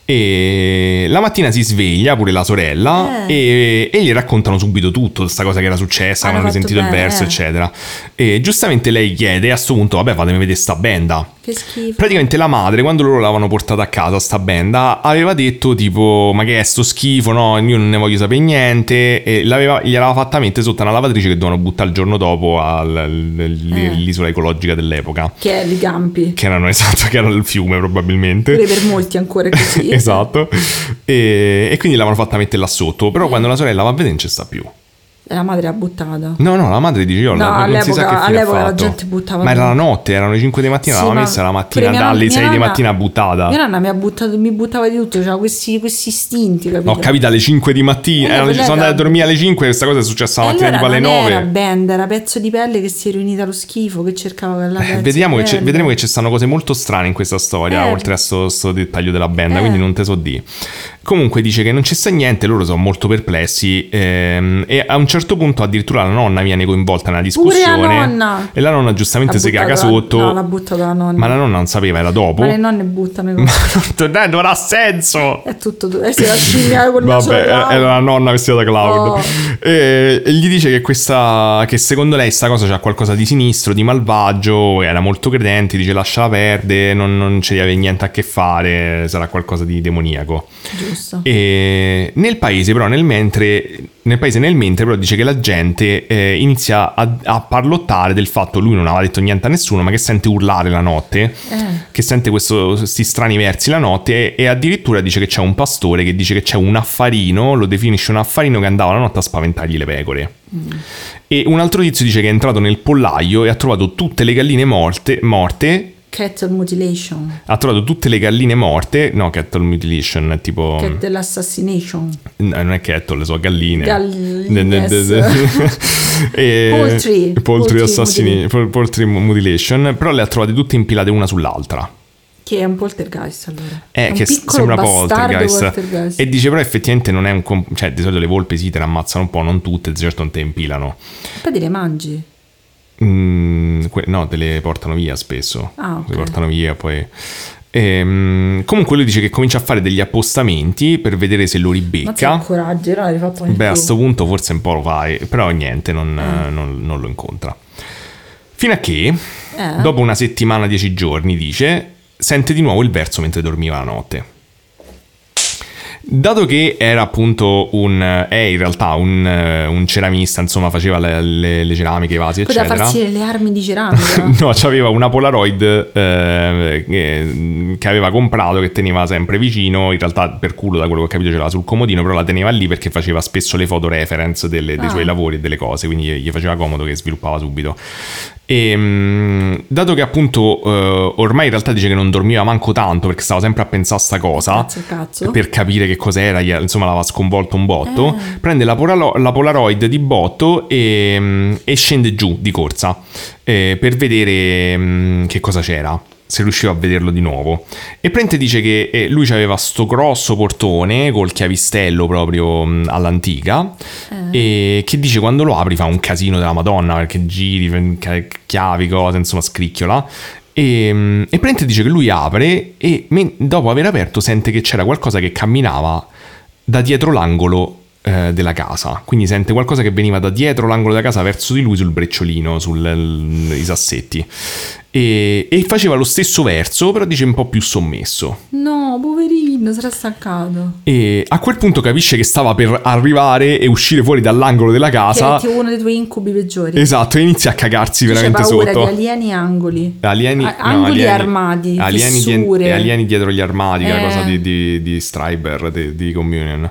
E la mattina si sveglia pure la sorella e gli raccontano subito tutto, questa cosa che era successa, quando hanno sentito il verso, eccetera. E giustamente lei chiede a sto punto, vabbè, fatemi vedere sta benda. Che schifo. Praticamente la madre, quando loro l'avevano portata a casa sta benda, aveva detto tipo, ma che è sto schifo, no, io non ne voglio sapere niente, e gliel'aveva fatta mettere sotto una lavatrice che dovevano buttare il giorno dopo all'isola ecologica dell'epoca, che è i Campi, che erano il fiume probabilmente, pure per molti ancora è così. Esatto. E quindi l'avevano fatta mettere là sotto, però quando la sorella va a vedere non ci sta più. E la madre l'ha buttata? No, la madre dice io non si sa che fine ha fatto. La gente buttava. Ma era la notte, erano le 5 di mattina, l'aveva messa la mattina dalle 6 di mattina buttata. Mia nonna mi buttava di tutto, c'era questi istinti, capito? Ho capito, alle 5 di mattina, sono andata a dormire alle 5 e questa cosa è successa la mattina tipo alle 9. Era benda, era pezzo di pelle che si è riunita allo schifo, che cercava la vedremo che ci stanno cose molto strane in questa storia, oltre a sto dettaglio della benda, quindi non te so di. Comunque dice che non ci sta niente, loro sono molto perplessi e a un certo punto addirittura la nonna viene coinvolta nella discussione. Pure la nonna. E la nonna giustamente si caga sotto. No, l'ha buttata la nonna. Ma la nonna non sapeva, era dopo. Ma le nonne buttano i cose. Non ha senso. È tutto la scimmia con il vabbè, era la nonna vestita da Cloud. E gli dice che secondo lei sta cosa c'ha qualcosa di sinistro, di malvagio, era molto credente, dice lasciala perdere, non ci deve niente a che fare, sarà qualcosa di demoniaco. Giusto. E nel paese nel mentre però dice che la gente inizia a parlottare del fatto, lui non aveva detto niente a nessuno, ma che sente urlare la notte, che sente questi strani versi la notte e addirittura dice che c'è un pastore che dice che c'è un affarino, lo definisce un affarino, che andava la notte a spaventargli le pecore. E un altro tizio dice che è entrato nel pollaio e ha trovato tutte le galline morte. Cattle mutilation. Ha trovato tutte le galline morte. No, cattle mutilation è tipo cattle assassination. No, non è cattle, sono galline. Poultry mutilation. Però le ha trovate tutte impilate una sull'altra. Che è un poltergeist, allora. Che sembra poltergeist. E dice però effettivamente non è cioè di solito le volpi te ne ammazzano un po', non tutte, certo non te impilano. Poi te le mangi. No, te le portano via spesso. Okay. Le portano via poi. Comunque lui dice che comincia a fare degli appostamenti per vedere se lo ribecca. Ma coraggio, no, fatto a sto punto forse un po' lo fai, però niente, non lo incontra. Fino a che dopo una settimana, 10 giorni, dice, sente di nuovo il verso mentre dormiva la notte. Dato che era appunto in realtà un ceramista, insomma faceva le ceramiche, i vasi, poteva eccetera. Poteva farsi le armi di ceramica. No, c'aveva una Polaroid che aveva comprato, che teneva sempre vicino. In realtà per culo, da quello che ho capito, ce l'aveva sul comodino, però la teneva lì perché faceva spesso le foto reference dei suoi lavori e delle cose, quindi gli faceva comodo che sviluppava subito. E dato che appunto ormai in realtà dice che non dormiva manco tanto perché stava sempre a pensare a sta cosa, cazzo. Per capire che cos'era, insomma l'aveva sconvolto un botto, prende la Polaroid di botto e scende giù di corsa per vedere che cosa c'era, se riusciva a vederlo di nuovo. E Prente dice che lui aveva sto grosso portone col chiavistello proprio all'antica, e che dice quando lo apri fa un casino della Madonna, perché giri, chiavi, cose, insomma scricchiola. E Prente dice che lui apre e dopo aver aperto sente che c'era qualcosa che camminava da dietro l'angolo della casa, quindi sente qualcosa che veniva da dietro l'angolo della casa verso di lui sul brecciolino, sui sassetti, e faceva lo stesso verso, però dice un po' più sommesso. No, poverino, sarà stancato. E a quel punto capisce che stava per arrivare e uscire fuori dall'angolo della casa, che è uno dei tuoi incubi peggiori. Esatto, e inizia a cagarsi veramente sotto. C'è paura di alieni e angoli. Alieni armati, fissure. Alieni dietro gli armadi, che è la cosa di Stryber, di Communion.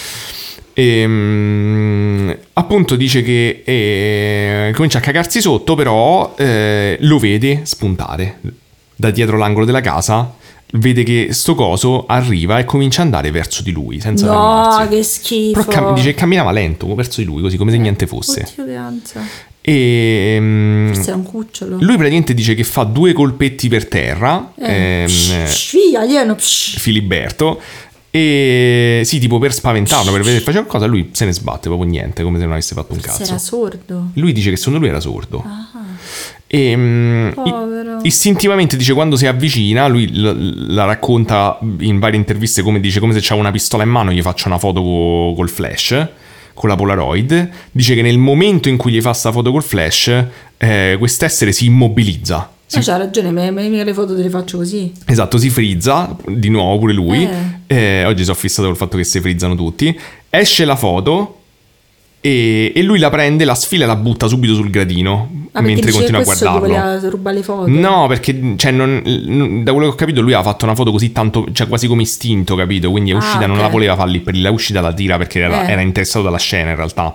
E appunto dice che comincia a cagarsi sotto, però lo vede spuntare da dietro l'angolo della casa, vede che sto coso arriva e comincia ad andare verso di lui senza fermarsi. No, che schifo. Però dice che camminava lento verso di lui, così come se niente fosse. Oddio, che ansia. E forse è un cucciolo. Lui praticamente dice che fa 2 colpetti per terra, alieno, Filiberto. E sì, tipo per spaventarlo, per vedere se faceva qualcosa, lui se ne sbatte proprio niente, come se non avesse fatto un cazzo. Era sordo. Lui dice che secondo lui era sordo. E povero. Istintivamente dice quando si avvicina, lui la racconta in varie interviste come dice, come se c'ha una pistola in mano, gli faccio una foto col flash, con la Polaroid. Dice che nel momento in cui gli fa sta foto col flash, quest'essere si immobilizza. C'ha ragione, mica le foto te le faccio così. Esatto, si frizza di nuovo pure lui. Oggi sono fissato col fatto che si frizzano tutti. Esce la foto e lui la prende, la sfila e la butta subito sul gradino mentre continua a guardarlo. Voleva rubare le foto? No, perché da quello che ho capito lui ha fatto una foto così tanto, cioè quasi come istinto, capito? Quindi è uscita, non la voleva far lì per lì, la uscita la tira perché era interessato dalla scena in realtà.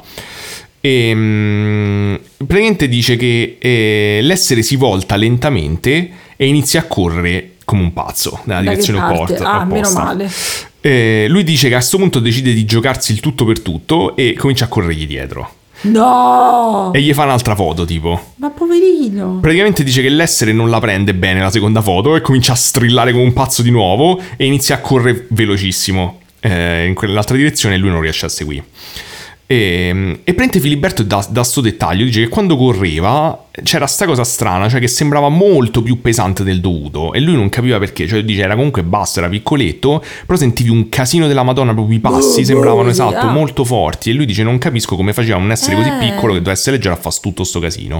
E praticamente dice che l'essere si volta lentamente e inizia a correre come un pazzo nella direzione opposta. Meno male. Lui dice che a questo punto decide di giocarsi il tutto per tutto e comincia a corrergli dietro. No! E gli fa un'altra foto tipo. Ma poverino. Praticamente dice che l'essere non la prende bene la seconda foto e comincia a strillare come un pazzo di nuovo e inizia a correre velocissimo in quell'altra direzione e lui non riesce a seguire. E prende Filiberto da sto dettaglio, dice che quando correva c'era sta cosa strana, cioè che sembrava molto più pesante del dovuto e lui non capiva perché, cioè dice era comunque basso, era piccoletto, però sentivi un casino della Madonna, proprio i passi sembravano molto forti e lui dice non capisco come faceva un essere così piccolo che doveva essere leggero a fare tutto sto casino.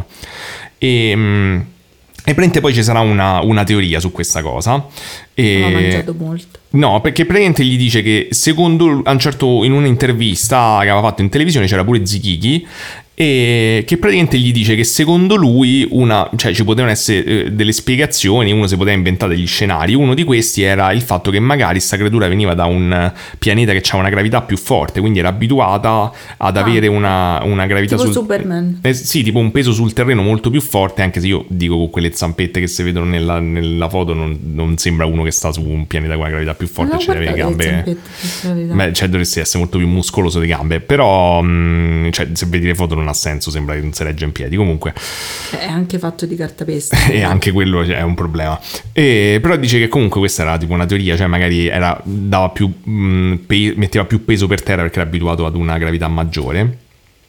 E praticamente poi ci sarà una teoria su questa cosa. Non ha mangiato molto. No, perché praticamente gli dice che secondo in un'intervista che aveva fatto in televisione c'era pure Zichichi, e che praticamente gli dice che secondo lui cioè ci potevano essere delle spiegazioni, uno si poteva inventare degli scenari. Uno di questi era il fatto che magari sta creatura veniva da un pianeta che ha una gravità più forte, quindi era abituata ad avere una gravità tipo Superman. Sì, tipo un peso sul terreno molto più forte, anche se io dico con quelle zampette che si vedono nella foto non sembra uno che sta su un pianeta con una gravità più forte, c'è le gambe. Beh, cioè dovresti essere molto più muscoloso di gambe, però cioè, se vedi le foto non ha senso, sembra che non si regge in piedi. Comunque è anche fatto di cartapesta e anche quello è un problema. Però dice che comunque questa era tipo una teoria, cioè magari dava più metteva più peso per terra perché era abituato ad una gravità maggiore.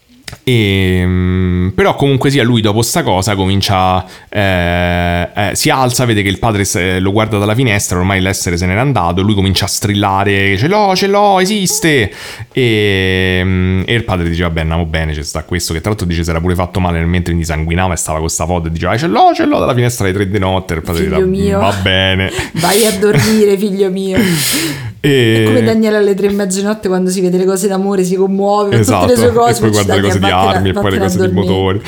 Però comunque sia lui dopo sta cosa comincia si alza, vede che il padre lo guarda dalla finestra, ormai l'essere se n'era andato, lui comincia a strillare ce l'ho, esiste, e E il padre dice vabbè, andiamo bene, c'è sta questo, che tra l'altro dice si era pure fatto male mentre mi sanguinava e stava con sta foto e diceva ce l'ho dalla finestra alle 3 di notte. Il padre figlio mio, va bene, vai a dormire figlio mio. È come Daniele alle 3 e mezza di notte quando si vede le cose d'amore, si commuove, esatto, tutte le sue cose, e poi guarda le cose di armi e poi le cose di motori.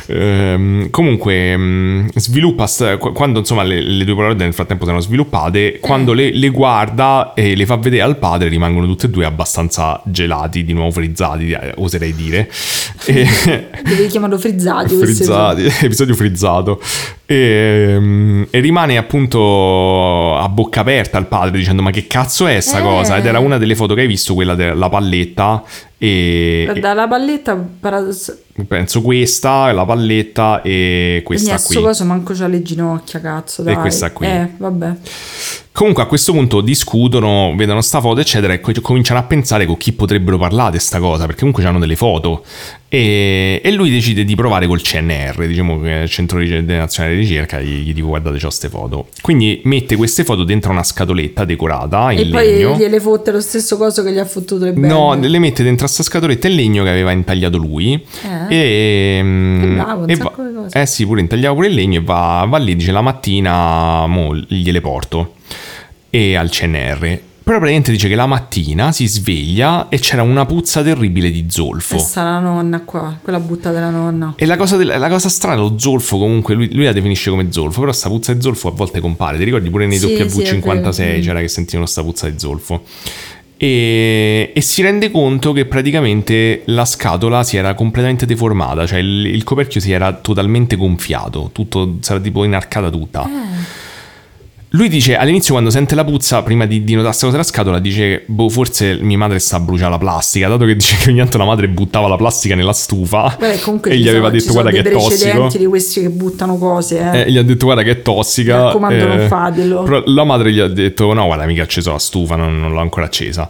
Comunque sviluppa quando insomma le due parole nel frattempo sono sviluppate, quando le guarda e le fa vedere al padre rimangono tutte e due abbastanza gelati, di nuovo frizzati, oserei dire. Devi chiamarlo frizzati, episodio frizzato. E rimane appunto a bocca aperta il padre dicendo ma che cazzo è sta cosa? Ed era una delle foto che hai visto, quella della palletta. Guarda, la palletta penso questa, la palletta e questa qui. Cosa manco c'ha le ginocchia, cazzo, dai. E questa qui. Vabbè. Comunque a questo punto discutono, vedono sta foto eccetera e cominciano a pensare con chi potrebbero parlare di sta cosa, perché comunque hanno delle foto e lui decide di provare col CNR, diciamo che è il Centro Nazionale di Ricerca, gli dico guardate c'ho ste foto, quindi mette queste foto dentro una scatoletta decorata in legno e poi gliele fotte lo stesso coso che gli ha fottuto le belle. No, le mette dentro a sta scatoletta in legno che aveva intagliato lui bravo, un sacco di cose. Sì, pure intagliava pure il legno e va lì, dice la mattina gliele porto e al CNR. Però praticamente dice che la mattina si sveglia e c'era una puzza terribile di zolfo. E sta la nonna qua, quella buttata della nonna. E la cosa strana, lo zolfo comunque, lui la definisce come zolfo, però sta puzza di zolfo a volte compare. Ti ricordi pure nei W56 c'era che sentivano sta puzza di zolfo. E si rende conto che praticamente la scatola si era completamente deformata, cioè il coperchio si era totalmente gonfiato, tutto si era tipo inarcata tutta. Lui dice all'inizio quando sente la puzza, prima di notare questa cosa della scatola, dice forse mia madre sta a bruciare la plastica, dato che dice che ogni tanto la madre buttava la plastica nella stufa. Comunque e gli aveva detto guarda che è tossico. Ci sono precedenti di questi che buttano cose. Gli ha detto guarda che è tossica. Mi raccomando non fatelo. Però la madre gli ha detto no guarda mica acceso la stufa, non l'ho ancora accesa.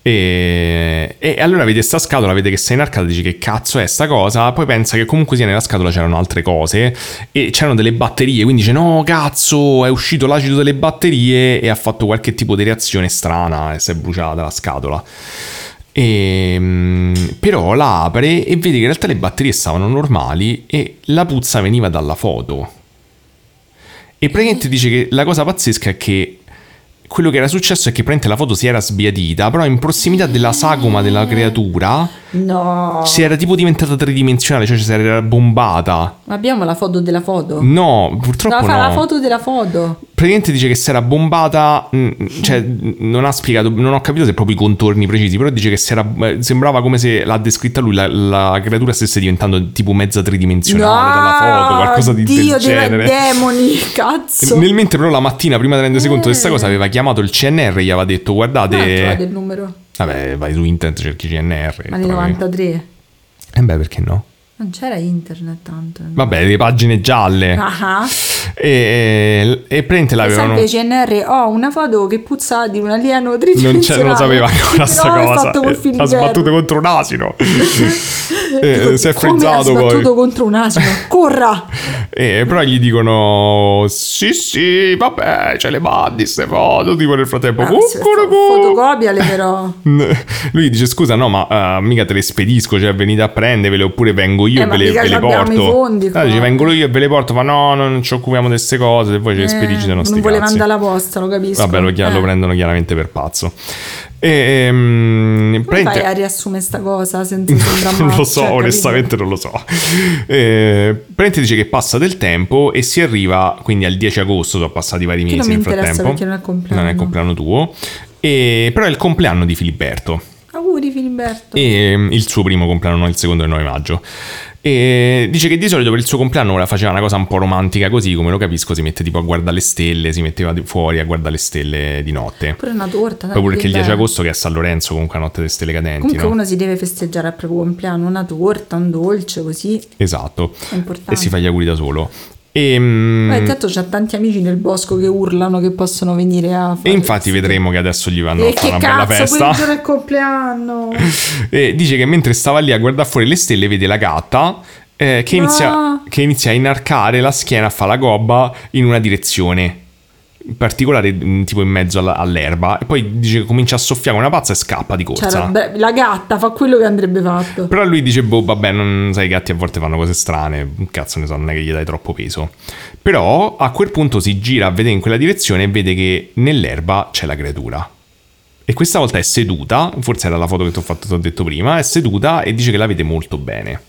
E allora vede sta scatola, vede che sta inarcata, dice che cazzo è sta cosa, poi pensa che comunque sia nella scatola c'erano altre cose e c'erano delle batterie, quindi dice no cazzo è uscito l'acido delle batterie e ha fatto qualche tipo di reazione strana e si è bruciata la scatola. Però la apre e vede che in realtà le batterie stavano normali e la puzza veniva dalla foto. E praticamente dice che la cosa pazzesca è che quello che era successo è che praticamente la foto si era sbiadita, però in prossimità della sagoma della creatura si era tipo diventata tridimensionale, cioè si era bombata. Abbiamo la foto della foto? No, purtroppo no. La foto della foto. Praticamente dice che si era bombata, cioè non ha spiegato, non ho capito se proprio i contorni precisi, però dice che sembrava come se l'ha descritta lui, la creatura stesse diventando tipo mezza tridimensionale dalla foto, qualcosa del genere. Dio, demoni, cazzo. Nel mentre però la mattina prima di rendersi conto di questa cosa aveva chiamato il CNR e gli aveva detto guardate... trovate il numero? Vabbè, vai su internet, cerchi CNR. Ma nel 93? Perché no? Non c'era internet tanto. Vabbè, le pagine gialle. E praticamente l'avevano... Salve CNR, ho una foto che puzza di un alieno tridimensionale. Non lo sapeva ancora sta cosa. Ha sbattuto contro un asino. Si è frizzato poi. Ha sbattuto contro un asino. Corra! Però gli dicono sì, vabbè, ce le mandi ste foto, tipo nel frattempo. Fotocopiale però. Lui dice scusa, no, ma mica te le spedisco, cioè venite a prendervele oppure vengo io e ve le porto. I fondi, dice vengo io e ve le porto, ma no, non ci occupiamo di queste cose, se voi ce le spedite non sti non voleva cazzi. andare alla posta, lo capisco. Vabbè, lo prendono chiaramente per pazzo. Come fai a riassumere sta cosa senza sembrare non lo so, onestamente non lo so. Praticamente dice che passa del tempo e si arriva quindi al 10 agosto, sono passati vari mesi nel frattempo. Perché non è compleanno. Non è il compleanno tuo, però è il compleanno di Filiberto. Auguri Filiberto. E il suo primo compleanno, non il secondo, del 9 maggio. E dice che di solito per il suo compleanno ora faceva una cosa un po' romantica così, come lo capisco, si mette tipo a guardare le stelle, si metteva fuori a guardare le stelle di notte. Pure una torta. Poi perché il 10 agosto che è a San Lorenzo, comunque a notte delle stelle cadenti. Comunque no? Uno si deve festeggiare al proprio compleanno, una torta, un dolce, così. Esatto. È importante. E si fa gli auguri da solo. Tanto c'ha tanti amici nel bosco che urlano che possono venire a fare. E infatti vedremo che adesso gli vanno a fare una bella festa. E che cazzo, il compleanno. E dice che mentre stava lì a guardare fuori le stelle vede la gatta che inizia a inarcare la schiena, a fare la gobba in una direzione. in particolare tipo in mezzo all'erba, e poi dice che comincia a soffiare una pazza e scappa di corsa. La gatta fa quello che andrebbe fatto. Però lui dice vabbè, non sai, i gatti a volte fanno cose strane, cazzo ne so, non è che gli dai troppo peso. Però a quel punto si gira a vedere in quella direzione e vede che nell'erba c'è la creatura. E questa volta è seduta, forse era la foto che ti ho detto prima, è seduta e dice che la vede molto bene.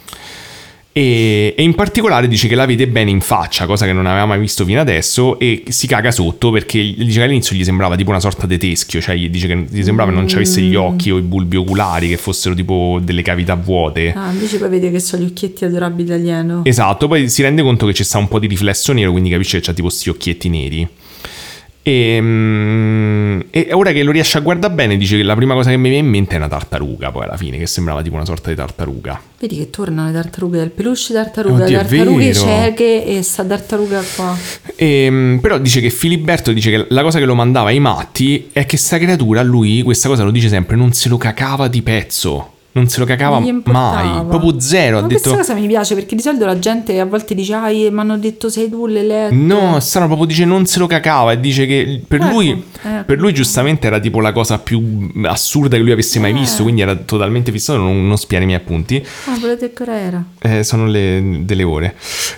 E in particolare dice che la vede bene in faccia, cosa che non aveva mai visto fino adesso, e si caga sotto perché dice che all'inizio gli sembrava tipo una sorta di teschio, cioè dice che gli sembrava che non ci avesse gli occhi o i bulbi oculari, che fossero tipo delle cavità vuote. Invece poi vede che sono gli occhietti adorabili italiano. Esatto, poi si rende conto che c'è sta un po' di riflesso nero, quindi capisce che c'ha tipo sti occhietti neri. E ora che lo riesce a guardare bene, dice che la prima cosa che mi viene in mente è una tartaruga, poi alla fine, che sembrava tipo una sorta di tartaruga. Vedi che tornano le tartarughe, il peluche tartaruga, le tartarughe cieche e sta tartaruga qua. Però dice che Filiberto dice che la cosa che lo mandava ai matti è che sta creatura, lui, questa cosa lo dice sempre, non se lo cacava di pezzo. Non se lo cacava mai, proprio zero. Ma questa cosa mi piace, perché di solito la gente a volte dice mi hanno detto sei tu l'eletto. No, strano, proprio dice non se lo cacava, e dice che per lui giustamente era tipo la cosa più assurda che lui avesse mai visto, quindi era totalmente fissato, non spiare i miei appunti. Volete che ora era? Sono delle ore.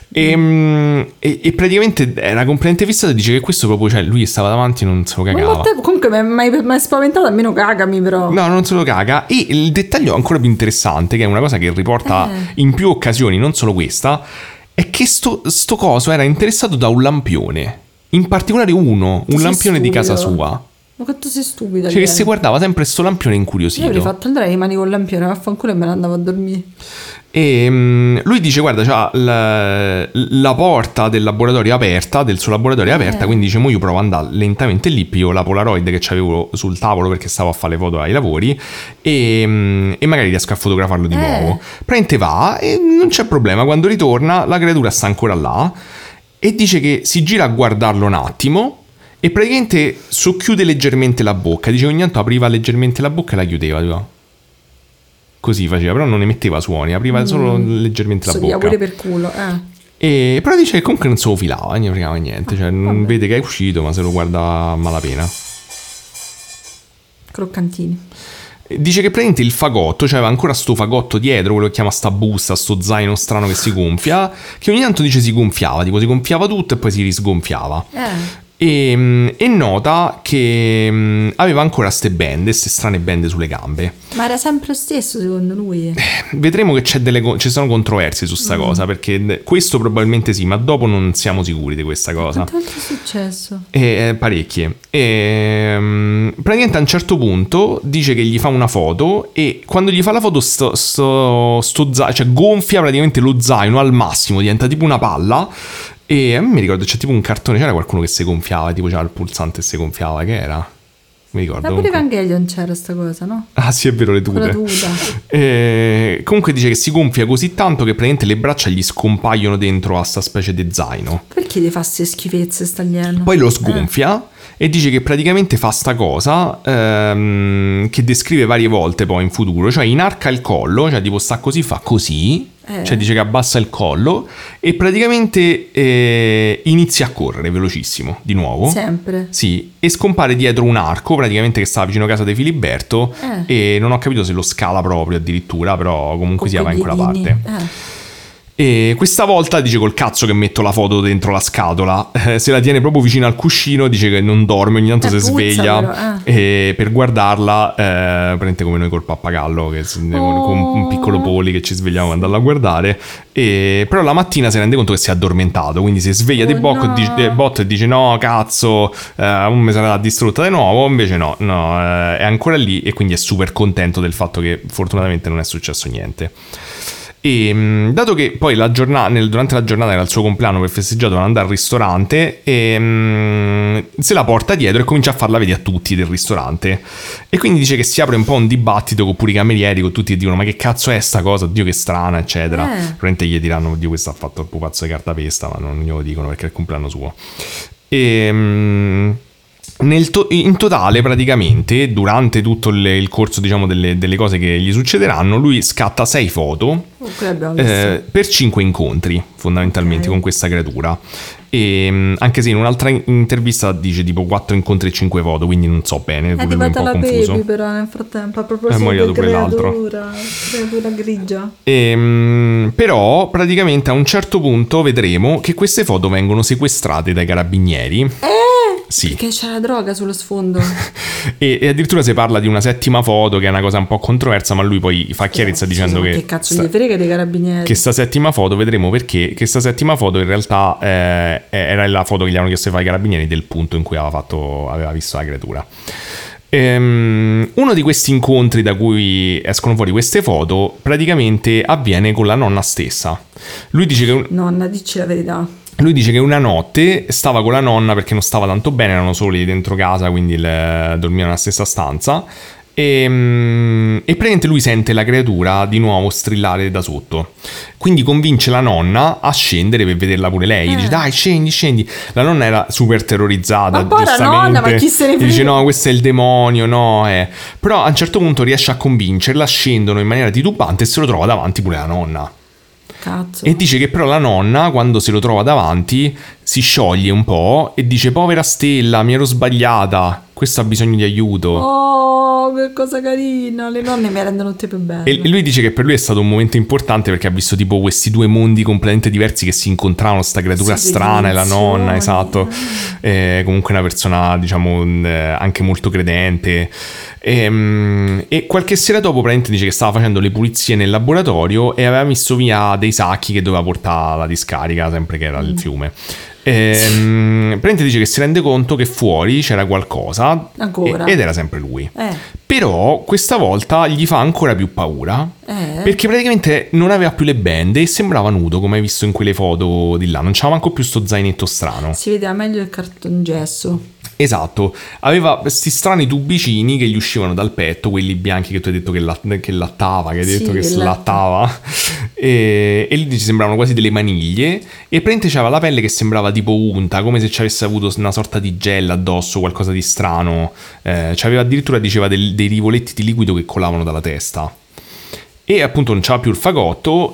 E praticamente era completamente fissato, e dice che questo proprio, cioè lui stava davanti e non se lo cagava. Comunque mi hai spaventato, almeno cagami però. No, non se lo caga. E il dettaglio ancora più interessante, che è una cosa che riporta in più occasioni, non solo questa, è che sto coso era interessato da un lampione, in particolare un lampione di casa sua. Ma quanto sei stupido. Cioè che si guardava sempre sto lampione incuriosito. Io avrei fatto andare le mani col lampione, vaffanculo, e me ne andavo a dormire. E lui dice guarda, c'ha la porta del laboratorio aperta, del suo laboratorio aperta, quindi dice mo io provo ad andare lentamente lì, pio la Polaroid che c'avevo sul tavolo perché stavo a fare le foto ai lavori, e magari riesco a fotografarlo di nuovo. Praticamente va e non c'è problema, quando ritorna la creatura sta ancora là e dice che si gira a guardarlo un attimo e praticamente socchiude leggermente la bocca, dice che ogni tanto apriva leggermente la bocca e la chiudeva, tipo. Così faceva, però non emetteva suoni, apriva solo leggermente la bocca. Pure per culo, Però dice che comunque non se lo filava, non gli fregava niente, cioè non vede che è uscito, ma se lo guarda a malapena. Croccantini. Dice che praticamente il fagotto, cioè aveva ancora sto fagotto dietro, quello che chiama sta busta, sto zaino strano che si gonfia, che ogni tanto dice si gonfiava, tipo si gonfiava tutto e poi si risgonfiava. E nota che aveva ancora ste strane bende sulle gambe. Ma era sempre lo stesso secondo lui? Vedremo che ci sono controversie su sta cosa, perché questo probabilmente sì, ma dopo non siamo sicuri di questa cosa. Quanto è successo? Parecchie. Praticamente a un certo punto dice che gli fa una foto e quando gli fa la foto cioè gonfia praticamente lo zaino al massimo, diventa tipo una palla. E a me mi ricordo c'è tipo un cartone, c'era qualcuno che si gonfiava, tipo c'era il pulsante e si gonfiava, che era? Mi ricordo. Ma pure Evangelion c'era sta cosa, no? Ah sì, è vero, le tute. La tuta. Comunque dice che si gonfia così tanto che praticamente le braccia gli scompaiono dentro a sta specie di zaino. Perché le fa queste schifezze stagliano? Poi lo sgonfia e dice che praticamente fa sta cosa che descrive varie volte poi in futuro, cioè inarca il collo, cioè tipo sta così, fa così. Cioè dice che abbassa il collo e praticamente inizia a correre velocissimo di nuovo. Sempre? Sì, e scompare dietro un arco praticamente che stava vicino a casa di Filiberto e non ho capito se lo scala proprio addirittura, però comunque sia va in quella parte. E questa volta dice col cazzo che metto la foto dentro la scatola, se la tiene proprio vicino al cuscino, dice che non dorme, ogni tanto si sveglia e per guardarla prende come noi col pappagallo con un piccolo poli che ci svegliamo ad andarla a guardare, però la mattina si rende conto che si è addormentato, quindi si sveglia di botto e dice no cazzo, mi sarà distrutta di nuovo, invece no, è ancora lì e quindi è super contento del fatto che fortunatamente non è successo niente. E dato che poi durante la giornata era il suo compleanno, per festeggiato doveva andare al ristorante e se la porta dietro e comincia a farla vedere a tutti del ristorante, e quindi dice che si apre un po' un dibattito con pure i camerieri, con tutti che dicono ma che cazzo è sta cosa, Dio che strana eccetera. Probabilmente gli diranno oddio questo ha fatto il pupazzo di cartapesta, ma non glielo dicono perché è il compleanno suo. In totale praticamente durante tutto il corso diciamo delle cose che gli succederanno, lui scatta 6 foto per 5 incontri fondamentalmente con questa creatura, E anche se in un'altra intervista dice tipo 4 incontri e 5 foto, quindi non so bene, è pure lui un po' la confuso. Baby però nel frattempo a proposito è morito pure l'altro, creatura grigia. Però praticamente a un certo punto vedremo che queste foto vengono sequestrate dai carabinieri. Sì. Perché c'è la droga sullo sfondo. e addirittura si parla di una settima foto, che è una cosa un po' controversa, ma lui poi fa chiarezza dicendo che cazzo gli frega dei carabinieri, che sta settima foto, vedremo perché, che sta settima foto in realtà era la foto che gli avevano chiesto di fare i carabinieri del punto in cui aveva visto la creatura. Uno di questi incontri da cui escono fuori queste foto praticamente avviene con la nonna stessa. Lui dice che nonna, dici la verità. Lui dice che una notte stava con la nonna perché non stava tanto bene, erano soli dentro casa, quindi dormivano nella stessa stanza. E praticamente lui sente la creatura di nuovo strillare da sotto. Quindi convince la nonna a scendere per vederla pure lei. Dice dai, scendi. La nonna era super terrorizzata, ma poi giustamente. La nonna, ma chi se ne frega? Dice no, questo è il demonio, no. Però a un certo punto riesce a convincerla, scendono in maniera titubante e se lo trova davanti pure la nonna. Cazzo. E dice che però la nonna, quando se lo trova davanti, si scioglie un po' e dice povera Stella, mi ero sbagliata, questo ha bisogno di aiuto. Oh, che cosa carina, le nonne mi rendono tutte più belle. E lui dice che per lui è stato un momento importante perché ha visto tipo questi due mondi completamente diversi che si incontravano, sta creatura strana e la nonna, esatto. Comunque una persona, diciamo, anche molto credente. E qualche sera dopo praticamente dice che stava facendo le pulizie nel laboratorio e aveva messo via dei sacchi che doveva portare alla discarica, sempre che era il fiume. Praticamente dice che si rende conto che fuori c'era qualcosa ancora ed era sempre lui. Però questa volta gli fa ancora più paura perché praticamente non aveva più le bende e sembrava nudo, come hai visto in quelle foto di là, non c'aveva manco più sto zainetto strano, si vedeva meglio il cartongesso. Esatto, aveva questi strani tubicini che gli uscivano dal petto, quelli bianchi che tu hai detto che lattava, che hai detto che slattava, e lì ci sembravano quasi delle maniglie, e praticamente c'aveva la pelle che sembrava tipo unta, come se ci avesse avuto una sorta di gel addosso, qualcosa di strano, c'aveva addirittura, diceva, dei rivoletti di liquido che colavano dalla testa, e appunto non c'aveva più il fagotto,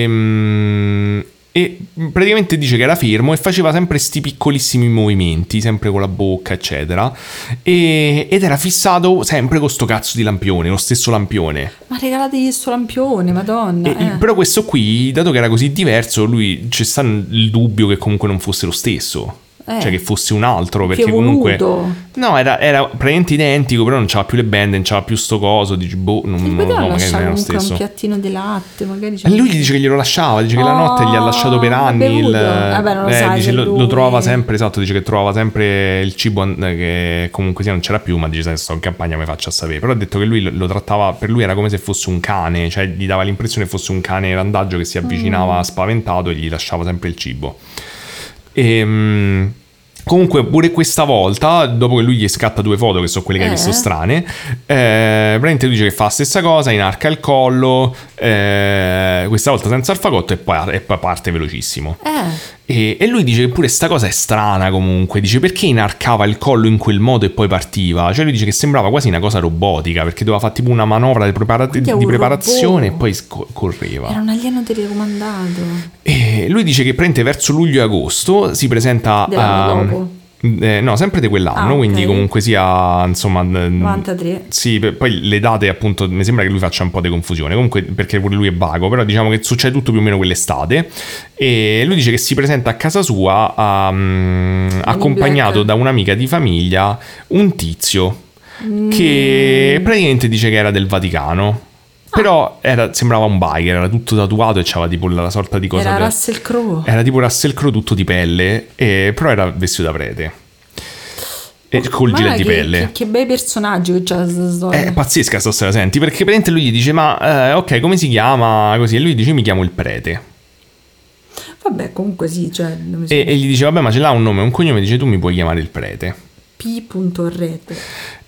e praticamente dice che era fermo e faceva sempre sti piccolissimi movimenti, sempre con la bocca, eccetera, ed era fissato sempre con sto cazzo di lampione, lo stesso lampione. Ma regalategli sto lampione, madonna. Però questo qui, dato che era così diverso, lui c'è stato il dubbio che comunque non fosse lo stesso. Cioè che fosse un altro, perché comunque no, era praticamente identico, però non c'aveva più le bende, non c'aveva più sto coso, dici boh, non lo so, magari non era lo stesso. Un piattino di latte, magari e lui gli dice che glielo lasciava, dice che la notte gli ha lasciato per anni vabbè, non lo sai, dice lo trovava sempre, esatto, dice che trovava sempre il cibo che comunque sia non c'era più, ma dice se sto in campagna mi faccio a sapere. Però ha detto che lui lo trattava, per lui era come se fosse un cane, cioè gli dava l'impressione che fosse un cane randaggio che si avvicinava spaventato e gli lasciava sempre il cibo. Comunque pure questa volta, dopo che lui gli scatta 2 foto, che sono quelle che hai visto strane, praticamente lui dice che fa la stessa cosa, inarca il collo, questa volta senza il fagotto, e poi parte velocissimo. E lui dice che pure sta cosa è strana comunque, dice perché inarcava il collo in quel modo e poi partiva, cioè lui dice che sembrava quasi una cosa robotica, perché doveva fare tipo una manovra di preparazione e poi correva. Era un alieno telecomandato. E lui dice che prende verso luglio e agosto si presenta no, sempre di quell'anno, okay. Quindi comunque sia, insomma, 93. Sì, poi le date appunto mi sembra che lui faccia un po' di confusione, comunque perché pure lui è vago, però diciamo che succede tutto più o meno quell'estate. E lui dice che si presenta a casa sua accompagnato da un'amica di famiglia, un tizio che praticamente dice che era del Vaticano. Però sembrava un biker, era tutto tatuato e c'aveva tipo la sorta di cosa. Era Russell Crowe. Era tipo Russell Crowe tutto di pelle, però era vestito da prete. E col gilet di pelle. Che bei personaggi che c'ha questa storia. È pazzesca sta storia, senti, perché praticamente lui gli dice ma ok, come si chiama? Così, e lui dice mi chiamo il prete. Vabbè, comunque sì, cioè, e gli dice vabbè, ma ce l'ha un nome e un cognome, dice tu mi puoi chiamare il prete. P.Rete.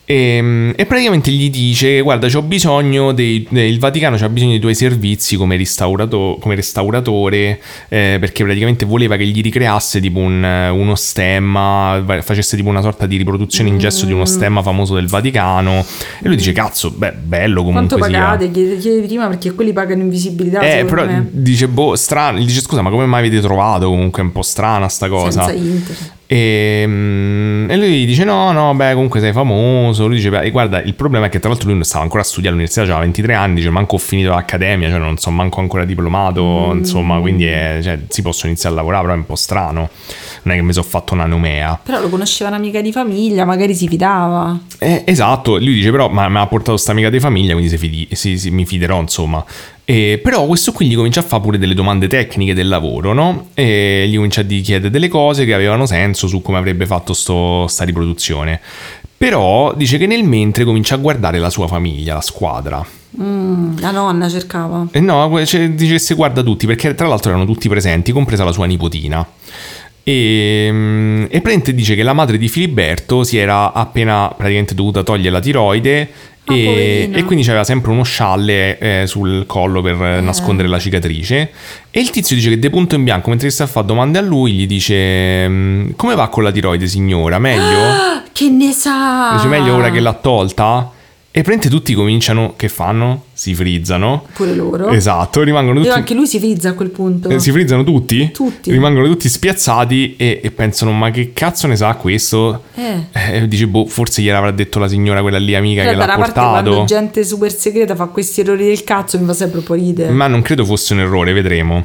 E praticamente gli dice: guarda, c'ho bisogno il Vaticano c'ha bisogno dei tuoi servizi come restauratore, perché praticamente voleva che gli ricreasse tipo uno stemma, facesse tipo una sorta di riproduzione in gesso di uno stemma famoso del Vaticano. E lui dice: cazzo, bello comunque. Quanto pagate? Chiede prima, perché quelli pagano invisibilità. Però dice: strano. Gli dice: scusa, ma come mai avete trovato? Comunque è un po' strana sta cosa. Senza internet. E lui dice: no, comunque sei famoso. Lui dice: guarda, il problema è che tra l'altro lui non stava ancora a studiare all'università, aveva 23 anni, dice: manco ho finito l'accademia, cioè non so manco ancora diplomato, insomma, quindi si possono iniziare a lavorare, però è un po' strano, non è che mi sono fatto una nomea. Però lo conosceva un'amica di famiglia, magari si fidava. Esatto, lui dice: però mi ha portato sta amica di famiglia, quindi mi fiderò, insomma. Però questo qui gli comincia a fare pure delle domande tecniche del lavoro, no? E gli comincia a chiedere delle cose che avevano senso su come avrebbe fatto sta riproduzione. Però dice che nel mentre comincia a guardare la sua famiglia, la squadra. La nonna cercava. No, dice che si guarda tutti, perché tra l'altro erano tutti presenti, compresa la sua nipotina. E praticamente dice che la madre di Filiberto si era appena praticamente dovuta togliere la tiroide. E quindi c'aveva sempre uno scialle sul collo per nascondere la cicatrice. E il tizio dice che de punto in bianco, mentre sta a fare domande a lui, gli dice: come va con la tiroide, signora? Meglio? Che ne sa? Dice: meglio ora che l'ha tolta? E praticamente tutti cominciano, che fanno? Si frizzano. Pure loro. Esatto, rimangono tutti. E anche lui si frizza a quel punto. Si frizzano tutti? Tutti. Rimangono tutti spiazzati e pensano: ma che cazzo ne sa questo? Dice: forse gliel'avrà detto la signora, quella lì amica che l'ha portato. Quando gente super segreta fa questi errori del cazzo mi fa sempre un po' ridere. Ma non credo fosse un errore, vedremo.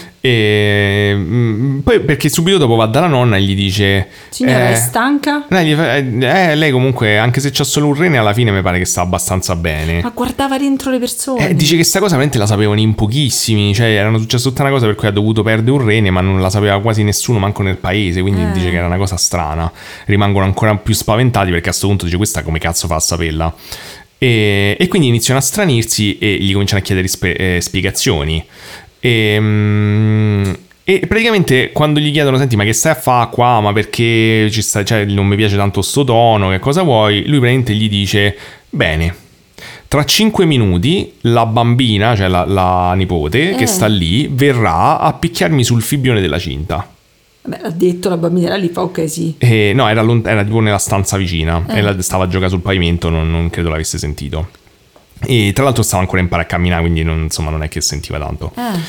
Poi perché subito dopo va dalla nonna e gli dice: signora, è stanca? Lei comunque, anche se c'ha solo un rene, alla fine mi pare che sta abbastanza bene. Ma guardava dentro le persone. Dice che sta cosa veramente la sapevano in pochissimi, cioè erano successe tutta una cosa per cui ha dovuto perdere un rene, ma non la sapeva quasi nessuno, manco nel paese, quindi dice che era una cosa strana. Rimangono ancora più spaventati perché a questo punto dice: questa come cazzo fa a saperla? E quindi iniziano a stranirsi e gli cominciano a chiedere spiegazioni. E praticamente quando gli chiedono: senti, ma che stai a fare qua? Ma perché cioè, non mi piace tanto sto tono, che cosa vuoi? Lui praticamente gli dice: bene, tra 5 minuti la bambina, cioè la nipote che sta lì, verrà a picchiarmi sul fibbione della cinta. Beh, l'ha detto, la bambina era lì, fa ok, sì. No, era tipo nella stanza vicina e stava a giocare sul pavimento, non credo l'avesse sentito. E tra l'altro stava ancora a imparare a camminare, quindi non è che sentiva tanto.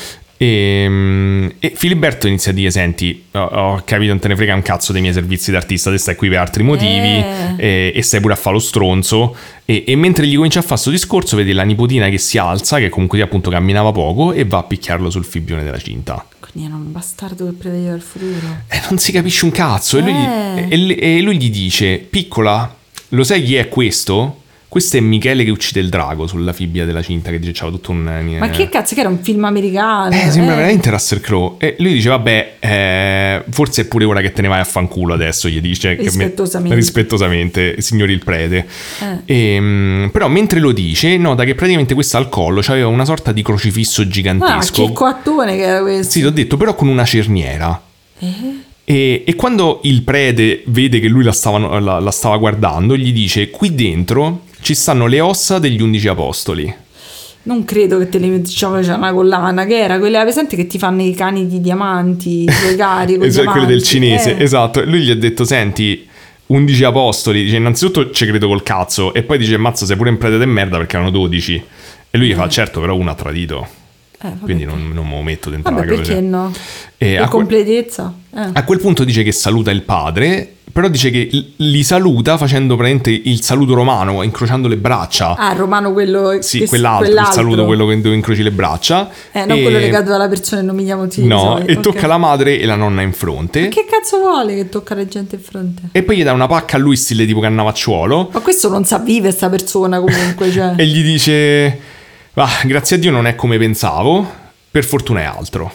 E Filiberto inizia a dire: senti, ho capito, non te ne frega un cazzo dei miei servizi d'artista, te stai qui per altri motivi e stai pure a fare lo stronzo. E mentre gli comincia a fare questo discorso, vedi la nipotina che si alza, che comunque appunto camminava poco, e va a picchiarlo sul fibbione della cinta. Quindi era un bastardo che prevedeva il futuro. Non si capisce un cazzo. E lui gli dice: piccola, lo sai chi è questo? Questo è Michele che uccide il drago sulla fibbia della cinta, che dice c'ava tutto un... Ma che cazzo, che era un film americano? Sembra veramente Russell Crowe. E lui dice: vabbè, forse è pure ora che te ne vai a fanculo adesso, gli dice. Rispettosamente, signori il prete. Però mentre lo dice, nota che praticamente questo al collo c'aveva una sorta di crocifisso gigantesco. Che coattone che era questo. Sì, t'ho detto, però con una cerniera. E quando il prete vede che lui la stava guardando, gli dice: qui dentro ci stanno le ossa degli 11 apostoli. Non credo che te le faceva una collana, che era quella presente che ti fanno i cani di diamanti, i tuoi cari, quelle del cinese, esatto. Lui gli ha detto: senti, 11 apostoli, dice: innanzitutto ci credo col cazzo, e poi dice: mazza, sei pure un prete de merda, perché erano 12. E lui gli fa: certo, però uno ha tradito. Quindi non me lo metto dentro la croce. Perché no? Completezza. A quel punto dice che saluta il padre, però dice che li saluta facendo praticamente il saluto romano, incrociando le braccia. Romano quello. Sì, quell'altro, il saluto, quello dove incroci le braccia. Non quello legato alla persona che non mi chiamo Tizio. No, e tocca la madre e la nonna in fronte. Ma che cazzo vuole che tocca la gente in fronte? E poi gli dà una pacca a lui stile tipo Cannavacciuolo. Ma questo non sa vivere sta persona comunque, cioè. E gli dice: grazie a Dio non è come pensavo, per fortuna è altro.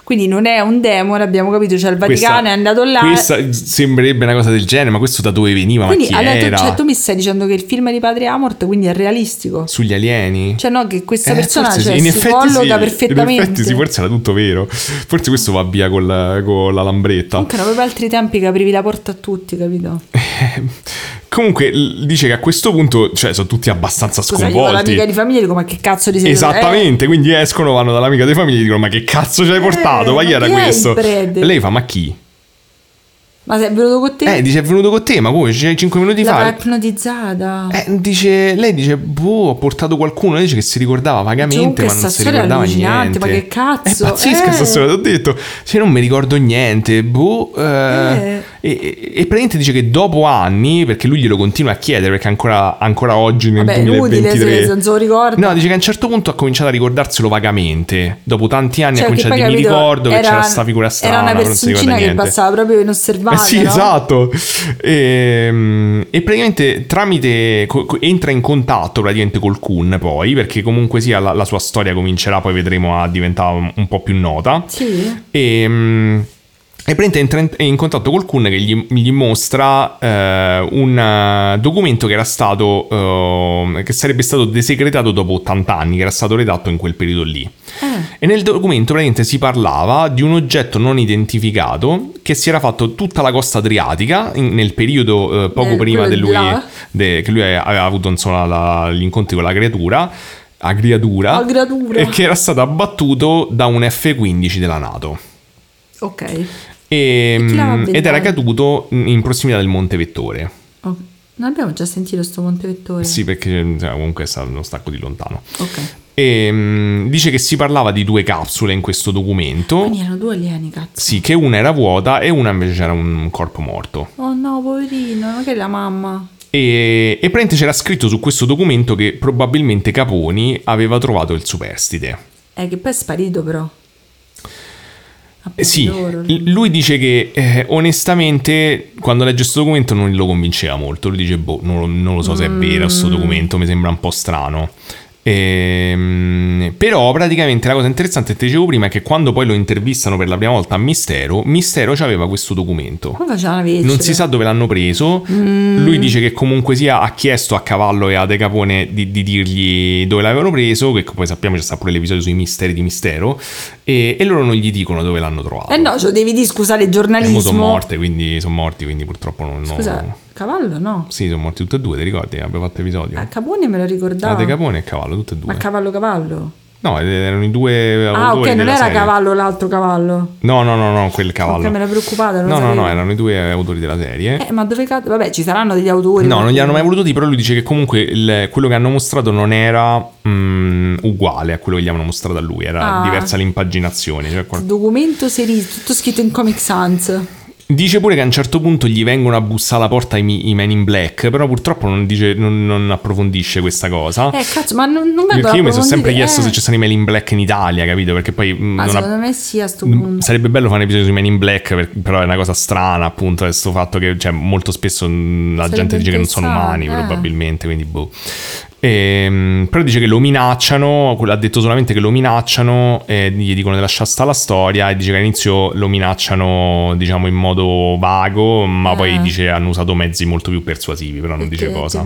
quindi non è un demone, abbiamo capito, cioè il Vaticano è andato là. Questa sembrerebbe una cosa del genere, ma questo da dove veniva? Quindi, ma chi era? Cioè, tu mi stai dicendo che il film di Padre Amort quindi è realistico? Sugli alieni? Cioè no, che questa persona si colloca perfettamente. In effetti sì, forse era tutto vero. Forse questo va via con la lambretta. Comunque erano proprio altri tempi che aprivi la porta a tutti, capito? Comunque dice che a questo punto, cioè, sono tutti abbastanza sconvolti. Io l'amica di famiglia dico: ma che cazzo di sei? Esattamente, quindi escono, vanno dall'amica di famiglia e dicono: ma che cazzo ci hai portato? Ma chi era questo? E lei fa: ma chi? Ma sei venuto con te? Dice: è venuto con te, ma come? 5 minuti fa. L'ha ipnotizzata. Lei dice: boh, ho portato qualcuno. Lei dice che si ricordava vagamente, ma non si ricordava niente. Ma che cazzo? È pazzesca questa storia, ti ho detto. Se non mi ricordo niente, boh. E praticamente dice che dopo anni, perché lui glielo continua a chiedere, perché ancora oggi nel 2023 inutile, se non se lo ricorda. No, dice che a un certo punto ha cominciato a ricordarselo vagamente. Dopo tanti anni ha cominciato a dire: mi ricordo che c'era sta figura strana. Era una personcina che passava proprio inosservata. Sì, no? Esatto. E praticamente entra in contatto praticamente col Kun poi, perché comunque sia la sua storia comincerà, poi vedremo, a diventare un po' più nota. Sì. E praticamente entra in contatto col Kun che gli mostra un documento che era stato che sarebbe stato desecretato dopo 80 anni, che era stato redatto in quel periodo lì. E nel documento praticamente si parlava di un oggetto non identificato che si era fatto tutta la costa adriatica nel periodo poco prima che lui aveva avuto, insomma, gli incontri con la creatura, e che era stato abbattuto da un F-15 della NATO. Ok. Ed era caduto in prossimità del Monte Vettore. Okay. Non abbiamo già sentito sto Monte Vettore? Sì, perché comunque non sta così lontano. Ok. Dice che si parlava di 2 capsule in questo documento. Quindi erano 2 alieni, cazzo. Sì, che una era vuota e una invece c'era un corpo morto. Oh no, poverino, ma che è la mamma? E praticamente c'era scritto su questo documento che probabilmente Caponi aveva trovato il superstite. Che poi è sparito però. Sì, lui dice che onestamente quando legge questo documento non lo convinceva molto. Lui dice: boh, non lo so se è vero questo documento, mi sembra un po' strano. Però praticamente la cosa interessante che ti dicevo prima è che quando poi lo intervistano per la prima volta a Mistero c'aveva questo documento. Come faceva una non si sa dove l'hanno preso. Lui dice che comunque sia ha chiesto a Cavallo e a De Capone di dirgli dove l'avevano preso, che poi sappiamo c'è sta pure l'episodio sui misteri di Mistero, e loro non gli dicono dove l'hanno trovato. No, ce lo devi dire, scusate, il giornalismo. Sono morti, quindi purtroppo non... Scusa, Cavallo no? Sì, sono morti tutte e 2, ti ricordi? Abbiamo fatto episodio. A Capone me lo ricordavo. A De Capone e Cavallo, tutte e 2. Ma Cavallo? No, erano i 2 autori. Ok, non era serie. Cavallo l'altro Cavallo. No, quel Cavallo. Ok, me l'ho preoccupata. No, erano i 2 autori della serie. Ma dove cazzo? Vabbè, ci saranno degli autori. No, non gli hanno mai voluto dire, però lui dice che comunque quello che hanno mostrato non era uguale a quello che gli avevano mostrato a lui, era diversa l'impaginazione. Cioè documento serissimo, tutto scritto in Comic Sans. Dice pure che a un certo punto gli vengono a bussare alla porta i Men in Black, però purtroppo non approfondisce questa cosa. Cazzo, ma non vengono. Perché io mi sono sempre chiesto se ci sono i Men in Black in Italia, capito? Perché poi secondo me sì, a sto punto. Sarebbe bello fare un episodio sui Men in Black, però è una cosa strana, appunto, questo fatto che molto spesso la gente dice che non sono umani, probabilmente, quindi boh. Però dice che lo minacciano, ha detto solamente che lo minacciano, gli dicono di lasciare stare la storia, e dice che all'inizio lo minacciano, diciamo, in modo vago, ma poi dice hanno usato mezzi molto più persuasivi, però non dice cosa.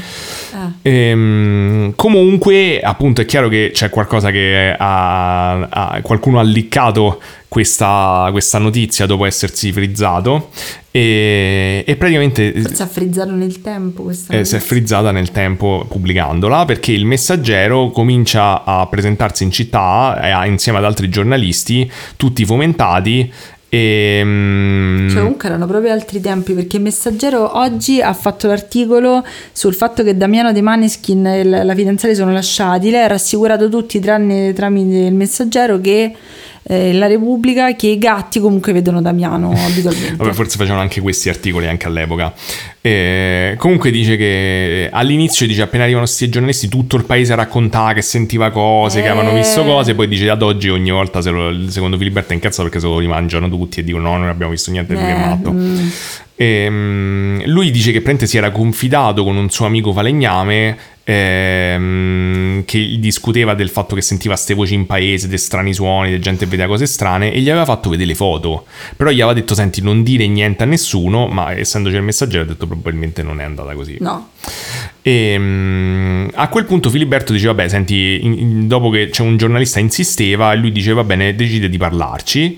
Comunque, appunto, è chiaro che c'è qualcosa che qualcuno ha liccato questa notizia dopo essersi frizzato, e praticamente forse ha frizzato nel tempo questa si è frizzata nel tempo pubblicandola, perché il Messaggero comincia a presentarsi in città insieme ad altri giornalisti, tutti fomentati. Cioè comunque erano proprio altri tempi, perché il Messaggero oggi ha fatto l'articolo sul fatto che Damiano De Maneskin e la fidanzata sono lasciati. Lei ha rassicurato tutti tramite il Messaggero che la Repubblica, che i gatti comunque vedono Damiano abitualmente. Vabbè, forse facevano anche questi articoli anche all'epoca. Comunque dice che all'inizio, dice, appena arrivano questi giornalisti tutto il paese raccontava che sentiva cose, che avevano visto cose, poi dice ad oggi ogni volta secondo Filiberto è incazzato perché se lo rimangiano tutti e dicono no, non abbiamo visto niente, lui è matto. Lui dice che praticamente si era confidato con un suo amico falegname che discuteva del fatto che sentiva ste voci in paese, dei strani suoni, di gente che vedeva cose strane, e gli aveva fatto vedere le foto, però gli aveva detto senti, non dire niente a nessuno, ma essendoci il messaggero ha detto probabilmente non è andata così. No. E a quel punto Filiberto diceva vabbè senti, dopo che c'è un giornalista insisteva, e lui diceva va bene, decide di parlarci,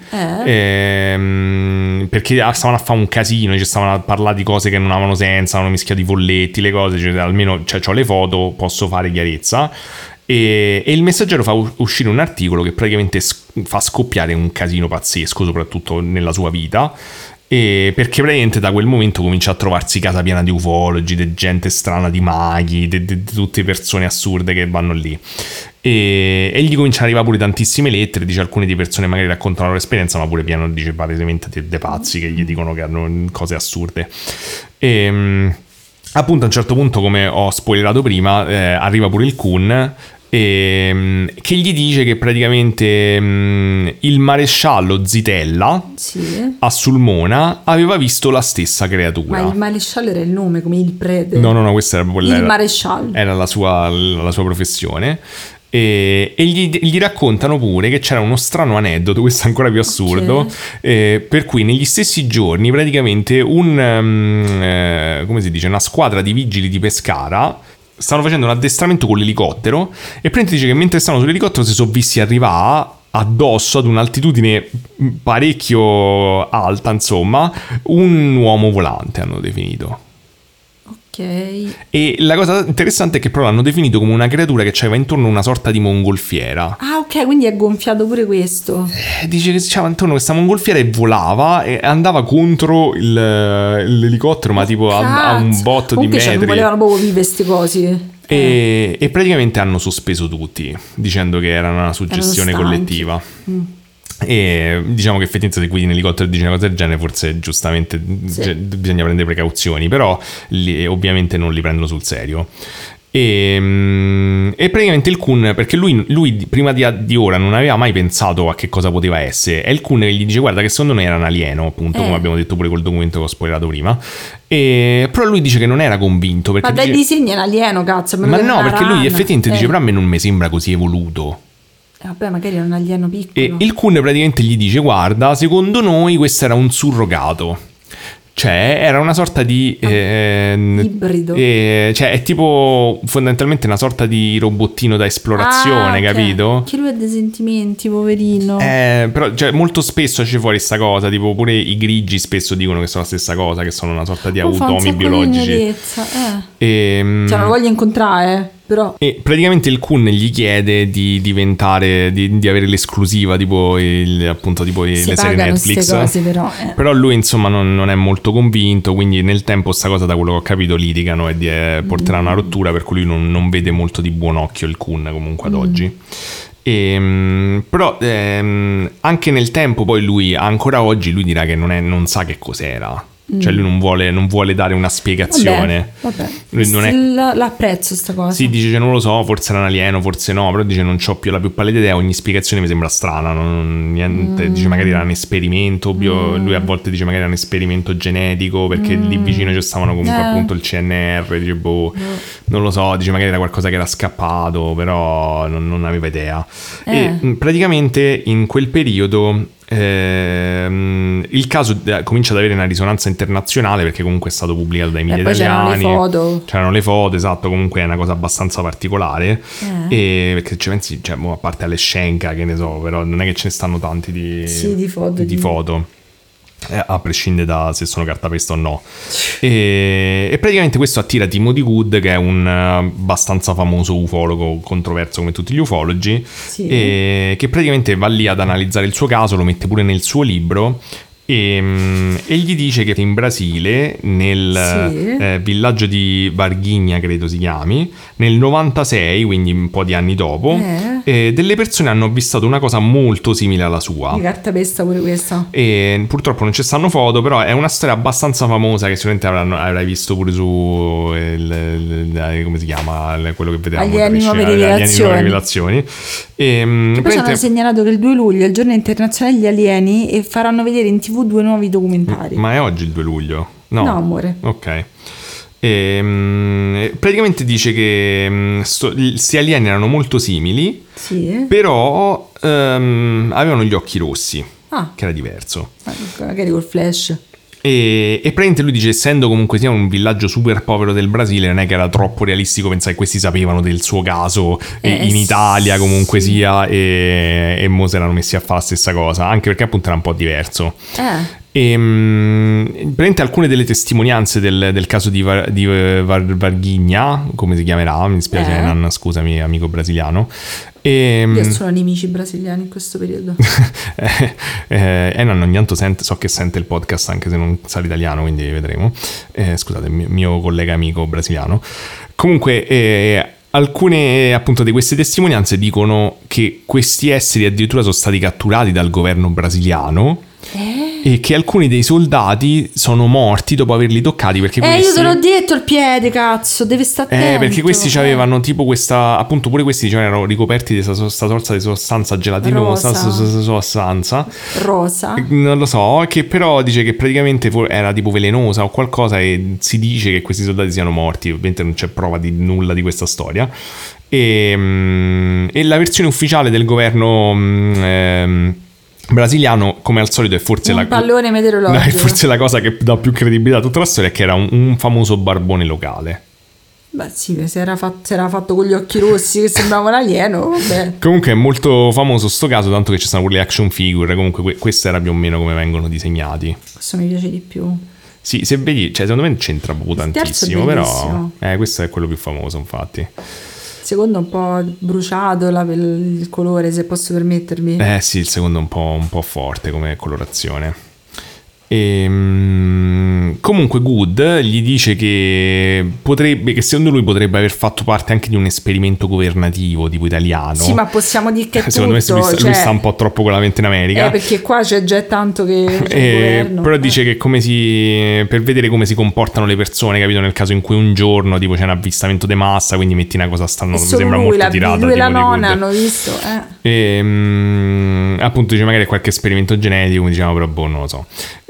perché stavano a fare un casino, ci stavano a parlare di cose che non avevano senso, avevano mischiato i volletti, le cose, cioè, almeno c'ho le foto, posso fare chiarezza. E il Messaggero fa uscire un articolo che praticamente fa scoppiare un casino pazzesco, soprattutto nella sua vita, e perché praticamente da quel momento comincia a trovarsi casa piena di ufologi, di gente strana, di maghi, di tutte persone assurde che vanno lì, e gli cominciano ad arrivare pure tantissime lettere, dice alcune di persone magari raccontano la loro esperienza, ma pure pieno, dice palesemente dei pazzi che gli dicono che hanno cose assurde. E appunto a un certo punto, come ho spoilerato prima, arriva pure il Kun, che gli dice che praticamente il maresciallo Zitella a Sulmona aveva visto la stessa creatura. Ma il maresciallo era il nome, come il prete? No, questo era proprio il maresciallo. Era la sua professione. E gli raccontano pure che c'era uno strano aneddoto, questo è ancora più assurdo, per cui negli stessi giorni praticamente come si dice, una squadra di vigili di Pescara stanno facendo un addestramento con l'elicottero, e praticamente dice che mentre stanno sull'elicottero si sono visti arrivare addosso ad un'altitudine parecchio alta, insomma, un uomo volante, hanno definito. E la cosa interessante è che però l'hanno definito come una creatura che aveva intorno una sorta di mongolfiera. Ah, ok, quindi è gonfiato pure questo. Dice che c'era intorno questa mongolfiera e volava e andava contro l'elicottero, ma tipo a un botto comunque di metri. Non volevano proprio vivere queste cose. E praticamente hanno sospeso tutti, dicendo che era una suggestione collettiva. E diciamo che effettivamente se guidi in elicottero e dici una cosa del genere, forse giustamente bisogna prendere precauzioni, però ovviamente non li prendono sul serio. E praticamente il Kun, perché lui prima di ora non aveva mai pensato a che cosa poteva essere, è il Kun che gli dice guarda che secondo noi era un alieno, appunto, come abbiamo detto pure col documento che ho spoilerato prima, però lui dice che non era convinto perché ma dai disegni è un alieno, cazzo, ma no, perché lui effettivamente dice però a me non mi sembra così evoluto. Vabbè, magari era un alieno piccolo. E il Kun praticamente gli dice guarda, secondo noi questo era un surrogato, cioè era una sorta di ibrido, cioè è tipo fondamentalmente una sorta di robottino da esplorazione, capito? Che lui ha dei sentimenti, poverino. Però cioè, molto spesso esce fuori sta cosa, tipo pure i grigi spesso dicono che sono la stessa cosa, che sono una sorta di automi biologici. Cioè non lo voglio incontrare, però. E praticamente il Kun gli chiede di diventare, di avere l'esclusiva, tipo appunto tipo le serie Netflix. Cose, però lui insomma non è molto convinto, quindi nel tempo sta cosa, da quello che ho capito, litigano e porterà una rottura, per cui lui non vede molto di buon occhio il Kun comunque ad oggi. Però anche nel tempo poi lui, ancora oggi, lui dirà che non sa che cos'era. Cioè lui non vuole dare una spiegazione. Vabbè. Lui non è... l'apprezzo sta cosa. Sì, dice non lo so, forse era un alieno, forse no, però dice non c'ho più la più pallida idea, ogni spiegazione mi sembra strana, niente. Dice magari era un esperimento, lui a volte dice magari era un esperimento genetico, perché lì vicino ci stavano comunque appunto il CNR, dice non lo so, dice magari era qualcosa che era scappato, però non aveva idea. E praticamente in quel periodo il caso comincia ad avere una risonanza internazionale, perché comunque è stato pubblicato dai media italiani, c'erano le foto, esatto, comunque è una cosa abbastanza particolare, e perché ci pensi, cioè, a parte Aleshenka, che ne so, però non è che ce ne stanno tanti di foto. A prescindere da se sono cartapesta o no. E praticamente questo attira Timothy Good, che è un abbastanza famoso ufologo, controverso come tutti gli ufologi, e che praticamente va lì ad analizzare il suo caso, lo mette pure nel suo libro. E gli dice che in Brasile, nel villaggio di Varginha, credo si chiami, nel 96, quindi un po' di anni dopo, delle persone hanno avvistato una cosa molto simile alla sua. Di cartapesta pure questa. E purtroppo non ci stanno foto, però è una storia abbastanza famosa che sicuramente avrai visto pure su come si chiama quello che vediamo, Alieni Nuove Rivelazioni. E poi ci hanno segnalato che il 2 luglio è il giorno internazionale degli alieni e faranno vedere in TV 2 nuovi documentari. Ma è oggi il 2 luglio? No, amore. Ok. Praticamente dice che questi alieni erano molto simili, sì, però avevano gli occhi rossi, che era diverso. Magari col flash. E praticamente lui dice, essendo comunque sia un villaggio super povero del Brasile, non è che era troppo realistico pensare che questi sapevano del suo caso in Italia comunque sia, e mo se l'hanno messi a fare la stessa cosa, anche perché appunto era un po' diverso. E praticamente alcune delle testimonianze del caso di Varginha, come si chiamerà, mi dispiace Enan, scusami amico brasiliano. Io sono nemici brasiliani in questo periodo. Enan ogni tanto so che sente il podcast anche se non sa l'italiano, quindi vedremo. Scusate, mio collega amico brasiliano. Comunque alcune appunto di queste testimonianze dicono che questi esseri addirittura sono stati catturati dal governo brasiliano. E che alcuni dei soldati sono morti dopo averli toccati, perché questi... io te l'ho detto, il piede, cazzo, deve stare attento. Perché questi avevano tipo questa, appunto pure questi erano ricoperti di questa sorta di sostanza gelatinosa, sostanza rosa, non lo so, che però dice che praticamente era tipo velenosa o qualcosa, e si dice che questi soldati siano morti. Ovviamente non c'è prova di nulla di questa storia. E la versione ufficiale del governo brasiliano, come al solito, è forse pallone meteorologico. È forse la cosa che dà più credibilità a tutta la storia, è che era un famoso barbone locale. Beh sì, si era fatto con gli occhi rossi che sembrava un alieno, vabbè. Comunque è molto famoso sto caso, tanto che ci sono pure le action figure. Comunque questo era più o meno come vengono disegnati. Questo mi piace di più. Sì, se vedi, secondo me c'entra proprio tantissimo, però questo è quello più famoso, infatti. Secondo un po' bruciato il colore, se posso permettermi. Sì, il secondo un po' forte come colorazione. Comunque Good gli dice che secondo lui potrebbe aver fatto parte anche di un esperimento governativo tipo italiano. Sì, ma possiamo dire che secondo me lui sta un po' troppo con la mente in America, perché qua c'è già tanto che però dice che per vedere come si comportano le persone, capito, nel caso in cui un giorno tipo c'è un avvistamento di massa, quindi metti una cosa mi sembra molto tirata, lui e la nonna hanno visto appunto dice magari qualche esperimento genetico, come diciamo, però non lo so.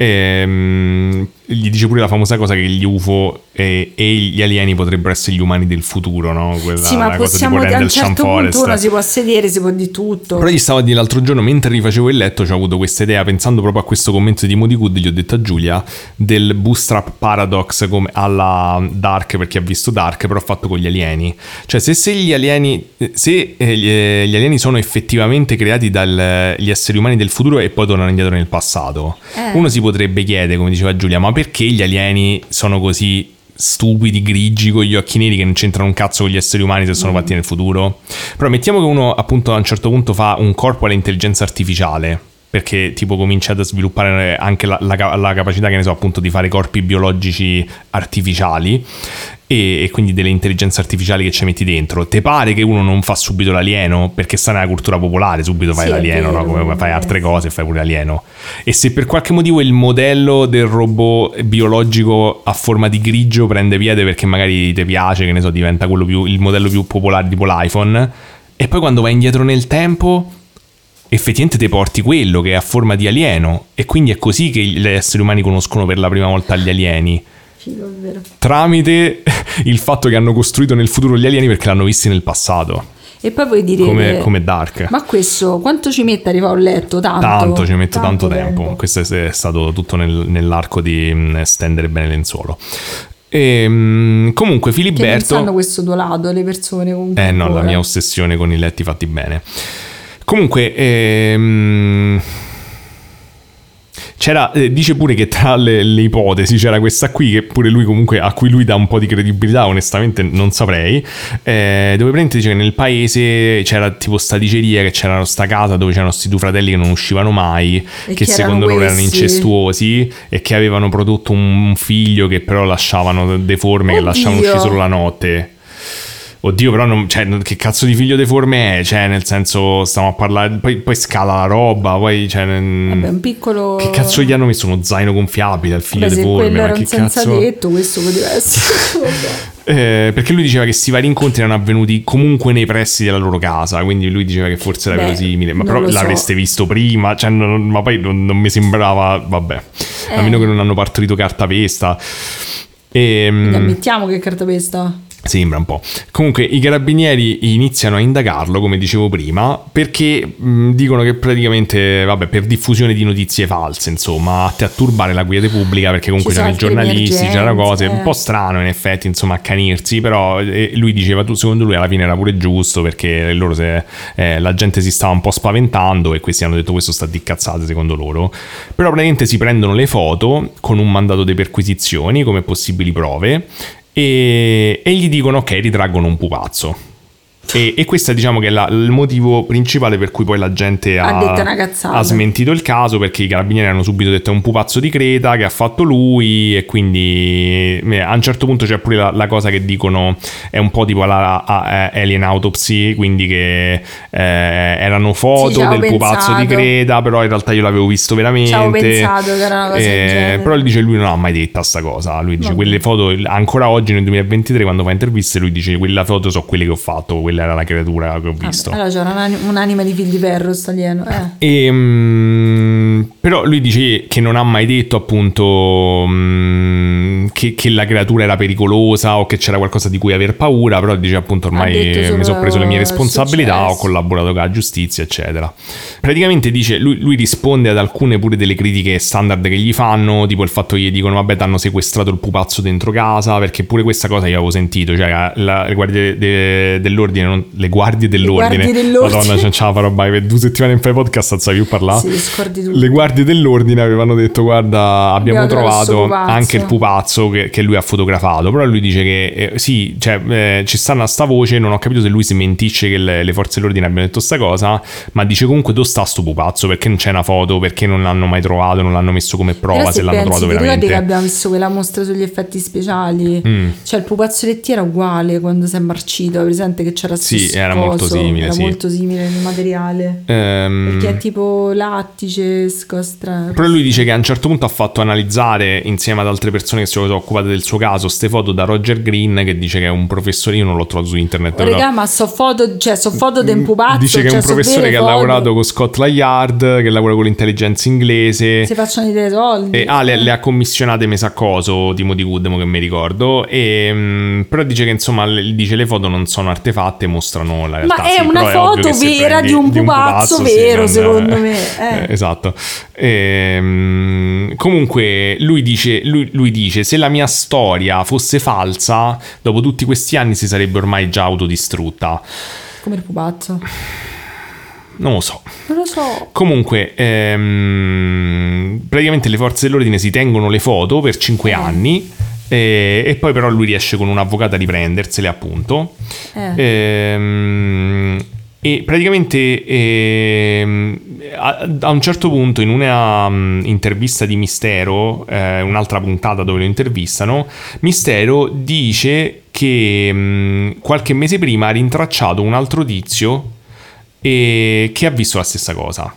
Gli dice pure la famosa cosa che gli UFO e gli alieni potrebbero essere gli umani del futuro, no? Sì, ma possiamo a un certo punto uno si può sedere, si può di tutto. Però gli stavo a dire l'altro giorno, mentre rifacevo il letto, ho avuto questa idea, pensando proprio a questo commento di Moody Good, gli ho detto a Giulia del bootstrap paradox come alla Dark, perché ha visto Dark, però fatto con gli alieni. Cioè se gli alieni sono effettivamente creati dagli esseri umani del futuro e poi tornano indietro nel passato, uno si potrebbe chiedere, come diceva Giulia, ma perché gli alieni sono così stupidi, grigi, con gli occhi neri, che non c'entrano un cazzo con gli esseri umani se sono fatti nel futuro? Però mettiamo che uno appunto a un certo punto fa un corpo all'intelligenza artificiale, perché tipo comincia ad sviluppare anche la capacità, che ne so, appunto di fare corpi biologici artificiali e quindi delle intelligenze artificiali che ci metti dentro. Te pare che uno non fa subito l'alieno perché sta nella cultura popolare, subito fai l'alieno, no? Come fai altre cose, fai pure l'alieno. E se per qualche motivo il modello del robot biologico a forma di grigio prende piede perché magari ti piace, che ne so, diventa il modello più popolare, tipo l'iPhone, e poi quando vai indietro nel tempo effettivamente ti porti quello che è a forma di alieno, e quindi è così che gli esseri umani conoscono per la prima volta gli alieni, tramite il fatto che hanno costruito nel futuro gli alieni perché l'hanno visti nel passato. E poi vuoi dire come Dark. Ma questo quanto ci mette a arrivare a un letto? Tanto ci metto tanto tempo. Questo è stato tutto nell'arco di stendere bene lenzuolo. E comunque Filiberto, che non sanno questo tuo lato, le persone comunque no, la mia ossessione con i letti fatti bene. Comunque c'era, dice pure che tra le ipotesi c'era questa qui, che pure lui comunque, a cui lui dà un po' di credibilità, onestamente non saprei, dove praticamente dice che nel paese c'era tipo sta diceria, che c'era sta casa dove c'erano sti due fratelli che non uscivano mai, che secondo loro erano incestuosi e che avevano prodotto un figlio che però lasciavano deforme, che lasciavano uscire solo la notte. Oddio, però che cazzo di figlio deforme è? Cioè, nel senso, stiamo a parlare, poi scala la roba, poi vabbè, un piccolo... Che cazzo gli hanno messo uno zaino gonfiabile al figlio deforme? Ma che senza cazzo... tetto, questo poteva essere. Perché lui diceva che questi vari incontri erano avvenuti comunque nei pressi della loro casa, quindi lui diceva che forse era verosimile, ma però l'avreste visto prima, cioè, ma poi non mi sembrava, vabbè, a meno che non hanno partorito cartapesta. Quindi ammettiamo che è cartapesta. Sembra un po'. Comunque i carabinieri iniziano a indagarlo, come dicevo prima, perché dicono che praticamente, per diffusione di notizie false, insomma, atte a turbare la quiete pubblica, perché comunque c'erano i giornalisti, c'erano cose, un po' strano in effetti, insomma, accanirsi, però lui diceva, secondo lui alla fine era pure giusto, perché loro la gente si stava un po' spaventando e questi hanno detto questo sta di cazzate secondo loro. Però praticamente si prendono le foto con un mandato di perquisizioni come possibili prove e gli dicono ok, ritraggono un pupazzo. E questo diciamo che è il motivo principale per cui poi la gente ha smentito il caso, perché i carabinieri hanno subito detto è un pupazzo di Creta che ha fatto lui, e quindi a un certo punto c'è pure la cosa che dicono è un po' tipo la alien autopsy, quindi che erano foto del pupazzo di Creta, però in realtà io l'avevo visto veramente. Ci avevo pensato che era una cosa del genere. Però lui dice lui non ha mai detta sta cosa, lui dice quelle foto ancora oggi nel 2023 quando fa interviste lui dice quella foto sono quelle che ho fatto, quella era la creatura che ho visto. Allora c'era un'anima di fil di ferro sto alieno. Però lui dice che non ha mai detto appunto che la creatura era pericolosa o che c'era qualcosa di cui aver paura, però dice appunto ormai mi sono preso le mie responsabilità, ho collaborato con la giustizia eccetera. Praticamente dice lui risponde ad alcune pure delle critiche standard che gli fanno, tipo il fatto che gli dicono vabbè t'hanno sequestrato il pupazzo dentro casa, perché pure questa cosa io avevo sentito, cioè le guardie dell'ordine Madonna, c'è la roba per 2 settimane in fai podcast non sai più parlare. Sì, scordi tutto. Le guardie dell'ordine avevano detto guarda abbiamo trovato anche il pupazzo che lui ha fotografato, però lui dice che sì, cioè ci stanno a sta voce, non ho capito se lui smentisce che le forze dell'ordine abbiano detto sta cosa, ma dice comunque dove sta sto pupazzo, perché non c'è una foto, perché non l'hanno mai trovato, non l'hanno messo come prova, se l'hanno trovato veramente. Ricordi che abbiamo visto quella mostra sugli effetti speciali, cioè il pupazzo di T era uguale quando si è marcito, presente che c'era era molto simile, molto simile nel materiale, perché è tipo lattice, scostra. Però lui dice che a un certo punto ha fatto analizzare insieme ad altre persone che si sono occupate del suo caso ste foto da Roger Green, che dice che è un professore, io non l'ho trovato su internet, ma so foto di un pupazzo, dice che è un professore che ha lavorato con Scotland Yard, che lavora con l'intelligenza inglese, si facciano dei soldi le ha commissionate me sa coso Timothy Goodman che mi ricordo, però dice che insomma dice le foto non sono artefatte, mostrano la realtà. Ma è una foto vera di un pupazzo vero, secondo me. Esatto. Comunque lui dice se la mia storia fosse falsa, dopo tutti questi anni si sarebbe ormai già autodistrutta. Come il pupazzo? Non lo so. Comunque praticamente le forze dell'ordine si tengono le foto per 5 anni. E poi però lui riesce con un avvocato a riprendersele appunto e praticamente a un certo punto in una intervista di Mistero, un'altra puntata dove lo intervistano, Mistero dice che qualche mese prima ha rintracciato un altro tizio che ha visto la stessa cosa.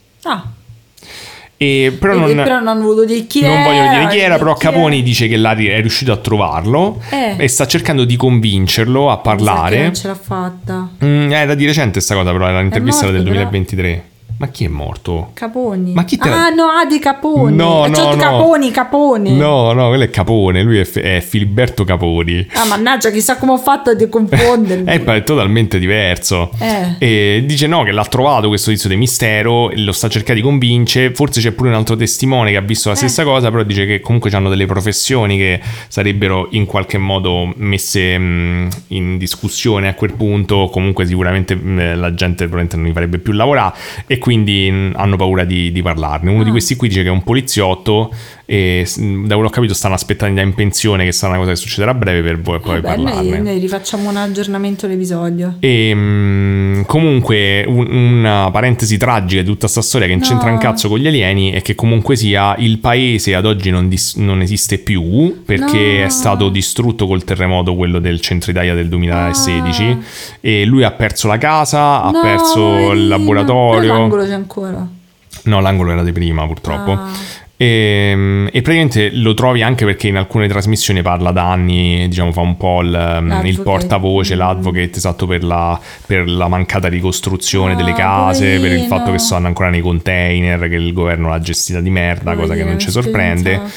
Però non hanno voluto dire chi era, non vogliono dire chi era, però Caponi dice che è riuscito a trovarlo e sta cercando di convincerlo a parlare. Non ce l'ha fatta. Era di recente sta cosa, però era l'intervista del 2023. Ma chi è morto? Caponi. Ma chi te di Caponi. No. Caponi. No, quello è Capone, lui è Filiberto Caponi. Mannaggia, chissà come ho fatto a confondermi. È totalmente diverso. E dice no, che l'ha trovato questo tizio di Mistero, lo sta cercando di convincere, forse c'è pure un altro testimone che ha visto la stessa cosa, però dice che comunque hanno delle professioni che sarebbero in qualche modo messe in discussione a quel punto, comunque sicuramente la gente probabilmente non gli farebbe più lavorare e quindi hanno paura di parlarne. Uno di questi qui dice che è un poliziotto e da quello che ho capito stanno aspettando in pensione, che sarà una cosa che succederà a breve, per poi parlarne. Noi rifacciamo un aggiornamento all'episodidio. E comunque una parentesi tragica di tutta sta storia che non c'entra un cazzo con gli alieni è che comunque sia il paese ad oggi non esiste più, perché è stato distrutto col terremoto, quello del centro Italia del 2016, e lui ha perso la casa, ha perso il laboratorio. L'angolo c'è ancora? No, l'angolo era di prima purtroppo. E praticamente lo trovi anche perché in alcune trasmissioni parla da anni, diciamo fa un po' il portavoce, l'advocate, esatto, per la mancata ricostruzione delle case, per il fatto che stanno ancora nei container, che il governo l'ha gestita di merda, cosa che non ci sorprende.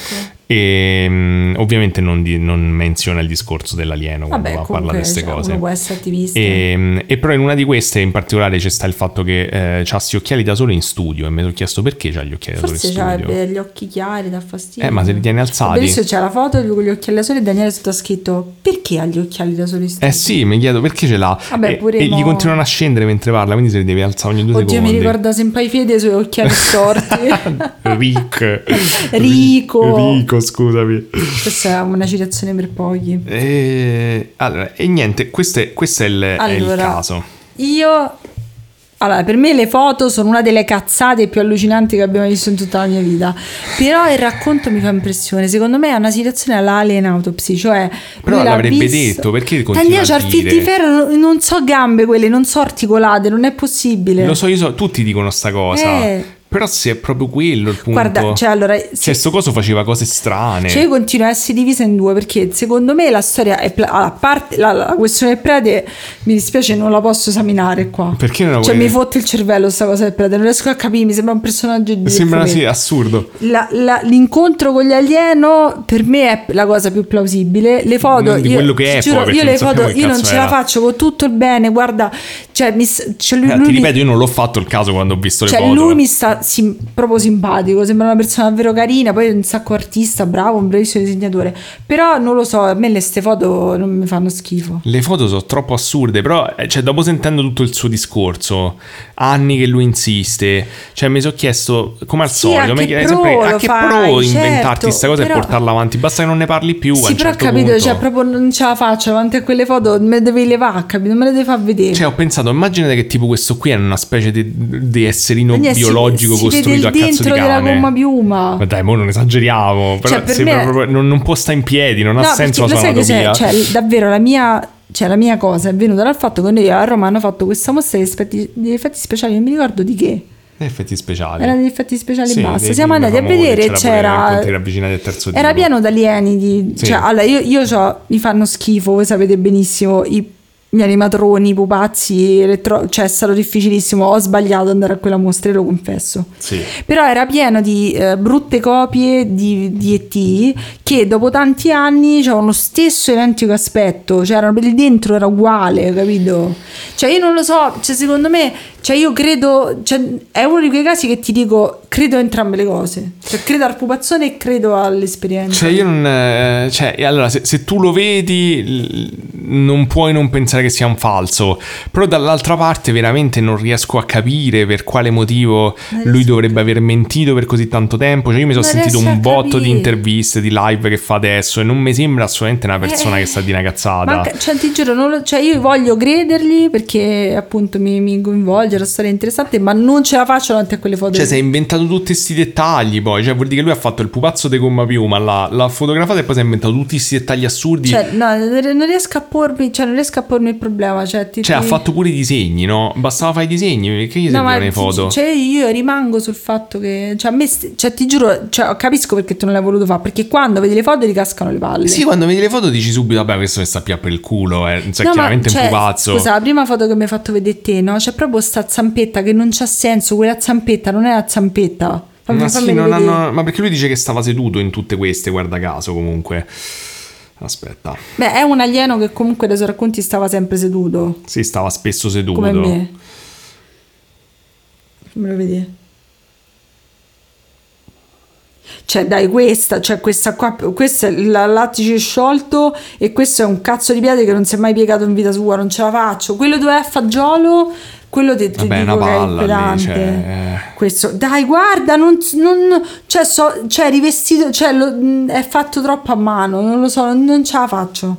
E ovviamente non menziona il discorso dell'alieno quando va a parlare di queste cose. Uno può essere attivista. E però in una di queste in particolare c'è sta il fatto che c'ha questi occhiali da sole in studio, e mi sono chiesto perché c'ha gli occhiali da sole in studio. Forse c'ha gli occhi chiari, dà fastidio. Ma se li tiene alzati. Adesso c'è la foto con gli occhiali da sole e Daniele sotto ha scritto: perché ha gli occhiali da sole in studio? Sì, mi chiedo perché ce l'ha. Vabbè, pure e gli continuano a scendere mentre parla, quindi se li deve alzare ogni 2 secondi. Oddio, mi ricorda Senpai Fede i suoi occhiali storti. Rico, scusami. Questa è una citazione per pochi. Allora, e niente, questo è il caso. Allora, per me le foto sono una delle cazzate più allucinanti che abbiamo visto in tutta la mia vita. Però il racconto mi fa impressione. Secondo me è una situazione alla Alien Autopsy, cioè però l'avrebbe detto, perché continua a dire? C'ha il fil di ferro, non so gambe quelle, non so articolate, non è possibile. Lo so, tutti dicono sta cosa. Però se è proprio quello il punto. Guarda, allora, sto coso faceva cose strane. Io continuo a essere divisa in due, perché secondo me la storia è a parte la questione del prete, mi dispiace, non la posso esaminare qua. Perché non mi fotte il cervello sta cosa del prete, non riesco a capire, mi sembra un personaggio di sembra assurdo. L'incontro con gli alieno per me è la cosa più plausibile. Le foto, di quello che è, giuro, io le foto io non ce la faccio con tutto il bene, guarda, lui, ti ripeto, io non l'ho fatto il caso quando ho visto le foto. Lui mi sta proprio simpatico, sembra una persona davvero carina, poi è un sacco artista, bravo, un bravissimo disegnatore, però non lo so, a me queste foto non mi fanno schifo. Le foto sono troppo assurde, però dopo sentendo tutto il suo discorso, anni che lui insiste, mi sono chiesto, come al solito, a che pro inventarti questa cosa e portarla avanti, basta che non ne parli più. Sì, però ho capito, proprio non ce la faccio davanti a quelle foto, me le devi levare, capito? Non me le devi far vedere. Ho pensato, immaginate che tipo questo qui è una specie di esserino biologico costruito a cazzo di cane della gomma piuma. Ma dai, mo non esageriamo, però sembra proprio, non può stare in piedi, non ha senso la sua anatomia. Davvero la mia cosa è venuta dal fatto che noi a Roma hanno fatto questa mostra di effetti speciali, non mi ricordo di che. Effetti speciali. Era degli effetti speciali, basta. Siamo andati a vedere, c'era era pieno d'alieni allora io mi fanno schifo, voi sapete benissimo, gli animatroni, i pupazzi, è stato difficilissimo, ho sbagliato ad andare a quella mostra, lo confesso. Sì. Però era pieno di brutte copie di E.T. che dopo tanti anni avevano lo stesso identico aspetto, lì dentro era uguale, capito? Io non lo so, secondo me, io credo, è uno di quei casi che ti dico, credo a entrambe le cose, credo al pupazzone e credo all'esperienza. Io non allora se tu lo vedi non puoi non pensare che sia un falso, però dall'altra parte veramente non riesco a capire per quale motivo lui dovrebbe aver mentito per così tanto tempo. Io mi sono sentito un botto di interviste, di live che fa adesso, e non mi sembra assolutamente una persona che sta di una cazzata. Ti giuro, io voglio credergli perché appunto mi coinvolge, la storia è interessante, ma non ce la faccio davanti a quelle foto. Si è inventato tutti questi dettagli, poi vuol dire che lui ha fatto il pupazzo di gomma piuma, l'ha fotografato e poi si è inventato tutti questi dettagli assurdi. Non riesco a pormi il problema, ha fatto pure i disegni, no? Bastava fare i disegni, perché gli servivano le foto? Io rimango sul fatto che a me ti giuro, capisco perché tu non l'hai voluto fare, perché quando vedi le foto ti cascano le palle. Sì, quando vedi le foto dici subito, vabbè, questo mi sta più per il culo, chiaramente un pupazzo. Scusa, la prima foto che mi hai fatto vedere te, no? C'è proprio sta zampetta che non c'ha senso, quella zampetta non è la zampetta. Ma perché lui dice che stava seduto in tutte queste, guarda caso, comunque. Aspetta. È un alieno che comunque dai suoi racconti stava sempre seduto. Sì, stava spesso seduto. Come me. Me lo vedi? Questa qua, questo è il lattice sciolto e questo è un cazzo di piede che non si è mai piegato in vita sua, non ce la faccio. Quello dove è fagiolo, quello ti dico una palla che è questo, dai, guarda, rivestito, è fatto troppo a mano, non lo so, non ce la faccio.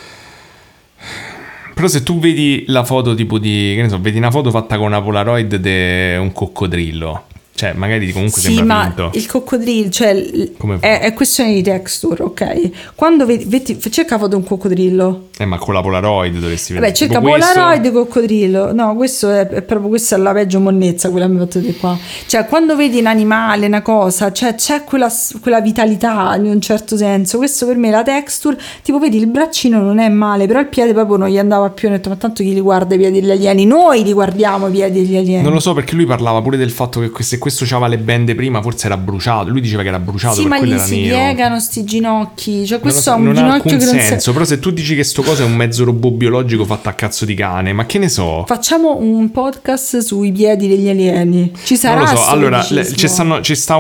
Però se tu vedi la foto tipo vedi una foto fatta con una Polaroid di un coccodrillo, magari comunque sembra finto. Ma il coccodrillo, è questione di texture, ok? Quando vedi cerca foto di un coccodrillo. Ma con la Polaroid dovresti vedere. Cerca Polaroid e coccodrillo. No, questo è proprio, questa è la peggio monnezza, quella che mi ho fatto vedere qua. Quando vedi un animale, una cosa, c'è quella vitalità in un certo senso. Questo per me la texture, tipo vedi il braccino non è male, però il piede proprio non gli andava più. Ho detto, ma tanto chi li guarda i piedi degli alieni? Noi li guardiamo i piedi degli alieni. Non lo so, perché lui parlava pure del fatto che queste qui questo c'aveva le bende prima, forse era bruciato. Lui diceva che era bruciato, sì, per ma quello gli era si nero. piegano sti ginocchi, cioè questo ha un non ginocchio ha alcun che non senso. Però se tu dici che sto coso è un mezzo robot biologico fatto a cazzo di cane, ma che ne so. Facciamo un podcast sui piedi degli alieni. Ci sarà? Non lo so. Allora ci sta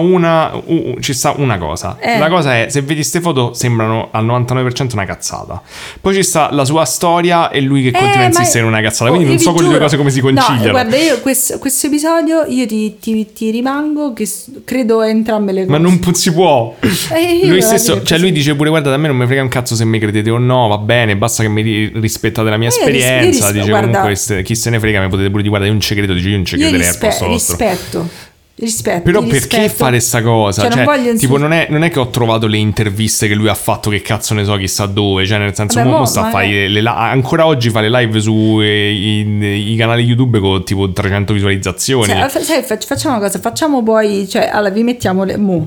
una cosa. La cosa è, se vedi ste foto sembrano al 99% una cazzata. Poi ci sta la sua storia e lui che continua a insistere in una cazzata. Quindi non so quelle due cose come si conciliano. No, guarda, io questo episodio io ti rimango che credo a entrambe le cose. Ma non si può. Lui stesso, cioè lui dice pure: guarda, da me non mi frega un cazzo se mi credete o no, va bene, basta che mi rispettate la mia esperienza. Dice guarda, comunque chi se ne frega, mi potete pure dire: guarda, io non ci credo. Dice: io non ci crederei al posto vostro. Rispetto. Però perché fare sta cosa? Cioè, tipo, non è che ho trovato le interviste che lui ha fatto, che cazzo ne so, chissà dove. Cioè, nel senso, mo sta a fare ancora oggi fa le live su i canali YouTube con tipo 300 visualizzazioni. Facciamo una cosa, facciamo poi, cioè, allora vi mettiamo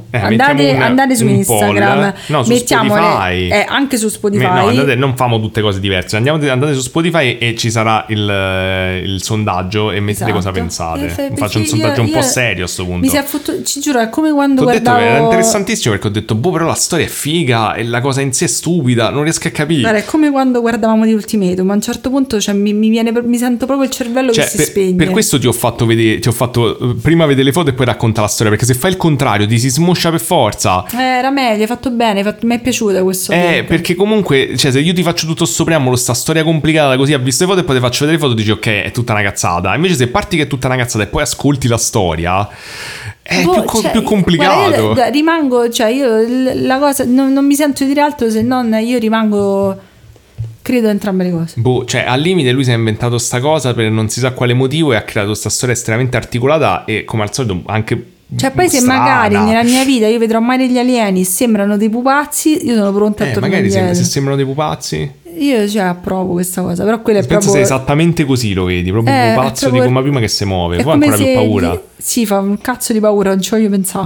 andate su Instagram, no, su Spotify, anche su Spotify. Non famo tutte cose diverse. Andate su Spotify e ci sarà il sondaggio e mettete cosa pensate. Faccio un sondaggio un po' serio. Mi si è ci giuro, è come quando guardavo. Era interessantissimo perché ho detto: boh, però la storia è figa e la cosa in sé è stupida, non riesco a capire. Guarda, è come quando guardavamo The Ultimatum, a un certo punto, cioè, mi sento proprio il cervello che si spegne. Per questo ti ho fatto prima vedere le foto e poi racconta la storia, perché se fai il contrario ti si smoscia per forza. Era meglio, hai fatto bene, mi è piaciuto questo. Perché comunque, cioè, se io ti faccio tutto sto preambolo, sta storia complicata così, a vista le foto e poi ti faccio vedere le foto, dici ok, è tutta una cazzata. Invece se parti che è tutta una cazzata e poi ascolti la storia, è più complicato. Guarda, io rimango, cioè io la cosa non mi sento dire altro se non io rimango, credo entrambe le cose. Cioè al limite lui si è inventato sta cosa per non si sa quale motivo e ha creato sta storia estremamente articolata e come al solito anche, cioè poi se magari nella mia vita io vedrò mai degli alieni, sembrano dei pupazzi, io sono pronta a tornare magari se sembrano dei pupazzi, io approvo questa cosa, però quella è penso proprio sia esattamente così, lo vedi, proprio un pupazzo di gomma prima che si muove, poi ancora più paura. Sì, fa un cazzo di paura, non ci voglio pensare.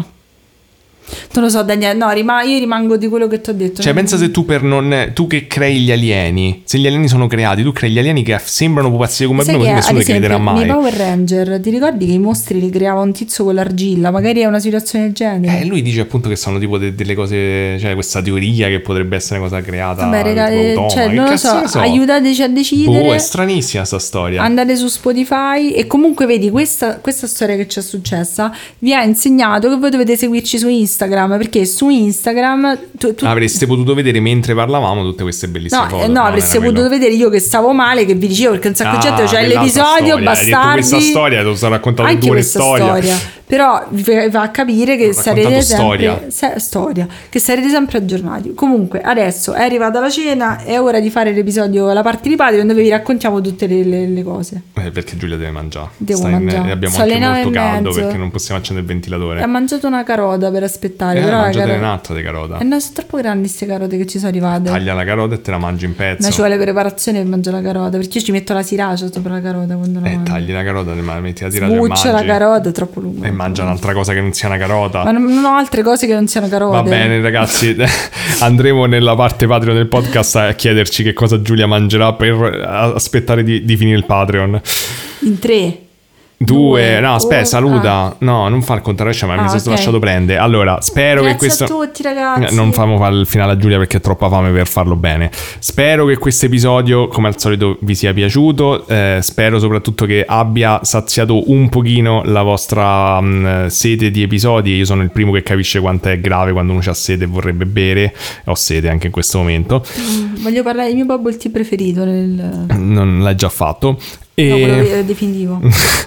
Non lo so, Daniele, no, io rimango di quello che ti ho detto. Cioè, pensa se tu tu che crei gli alieni, se gli alieni sono creati, tu crei gli alieni che sembrano pupazzi come prima, così nessuno li crederà mai. Nei Power Ranger, ti ricordi che i mostri li creava un tizio con l'argilla? Magari è una situazione del genere. Lui dice appunto che sono tipo delle cose, cioè questa teoria che potrebbe essere una cosa creata. Vabbè, ragazzi, cioè, non lo so, aiutateci a decidere. È stranissima sta storia. Andate su Spotify e comunque vedi questa storia che ci è successa vi ha insegnato che voi dovete seguirci su Instagram, perché su Instagram tu avreste potuto vedere mentre parlavamo tutte queste bellissime foto. No, avreste potuto vedere io che stavo male, che vi dicevo, perché un sacco di gente c'è l'episodio bastardi. Questa storia ti ho raccontato anche due storie. Però vi fa a capire che sarete sempre che sarete sempre aggiornati. Comunque adesso è arrivata la cena, è ora di fare l'episodio, la parte di Patreon dove vi raccontiamo tutte le cose. Perché Giulia deve mangiare. Abbiamo anche molto caldo perché non possiamo accendere il ventilatore. Ha mangiato una carota per aspettare, però mangiate un'altra di carota. No, sono troppo grandi queste carote che ci sono arrivate. Taglia la carota e te la mangi in pezzi. Ma ci vuole preparazione per mangiare la carota, perché io ci metto la sriracha sopra la carota quando la mangio. Tagli la carota, metti la sriracha e mangi. La carota è troppo lunga. E mangia un'altra cosa che non sia una carota. Ma non ho altre cose che non siano carote. Va bene ragazzi, andremo nella parte Patreon del podcast a chiederci che cosa Giulia mangerà per aspettare di finire il Patreon. In 3 2, no aspetta, saluta. No, non fa il contrario, ma mi sono lasciato prendere. Allora, spero grazie che questo a tutti ragazzi. Non famo fare il finale a Giulia perché ha troppa fame per farlo bene. Spero che questo episodio come al solito vi sia piaciuto, spero soprattutto che abbia saziato un pochino la vostra sete di episodi. Io sono il primo che capisce quanto è grave quando uno ha sete e vorrebbe bere. Ho sete anche in questo momento. Voglio parlare del mio bubble tea preferito Non l'hai già fatto? No, quello definitivo.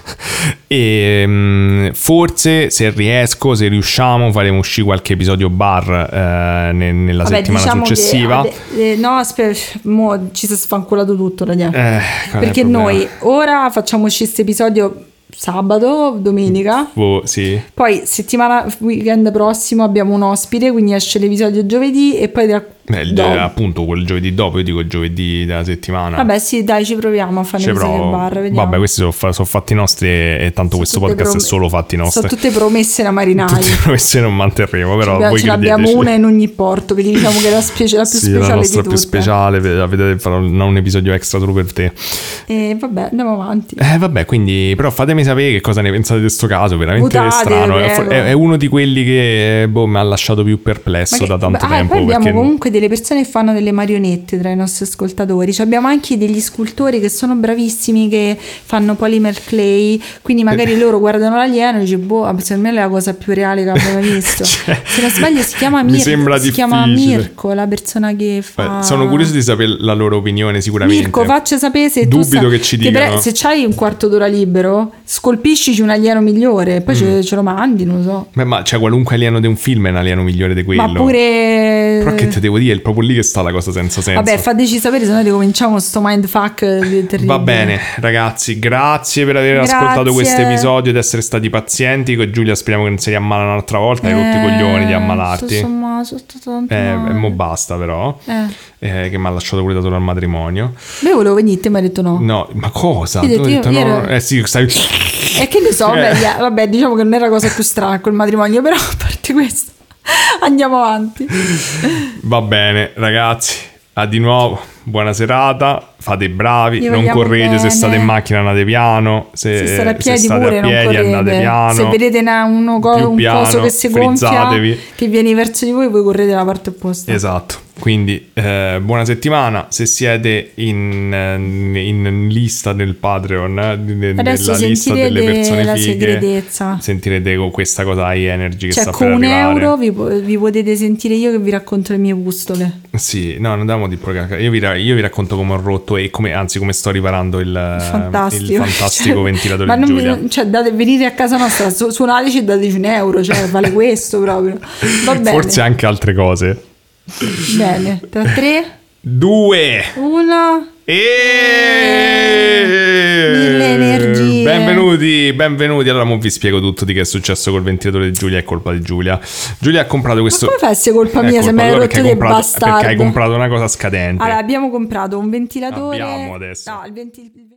E forse se riusciamo faremo uscire qualche episodio bar nella settimana successiva. No, aspetta, mo ci si è sfanculato tutto perché noi ora facciamo uscire questo episodio sabato, domenica. Sì. Poi weekend prossimo abbiamo un ospite, quindi esce l'episodio giovedì e poi Appunto quel giovedì dopo, io dico il giovedì della settimana. Vabbè sì, dai, ci proviamo a fare le musiche bar, vediamo. Vabbè, questi sono fatti nostri e tanto questo podcast è solo fatti nostri. Sono tutte promesse da marinai. Tutte promesse non manterremo, però voi ce l'abbiamo una in ogni porto, che diciamo che è la più speciale la nostra di tutte. Più speciale, vedete, farò un episodio extra solo per te. E vabbè, andiamo avanti. Vabbè, quindi però fatemi sapere che cosa ne pensate di questo caso, veramente strano. È uno di quelli che mi ha lasciato più perplesso da tanto tempo. Poi abbiamo comunque delle persone che fanno delle marionette tra i nostri ascoltatori. Abbiamo anche degli scultori che sono bravissimi, che fanno polymer clay, quindi magari loro guardano l'alieno e dicono secondo me è la cosa più reale che abbiamo visto. Se non sbaglio si chiama Mirko, la persona che fa. Sono curioso di sapere la loro opinione, sicuramente. Mirko, faccia sapere se dubito che ci dicano. Se c'hai un quarto d'ora libero, scolpiscici un alieno migliore, poi ce lo mandi, non lo so. Ma c'è qualunque alieno di un film è un alieno migliore di quello. Ma pure. Però che te devo dire, è proprio lì che sta la cosa senza senso. Vabbè, fateci sapere, se no ricominciamo sto mindfuck terribile. Va bene, ragazzi, grazie per aver ascoltato questo episodio ed essere stati pazienti. Con Giulia speriamo che non si riammala un'altra volta. Hai rotto i coglioni di ammalarti. Sono stato tanto mo basta però. Che mi ha lasciato pure da solo al matrimonio. Io volevo venire, te mi hai detto no. No, ma cosa? Io detto, no. Sì, stai. E che ne so, vabbè, diciamo che non è la cosa più strana col matrimonio, però a parte questo andiamo avanti. Va bene, ragazzi, di nuovo buona serata, fate i bravi, non correte bene. Se state in macchina andate piano, se state a piedi pure non correte, andate piano, se vedete un coso che si gonfia che viene verso di voi correte dalla parte opposta. Esatto. Quindi buona settimana. Se siete in lista del Patreon, nella lista delle persone la fighe, segretezza. Sentirete con questa cosa high energy che sta per arrivare. Con €1 vi potete sentire io che vi racconto le mie pustole. Sì, no, non andiamo di io vi racconto come ho rotto e come sto riparando il fantastico ventilatore ma di Giulia. Venite a casa nostra, suonateci e dateci €1, vale questo proprio. Va bene. Forse anche altre cose. Bene, tra 3, 2, 1 mille energie. Benvenuti. Allora, mo vi spiego tutto di che è successo col ventilatore di Giulia. È colpa di Giulia. Giulia ha comprato questo. Ma come fai se è colpa mia? Se me l'hai rotto dei bastardi. Perché hai comprato una cosa scadente. Allora, abbiamo comprato un ventilatore. Abbiamo adesso. No, il